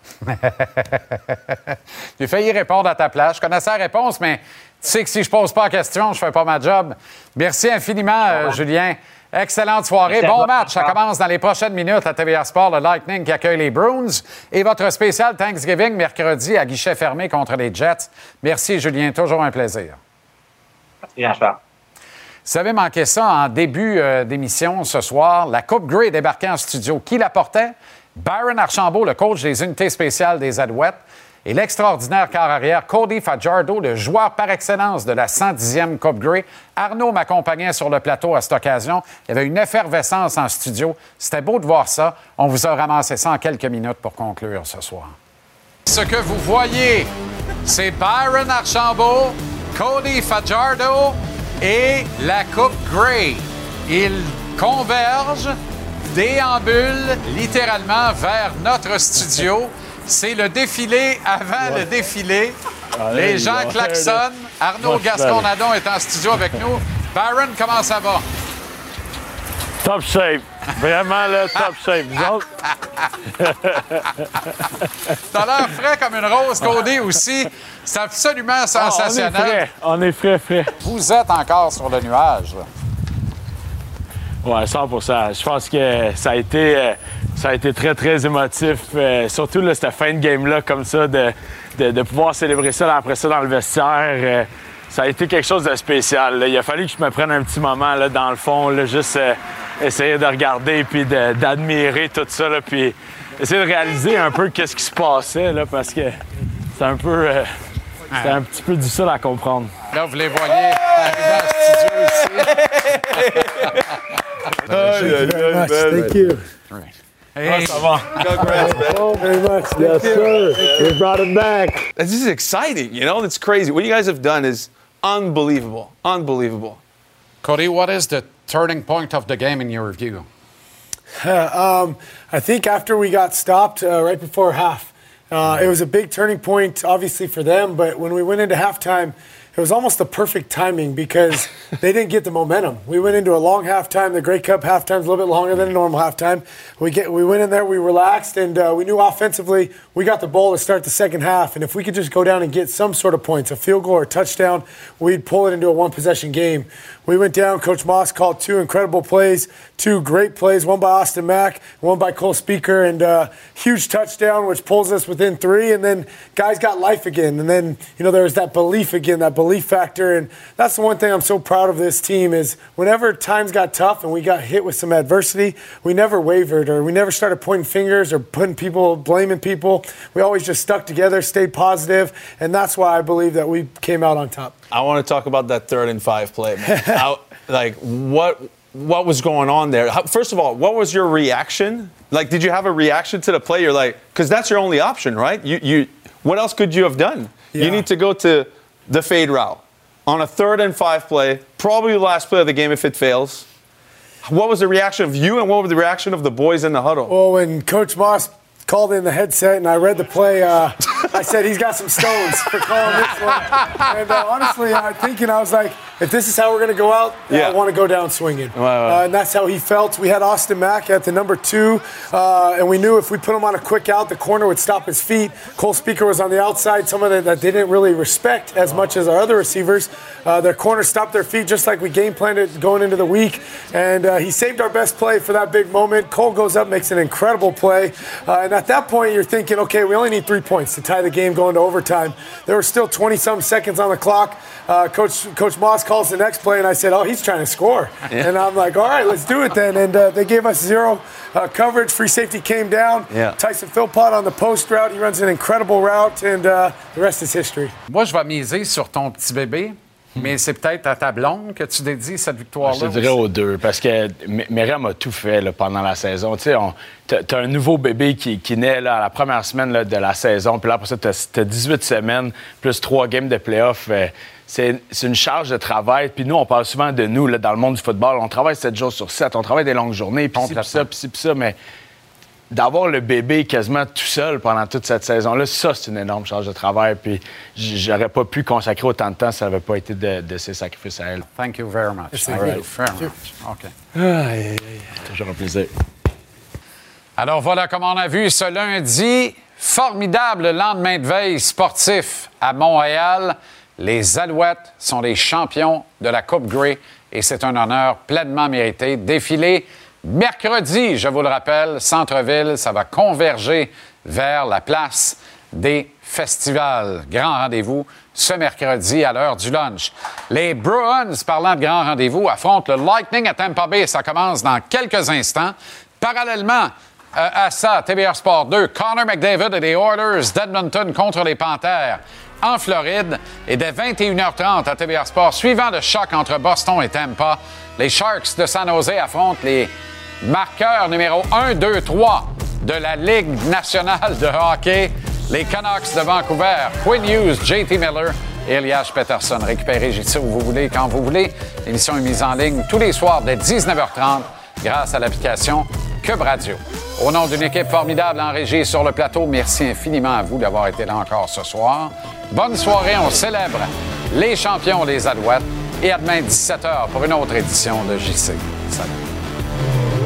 Speaker 1: J'ai failli répondre à ta place. Je connaissais la réponse, mais tu sais que si je pose pas la question, je fais pas ma job. Merci infiniment, euh, Julien. Excellente soirée. Bon match. Ça commence dans les prochaines minutes à T V R Sport, le Lightning qui accueille les Bruins. Et votre spécial Thanksgiving mercredi à guichet fermé contre les Jets. Merci, Julien. Toujours un plaisir.
Speaker 19: Merci, Jean-Charles.
Speaker 1: Vous savez manqué ça en début euh, d'émission ce soir. La Coupe Grey débarquait en studio. Qui la portait? Byron Archambault, le coach des unités spéciales des Alouettes. Et l'extraordinaire quart arrière, Cody Fajardo, le joueur par excellence de la cent dixième Coupe Grey. Arnaud m'accompagnait sur le plateau à cette occasion. Il y avait une effervescence en studio. C'était beau de voir ça. On vous a ramassé ça en quelques minutes pour conclure ce soir. Ce que vous voyez, c'est Byron Archambault, Cody Fajardo et la Coupe Grey. Ils convergent, déambulent littéralement vers notre studio. C'est le défilé avant ouais. le défilé. Allez, les gens klaxonnent. Arnaud Gascon-Nadon est en studio avec nous. Byron, comment ça va?
Speaker 2: Top shape. Vraiment, là, top shape. Vous autres?
Speaker 1: T'as l'air frais comme une rose, Cody aussi. C'est absolument sensationnel.
Speaker 2: Oh, on est frais. On est frais, frais.
Speaker 1: Vous êtes encore sur le nuage, là.
Speaker 2: Oui, cent pour cent. Je pense que ça a été, euh, ça a été très, très émotif. Euh, surtout là, cette fin de game-là, comme ça, de, de, de pouvoir célébrer ça après ça dans le vestiaire. Euh, ça a été quelque chose de spécial. Là. Il a fallu que je me prenne un petit moment là, dans le fond, là, juste euh, essayer de regarder puis de, d'admirer tout ça. Là, puis essayer de réaliser un peu qu'est-ce qui se passait, là, parce que c'est un peu... Euh, C'était un petit peu difficile à comprendre.
Speaker 1: Là, vous les voyez arriver en studio ici.
Speaker 4: Thank you very much. Thank you.
Speaker 3: Hey. Ça va.
Speaker 4: Congrats, man. Oh, very much. Yes, sir. We brought it back.
Speaker 3: This is exciting, you know? It's crazy. What you guys have done is unbelievable. Unbelievable.
Speaker 1: Cody, what is the turning point of the game in your view?
Speaker 4: um, I think after we got stopped uh, right before half, Uh, it was a big turning point, obviously, for them. But when we went into halftime, it was almost the perfect timing because they didn't get the momentum. We went into a long halftime. The Grey Cup halftime's a little bit longer than a normal halftime. We get we went in there, we relaxed, and uh, we knew offensively we got the ball to start the second half. And if we could just go down and get some sort of points, a field goal or a touchdown, we'd pull it into a one-possession game. We went down. Coach Moss called two incredible plays, two great plays, one by Austin Mack, one by Cole Speaker, and uh, huge touchdown, which pulls us within three. And then guys got life again. And then, you know, there was that belief again, that belief factor. And that's the one thing I'm so proud of this team is whenever times got tough and we got hit with some adversity, we never wavered or we never started pointing fingers or putting people, blaming people. We always just stuck together, stayed positive, and that's why I believe that we came out on top.
Speaker 3: I want to talk about that third and five play, man. How, like, what what was going on there? How, first of all, what was your reaction? Like, did you have a reaction to the play? You're like, because that's your only option, right? You you. What else could you have done? Yeah. You need to go to the fade route on a third and five play, probably the last play of the game if it fails. What was the reaction of you and what was the reaction of the boys in the huddle?
Speaker 4: Well, when Coach Moss called in the headset, and I read the play. Uh, I said, he's got some stones for calling this one. And uh, honestly, I was thinking, I was like, if this is how we're going to go out, yeah. I want to go down swinging. Wow, wow. Uh, and that's how he felt. We had Austin Mack at the number two, uh, and we knew if we put him on a quick out, the corner would stop his feet. Cole Speaker was on the outside, someone that, that they didn't really respect as much as our other receivers. Uh, their corner stopped their feet just like we game planned it going into the week. And uh, he saved our best play for that big moment. Cole goes up, makes an incredible play. Uh, and at that point, you're thinking, okay, we only need three points to tie the game going to overtime. There were still twenty-some seconds on the clock. Uh, Coach Coach Moss calls the next play, and I said, oh, he's trying to score. Yeah. And I'm like, all right, let's do it then. And uh, they gave us zero uh, coverage. Free safety came down. Yeah. Tyson Philpott on the post route. He runs an incredible route, and uh, the rest is history.
Speaker 1: Moi, je vais miser sur ton petit bébé. Mais c'est peut-être à ta blonde que tu dédies cette victoire-là.
Speaker 2: Je te dirais aux deux, parce que Myriam a tout fait là, pendant la saison. Tu sais, tu as un nouveau bébé qui, qui naît là, à la première semaine là, de la saison, puis là, après ça, tu as dix-huit semaines, plus trois games de play-off. Euh, c'est, c'est une charge de travail. Puis nous, on parle souvent de nous, là, dans le monde du football. On travaille sept jours sur sept, on travaille des longues journées, puis ci, puis ça, puis ci, puis ça, mais d'avoir le bébé quasiment tout seul pendant toute cette saison-là, ça, c'est une énorme charge de travail. Puis j'aurais pas pu consacrer autant de temps si ça n'avait pas été de, de ses sacrifices à elle.
Speaker 1: Thank you very much.
Speaker 2: Thank
Speaker 1: Thank
Speaker 2: you
Speaker 1: very much. OK.
Speaker 2: Aïe, aïe, toujours un plaisir.
Speaker 1: Alors voilà, comme on a vu ce lundi, formidable lendemain de veille sportif à Montréal. Les Alouettes sont les champions de la Coupe Grey et c'est un honneur pleinement mérité. Défilé mercredi, je vous le rappelle, Centre-Ville, ça va converger vers la place des festivals. Grand rendez-vous ce mercredi à l'heure du lunch. Les Bruins, parlant de grand rendez-vous, affrontent le Lightning à Tampa Bay. Ça commence dans quelques instants. Parallèlement euh, à ça, T V R Sport deux, Connor McDavid et les Oilers d'Edmonton contre les Panthères en Floride. Et dès vingt et une heures trente à T V R Sport, suivant le choc entre Boston et Tampa, les Sharks de San Jose affrontent les marqueurs numéro un, deux, trois de la Ligue nationale de hockey, les Canucks de Vancouver. Quinn Hughes, J T Miller et Elias Pettersson. Récupérez J T où vous voulez, quand vous voulez. L'émission est mise en ligne tous les soirs dès dix-neuf heures trente grâce à l'application Cube Radio. Au nom d'une équipe formidable en régie et sur le plateau, merci infiniment à vous d'avoir été là encore ce soir. Bonne soirée, on célèbre les champions des Alouettes et à demain dix-sept heures pour une autre édition de J C. Salut.